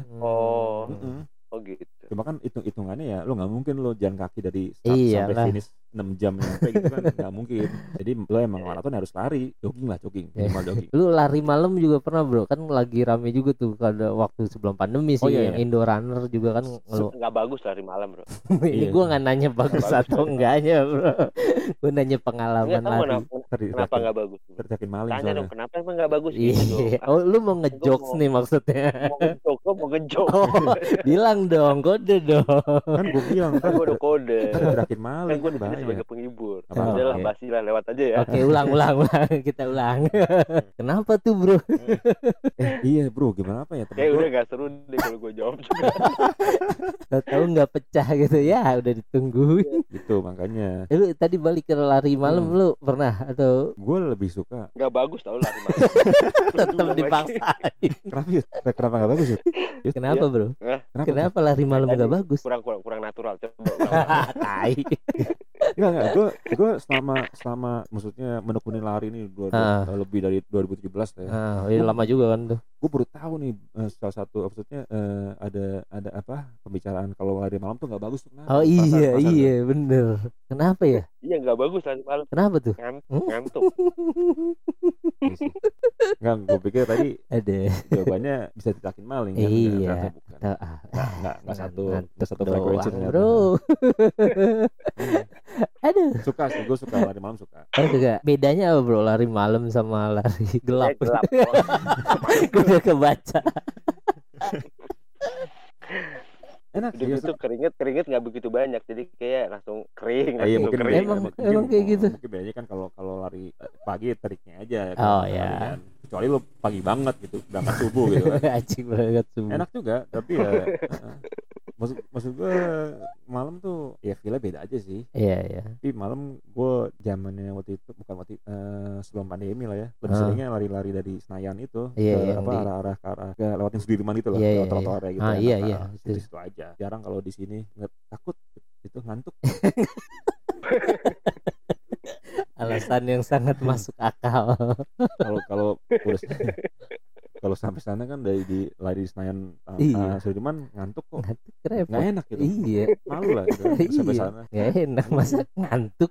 Speaker 2: Oh gitu. Cuma kan hitungannya ya lo nggak mungkin lo jalan kaki dari start sampai finish 6 jam nyampe gitu kan nggak mungkin. Jadi lo emang maraton harus lari, jogging minimal jogging.
Speaker 1: Lu lari malam juga pernah bro, kan lagi rame juga tuh pada waktu sebelum pandemi sih yang Indo Runner juga kan
Speaker 3: nggak bagus lari malam bro.
Speaker 1: Ini gue nggak nanya bagus atau enggaknya bro, gue nanya pengalaman lari.
Speaker 3: Kenapa nggak bagus?
Speaker 2: Terjakin maling.
Speaker 3: Tanya dong kenapa emang nggak bagus?
Speaker 1: Oh lu mau ngejokes nih maksudnya?
Speaker 3: Mau ngejok.
Speaker 1: Bilang dong, kode dong.
Speaker 2: Kan gue bilang
Speaker 3: kan gue udah kode.
Speaker 2: Terjakin maling.
Speaker 3: Kan gue disini sebagai penghibur.
Speaker 1: Udah
Speaker 3: lah basilah lewat aja ya.
Speaker 1: Oke ulang kita ulang. Kenapa tuh bro?
Speaker 2: Iya bro, gimana apa ya?
Speaker 3: Kayak udah gak seru deh kalau gue jawab juga.
Speaker 1: Tahu nggak pecah gitu ya, udah ditungguin.
Speaker 2: Gitu makanya.
Speaker 1: Lu tadi balik ke lari malam lu pernah atau?
Speaker 2: Gue lebih suka.
Speaker 3: Gak bagus tau lari malam.
Speaker 1: Tetap dipaksain.
Speaker 2: Kenapa gak bagus ya?
Speaker 1: Kenapa bro? Kenapa lari malam gak bagus?
Speaker 3: Kurang natural.
Speaker 1: Tai.
Speaker 2: Enggak. Gue selama maksudnya menekuni lari ini lebih dari 2017 ya.
Speaker 1: Lama juga kan tuh.
Speaker 2: Gue baru tahu nih salah satu maksudnya ada apa pembicaraan kalau lari malam tuh nggak bagus tuh.
Speaker 1: Oh iya bener. Kenapa ya?
Speaker 3: Iya nggak bagus lari malam.
Speaker 1: Kenapa tuh?
Speaker 3: Ngantuk.
Speaker 2: Enggak, gue pikir tadi
Speaker 1: ada
Speaker 2: jawabannya bisa ditakin maling kan.
Speaker 1: Iya.
Speaker 2: Bukan. Nggak satu frekuensi
Speaker 1: bro. Aduh.
Speaker 2: Suka sih, gue suka lari malam suka.
Speaker 1: Oh juga. Bedanya apa bro lari malam sama lari gelap?
Speaker 3: Gelap.
Speaker 1: Gue udah kebaca.
Speaker 2: Enak
Speaker 3: sih. Itu keringet nggak begitu banyak, jadi kayak langsung kering.
Speaker 2: Iya mungkin
Speaker 3: kering.
Speaker 1: Emang kayak gitu.
Speaker 2: Mungkin bedanya kan kalau lari pagi teriknya aja.
Speaker 1: Oh ya.
Speaker 2: kecuali lo pagi banget gitu berangkat subuh gitu kan.
Speaker 1: Anjing banget subuh.
Speaker 2: Enak juga tapi ya maksud gue malam tuh ya feel beda aja sih.
Speaker 1: Iya.
Speaker 2: Tapi malam gue zamannya waktu itu sebelum pandemi lah ya, lebih seringnya lari-lari dari Senayan itu ke arah ke lewatin Sudirman itu lah, lewat trotoarnya gitu.
Speaker 1: Iya.
Speaker 2: Situ aja. Jarang kalau di sini takut itu ngantuk.
Speaker 1: Alasan yang sangat masuk akal.
Speaker 2: Kalau sampai sana kan di lari di Senayan Sudirman ngantuk kok. Nggak enak gitu.
Speaker 1: Iya.
Speaker 2: Malu lah gitu. Sampai sana.
Speaker 1: Nggak enak masa ngantuk.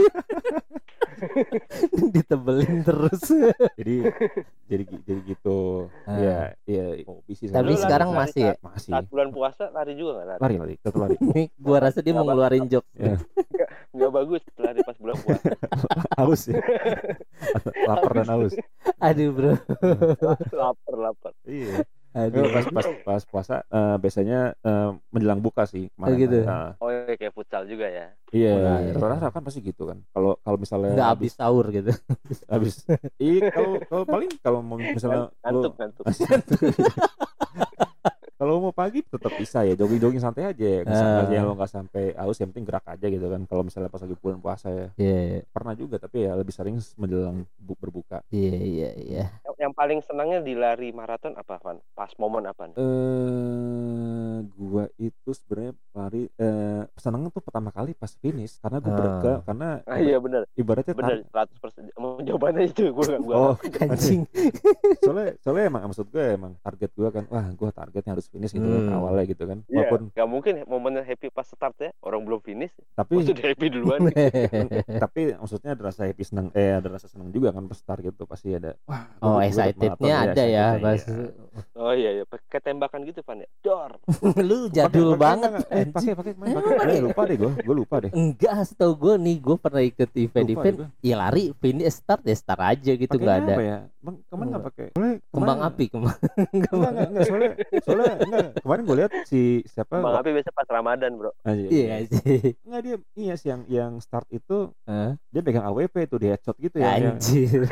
Speaker 1: Ditebelin terus.
Speaker 2: jadi gitu. Ya hobi sih.
Speaker 1: Tapi sekarang masih ya?
Speaker 2: Masih.
Speaker 3: Saat bulan puasa lari juga nggak lari?
Speaker 2: Lari, tetap lari.
Speaker 1: Gua rasa dia mau ngeluarin jokes.
Speaker 2: Ya.
Speaker 3: Nggak bagus lari pas bulan puasa.
Speaker 2: Haus ya. Lapar dan haus.
Speaker 1: Aduh bro.
Speaker 3: lapar.
Speaker 2: Iya.
Speaker 1: Aduh.
Speaker 2: Pas puasa biasanya menjelang buka sih kemarin.
Speaker 1: Gitu.
Speaker 3: Oh ya, kayak futsal juga ya.
Speaker 2: Iya. Rata-rata kan pasti gitu kan. Kalau misalnya
Speaker 1: nggak habis sahur gitu.
Speaker 2: Habis. Iya kalau paling kalau mau misalnya
Speaker 3: ngantuk.
Speaker 2: Kalau mau pagi tetap bisa ya, jogging santai aja. Misalnya lo nggak sampai haus, yang penting gerak aja gitu kan. Kalau misalnya pas lagi bulan puasa ya.
Speaker 1: Iya.
Speaker 2: Pernah juga tapi ya lebih sering menjelang berbuka.
Speaker 1: Iya.
Speaker 3: Yang paling senangnya di lari maraton apa, Van? Pas momen apa nih?
Speaker 2: Gua itu sebenarnya lari senangnya tuh pertama kali pas finish karena gua karena
Speaker 3: iya benar.
Speaker 2: Ibaratnya
Speaker 3: benar 100%. Jawabannya itu gua
Speaker 1: anjing.
Speaker 2: soalnya emang maksud gue emang target gue kan, wah gue targetnya harus finish gitu kan awalnya gitu kan.
Speaker 3: Walaupun nggak mungkin momennya happy pas start ya, orang belum finish
Speaker 2: tapi
Speaker 3: sudah happy duluan.
Speaker 2: Tapi maksudnya ada rasa happy senang ada rasa senang juga kan pas start gitu, pasti ada
Speaker 1: excitednya ada ya pas.
Speaker 3: Oh iya pakai tembakan gitu Van ya, dor.
Speaker 1: Lu jadul banget.
Speaker 2: Pakai lupa deh.
Speaker 1: Enggak, setahu gue nih, gue pernah ikut event ya lari finish start aja gitu, nggak ada
Speaker 2: ya. Bang, kemana nggak pakai
Speaker 1: kembang api
Speaker 2: enggak soalnya kemarin gue lihat siapa
Speaker 3: kembang api biasa pas Ramadan bro.
Speaker 1: Iya sih.
Speaker 2: Enggak, dia sih yang start itu dia pegang AWP tuh, di headshot gitu ya.
Speaker 1: Anjir.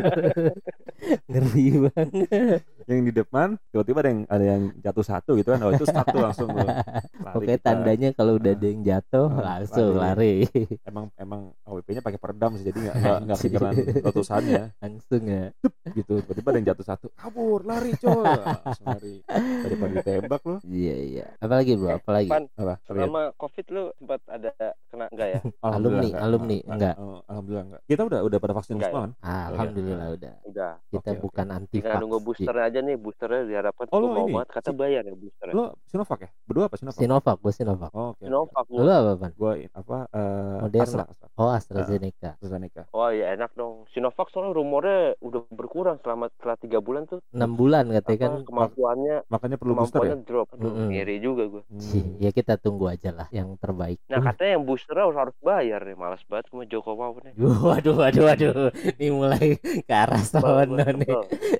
Speaker 1: Ngeri banget.
Speaker 2: Yang di depan tiba-tiba ada yang jatuh satu gitu kan. Oh itu start tuh langsung tuh.
Speaker 1: Oke, tandanya kalau udah ada yang jatuh langsung lari.
Speaker 2: Emang AWP-nya pakai peredam sih, jadi enggak kejalan letusannya.
Speaker 1: Langsung ya.
Speaker 2: Gitu, tiba-tiba ada yang jatuh satu, kabur, lari coy. Langsung lari daripada ditembak lo.
Speaker 1: Iya. Apalagi bro, apalagi?
Speaker 3: Selama Covid lu sempat ada kena enggak ya?
Speaker 1: Alumni enggak.
Speaker 2: Alhamdulillah enggak. Kita udah pada vaksin semua kan?
Speaker 1: Alhamdulillah udah.
Speaker 3: Kita
Speaker 1: bukan anti
Speaker 3: vaksin. Kita nunggu booster aja nih, boosternya diharapkan mau banget kata bayar ya boosternya.
Speaker 2: Lo Sinovac ya? Berdua apa Sinovac?
Speaker 1: Gue Sinovac.
Speaker 3: Sinovac.
Speaker 1: Lu apa, Pan?
Speaker 2: Gue
Speaker 1: Moderna. AstraZeneca.
Speaker 3: Oh iya enak dong. Sinovac soalnya rumornya udah berkurang setelah 3 bulan tuh.
Speaker 1: 6 bulan katanya kan.
Speaker 2: Makanya perlu booster ya?
Speaker 3: Drop. Ngeri juga gue.
Speaker 1: Ya kita tunggu aja lah yang terbaik.
Speaker 3: Nah katanya yang booster harus bayar nih, malas banget sama Joko Wow nih.
Speaker 1: Waduh. Ini mulai ke arah sana nih.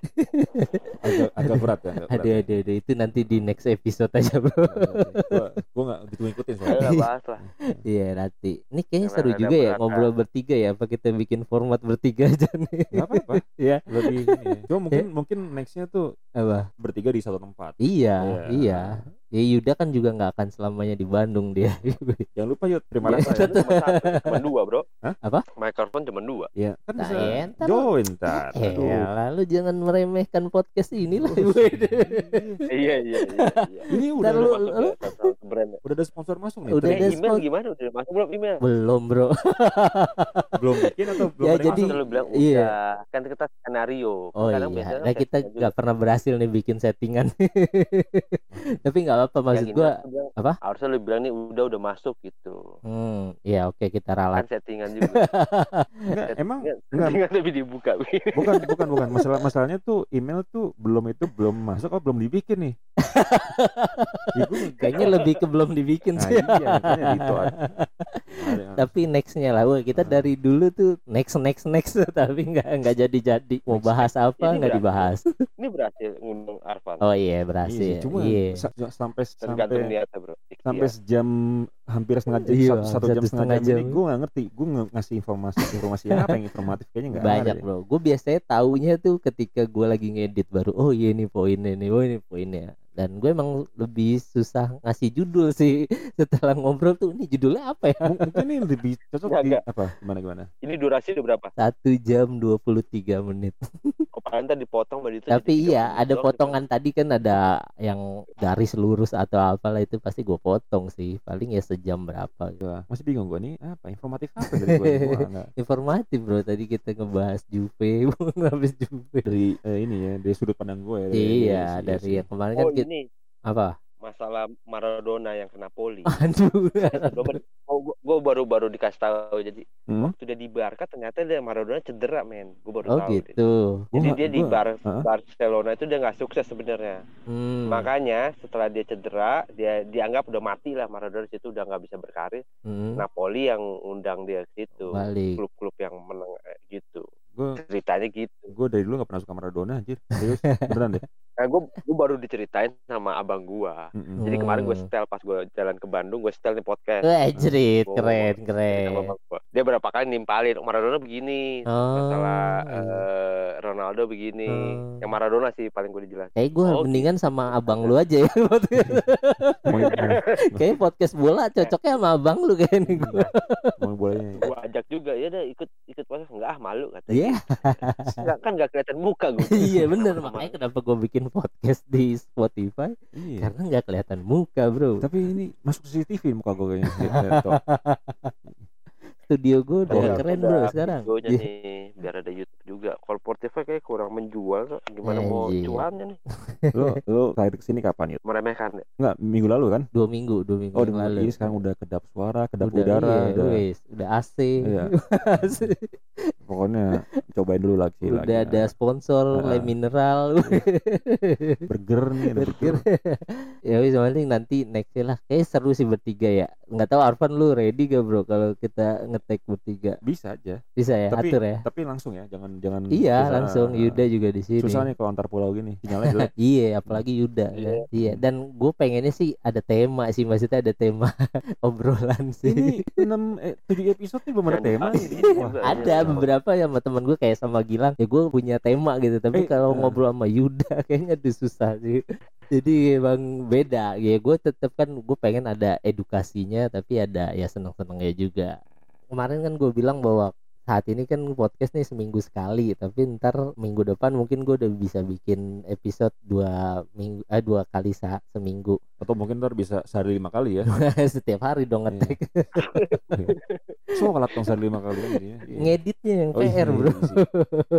Speaker 2: Agak berat ya.
Speaker 1: Aduh, itu nanti di next episode aja bro.
Speaker 2: Gue nggak ngikutin
Speaker 3: soalnya. Nggak bahas lah.
Speaker 1: Iya nanti. Ini kayaknya seru juga ya ngobrol bertiga ya. Apa kita bikin format bertiga aja nih?
Speaker 2: Gak apa-apa.
Speaker 1: Ya.
Speaker 2: Lebih cuma mungkin nextnya tuh bertiga di satu tempat.
Speaker 1: Iya. Ya Yuda kan juga nggak akan selamanya di Bandung dia.
Speaker 2: Jangan lupa Yud, terima kasih.
Speaker 3: Cuma 2 bro.
Speaker 1: Apa?
Speaker 3: Microphone cuma 2.
Speaker 2: Iya. Kan bisa join ntar.
Speaker 1: Lalu jangan meremehkan podcast ini lah.
Speaker 3: Iya.
Speaker 2: Ini udah
Speaker 3: brand.
Speaker 2: Udah ada sponsor masuk nih.
Speaker 1: Udah ada
Speaker 3: email gimana? Udah masuk belum email?
Speaker 1: Belum bro.
Speaker 2: Belum bikin atau belum
Speaker 1: ada jadi,
Speaker 3: masuk? Lu bilang udah. Kan kita skenario.
Speaker 1: Oh iya. Nah kita nggak pernah berhasil nih bikin settingan. Tapi nggak apa maksud gua apa?
Speaker 3: Harusnya lu bilang nih udah masuk gitu.
Speaker 1: Iya oke, kita ralat.
Speaker 3: Kan settingan juga. Enggak tapi dibuka.
Speaker 2: Bukan. Masalahnya tuh email tuh belum masuk atau belum dibikin nih.
Speaker 1: Kayaknya lebih ke belum dibikin sih.
Speaker 2: Iya, makanya gitu.
Speaker 1: Tapi nextnya lah, kita dari dulu tuh next tapi nggak jadi. Mau bahas apa nggak dibahas.
Speaker 3: Ini berhasil ngundang Arfan.
Speaker 1: Oh iya berhasil.
Speaker 2: Cuma sampai
Speaker 3: jam
Speaker 2: hampir setengah jam,
Speaker 1: Iya,
Speaker 2: satu jam
Speaker 1: satu
Speaker 2: setengah
Speaker 1: setengah
Speaker 2: jam ini
Speaker 1: jam.
Speaker 2: gue nggak ngerti, gue ngasih informasi apa yang informatif kayaknya nggak
Speaker 1: Banyak
Speaker 2: ada.
Speaker 1: bro, gue biasanya taunya tuh ketika gue lagi ngedit baru, oh iya ini poinnya nih, oh ini poinnya. Dan gue emang lebih susah ngasih judul sih. Setelah ngobrol tuh, ini judulnya apa ya?
Speaker 2: Mungkin ini lebih cocok di
Speaker 3: Enggak.
Speaker 2: apa gimana.
Speaker 3: Ini durasi udah berapa?
Speaker 1: 1 jam 23 menit.
Speaker 3: Oh, paling tadi dipotong berarti itu
Speaker 1: Tapi
Speaker 3: jadi 3
Speaker 1: iya
Speaker 3: menit
Speaker 1: ada
Speaker 3: doang
Speaker 1: potongan tadi kan, ada yang garis lurus atau apalah, itu pasti gue potong sih. Paling ya sejam berapa gitu.
Speaker 2: Wah, masih bingung gue nih apa informatif apa dari gue. Wah, nggak.
Speaker 1: Informatif bro, tadi kita ngebahas Juve. Habis Juve.
Speaker 2: Dari ini ya, dari sudut pandang gue ya.
Speaker 1: Iya, dari yang kemarin
Speaker 3: gitu.
Speaker 1: kan
Speaker 3: Oh
Speaker 1: kita,
Speaker 3: ini
Speaker 1: apa?
Speaker 3: masalah Maradona yang ke Napoli.
Speaker 1: Aduh.
Speaker 3: Gue baru dikasih tahu, jadi
Speaker 2: Hmm?
Speaker 3: waktu dia di Barca ternyata dia Maradona cedera men. Gue baru
Speaker 1: Oh
Speaker 3: tahu.
Speaker 1: gitu.
Speaker 3: Jadi dia di
Speaker 2: Hah?
Speaker 3: Barcelona itu dia nggak sukses sebenarnya. Makanya setelah dia cedera, dia dianggap udah mati lah, Maradona di situ udah nggak bisa berkarir. Napoli yang undang dia ke situ,
Speaker 1: Balik.
Speaker 3: klub-klub yang menang gitu.
Speaker 2: Gue
Speaker 3: Ceritanya gitu.
Speaker 2: dari dulu nggak pernah suka Maradona anjir. Serius, beneran deh.
Speaker 3: Nah, gue baru diceritain sama abang gue. Jadi kemarin gue setel pas gue jalan ke Bandung, gue setel nih podcast.
Speaker 1: Wah, jerit,
Speaker 3: Gua
Speaker 1: keren,
Speaker 3: sama
Speaker 1: keren.
Speaker 3: abang gua. Dia berapa kali nimpalin Maradona begini, masalah Ronaldo begini. Yang Maradona sih paling gue dijelasin.
Speaker 1: Kayak gue mendingan sama abang lu aja ya. Kayak podcast bola cocoknya sama abang lu kayak nih gue.
Speaker 2: Mau bolehnya.
Speaker 3: Gue ajak juga, ya udah ikut podcast, enggak malu katanya.
Speaker 1: Iya.
Speaker 3: Enggak, kan enggak kelihatan muka gue.
Speaker 1: Iya bener, makanya kenapa gue bikin podcast di Spotify,
Speaker 2: Iya.
Speaker 1: karena nggak kelihatan muka bro.
Speaker 2: Tapi ini masuk CCTV muka gue kayaknya.
Speaker 1: Studio gue udah keren bro sekarang.
Speaker 3: Videonya nih, biar ada YouTube juga. Kalau Spotify kayak kurang menjual kok. Gimana mau
Speaker 1: Anjir.
Speaker 3: cuannya nih?
Speaker 2: Lo terakhir kesini kapan ya?
Speaker 3: Meremehkan ya?
Speaker 2: Enggak, minggu lalu kan?
Speaker 1: 2 minggu
Speaker 2: Oh,
Speaker 1: yang lalu.
Speaker 2: ini sekarang udah kedap suara, kedap
Speaker 1: Udah,
Speaker 2: udara,
Speaker 1: iya, udah AC.
Speaker 2: Iya. Pokoknya cobain dulu lagi.
Speaker 1: Udah ada sponsor, Le Mineral.
Speaker 2: Burger nih, ada burger.
Speaker 1: Ya wis, penting nanti nextnya lah. Kayak seru sih bertiga ya. Nggak tahu Arfan lu ready gak bro kalau kita nge-tag bertiga?
Speaker 2: Bisa aja.
Speaker 1: Bisa ya, atur ya.
Speaker 2: Tapi langsung ya, jangan.
Speaker 1: Iya,
Speaker 2: susah.
Speaker 1: langsung. Yuda juga di sini.
Speaker 2: Susah nih kalau antar pulau gini, sinyalnya jelek.
Speaker 1: Iya, apalagi Yuda kan. Iya, dan gue pengennya sih ada tema sih, maksudnya ada tema obrolan sih.
Speaker 2: Ini 7 episode nih belum ada tema. Wah,
Speaker 1: Ada beberapa ya sama temen gue kayak sama Gilang, ya gue punya tema gitu, tapi kalau ngobrol sama Yuda kayaknya aduh susah sih. Jadi emang beda ya, gue tetap kan gue pengen ada edukasinya tapi ada ya seneng-senengnya juga. Kemarin kan gue bilang bahwa saat ini kan podcast nih seminggu sekali, tapi ntar minggu depan mungkin gue udah bisa bikin episode 2 kali seminggu.
Speaker 2: atau mungkin ntar bisa sehari 5 kali ya.
Speaker 1: Setiap hari dong ngetek.
Speaker 2: So kalau dong sehari 5 kali kan ya.
Speaker 1: Ngeditnya yang
Speaker 2: Oh,
Speaker 1: PR
Speaker 2: iya,
Speaker 1: bro.
Speaker 2: iya sih.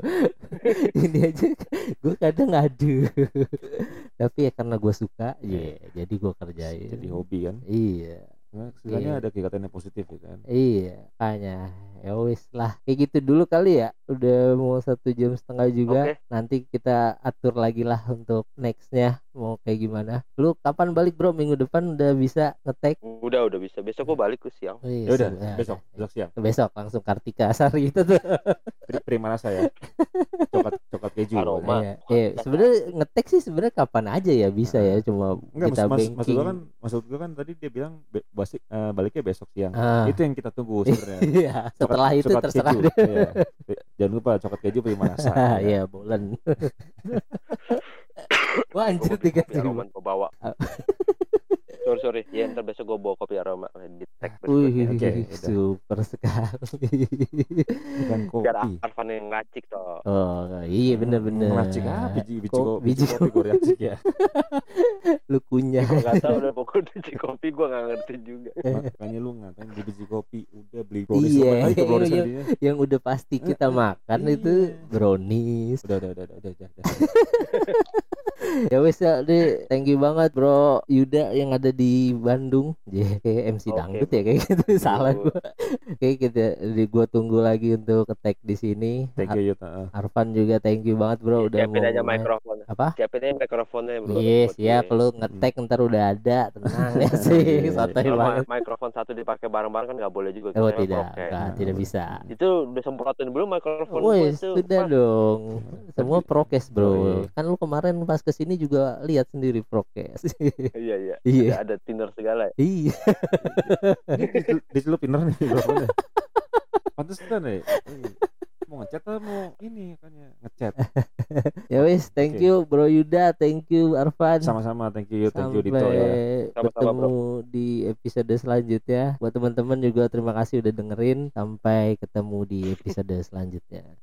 Speaker 1: Ini aja gue kadang ngadu. Tapi ya karena gue suka, jadi gue kerjain.
Speaker 2: Jadi hobi kan.
Speaker 1: Iya.
Speaker 2: Nah, sebenarnya ada kegiatan yang positif ya kan.
Speaker 1: Iya, makanya ya wis lah, kayak gitu dulu kali ya. Udah mau 1 jam setengah juga.
Speaker 3: Oke.
Speaker 1: Nanti kita atur lagi lah untuk nextnya mau kayak gimana. Lu kapan balik bro? Minggu depan udah bisa ngetek?
Speaker 3: Udah bisa. Besok gue balik ke siang.
Speaker 2: Ya udah, besok siang.
Speaker 1: Besok langsung Kartika Sari itu tuh.
Speaker 2: Prima rasa ya. Coklat keju.
Speaker 3: Aroma.
Speaker 1: Iya, sebenarnya ngetek sih sebenarnya kapan aja ya bisa ya, cuma
Speaker 2: Enggak,
Speaker 1: kita
Speaker 2: maksud gua kan tadi dia bilang baliknya besok siang.
Speaker 1: Ah.
Speaker 2: Itu yang kita tunggu sebenarnya.
Speaker 1: Iya, setelah itu
Speaker 2: Coklat
Speaker 1: terserah
Speaker 2: keju.
Speaker 1: deh.
Speaker 2: Iya. Jangan lupa coklat keju prima rasa.
Speaker 1: Iya, bolen. Wah anjir
Speaker 3: Kopi
Speaker 1: 3.000.
Speaker 3: aroma gue bawa. Sorry. Ya ntar besok gue bawa kopi aroma di tag
Speaker 1: Wih,
Speaker 2: Oke,
Speaker 1: super sekali.
Speaker 2: Bukan kopi.
Speaker 3: Biar Arfan yang ngacik toh.
Speaker 1: Oh iya bener-bener.
Speaker 2: Ngeracik biji kopi gue racik ya.
Speaker 1: Lu kunyah.
Speaker 3: Gue gak tau udah pokoknya biji kopi gue gak ngerti juga.
Speaker 2: Makanya lu ngatain di biji kopi udah beli
Speaker 1: Iya,
Speaker 2: brownies
Speaker 1: yang udah pasti kita makan itu brownies.
Speaker 2: Udah.
Speaker 1: Ya wes ya deh, thank you banget bro Yuda yang ada di Bandung. Kayak MC dangdut ya kayak gitu. Salah gua. Kayak kita gua tunggu lagi untuk ngetek di sini.
Speaker 2: Thank you Yuta.
Speaker 1: Arfan juga thank you banget bro udah
Speaker 3: Siapin
Speaker 1: mau
Speaker 3: aja
Speaker 1: main.
Speaker 3: mikrofon.
Speaker 1: Apa?
Speaker 3: Siapin aja mikrofonnya bro.
Speaker 1: Iya siap, lu ngetek ntar udah ada, tenang ya sih, santai
Speaker 3: Kalau
Speaker 1: banget.
Speaker 3: mikrofon satu dipakai bareng-bareng kan nggak boleh juga.
Speaker 1: Oh
Speaker 3: Kita
Speaker 1: tidak bisa.
Speaker 3: Itu udah semprotin belum mikrofon
Speaker 1: Woi
Speaker 3: gua itu.
Speaker 1: sudah
Speaker 3: Pas.
Speaker 1: dong, semua prokes bro.
Speaker 2: Oh, iya.
Speaker 1: Kan lu kemarin pas kesini podcast ini juga lihat sendiri prokes.
Speaker 3: Iya.
Speaker 1: Iya.
Speaker 3: Ada Tinder segala ya.
Speaker 1: Iya.
Speaker 2: Dia lu pinter nih bapaknya. Pantesan ya. Mau ngechat atau mau ini katanya ngechat.
Speaker 1: Ya wis, thank
Speaker 2: Oke.
Speaker 1: you Bro Yuda, thank you Arfan.
Speaker 2: Sama-sama, thank you
Speaker 1: Sampai
Speaker 2: Dito ya.
Speaker 3: Sama-sama,
Speaker 1: bertemu di episode selanjutnya. Buat teman-teman juga terima kasih udah dengerin. Sampai ketemu di episode selanjutnya.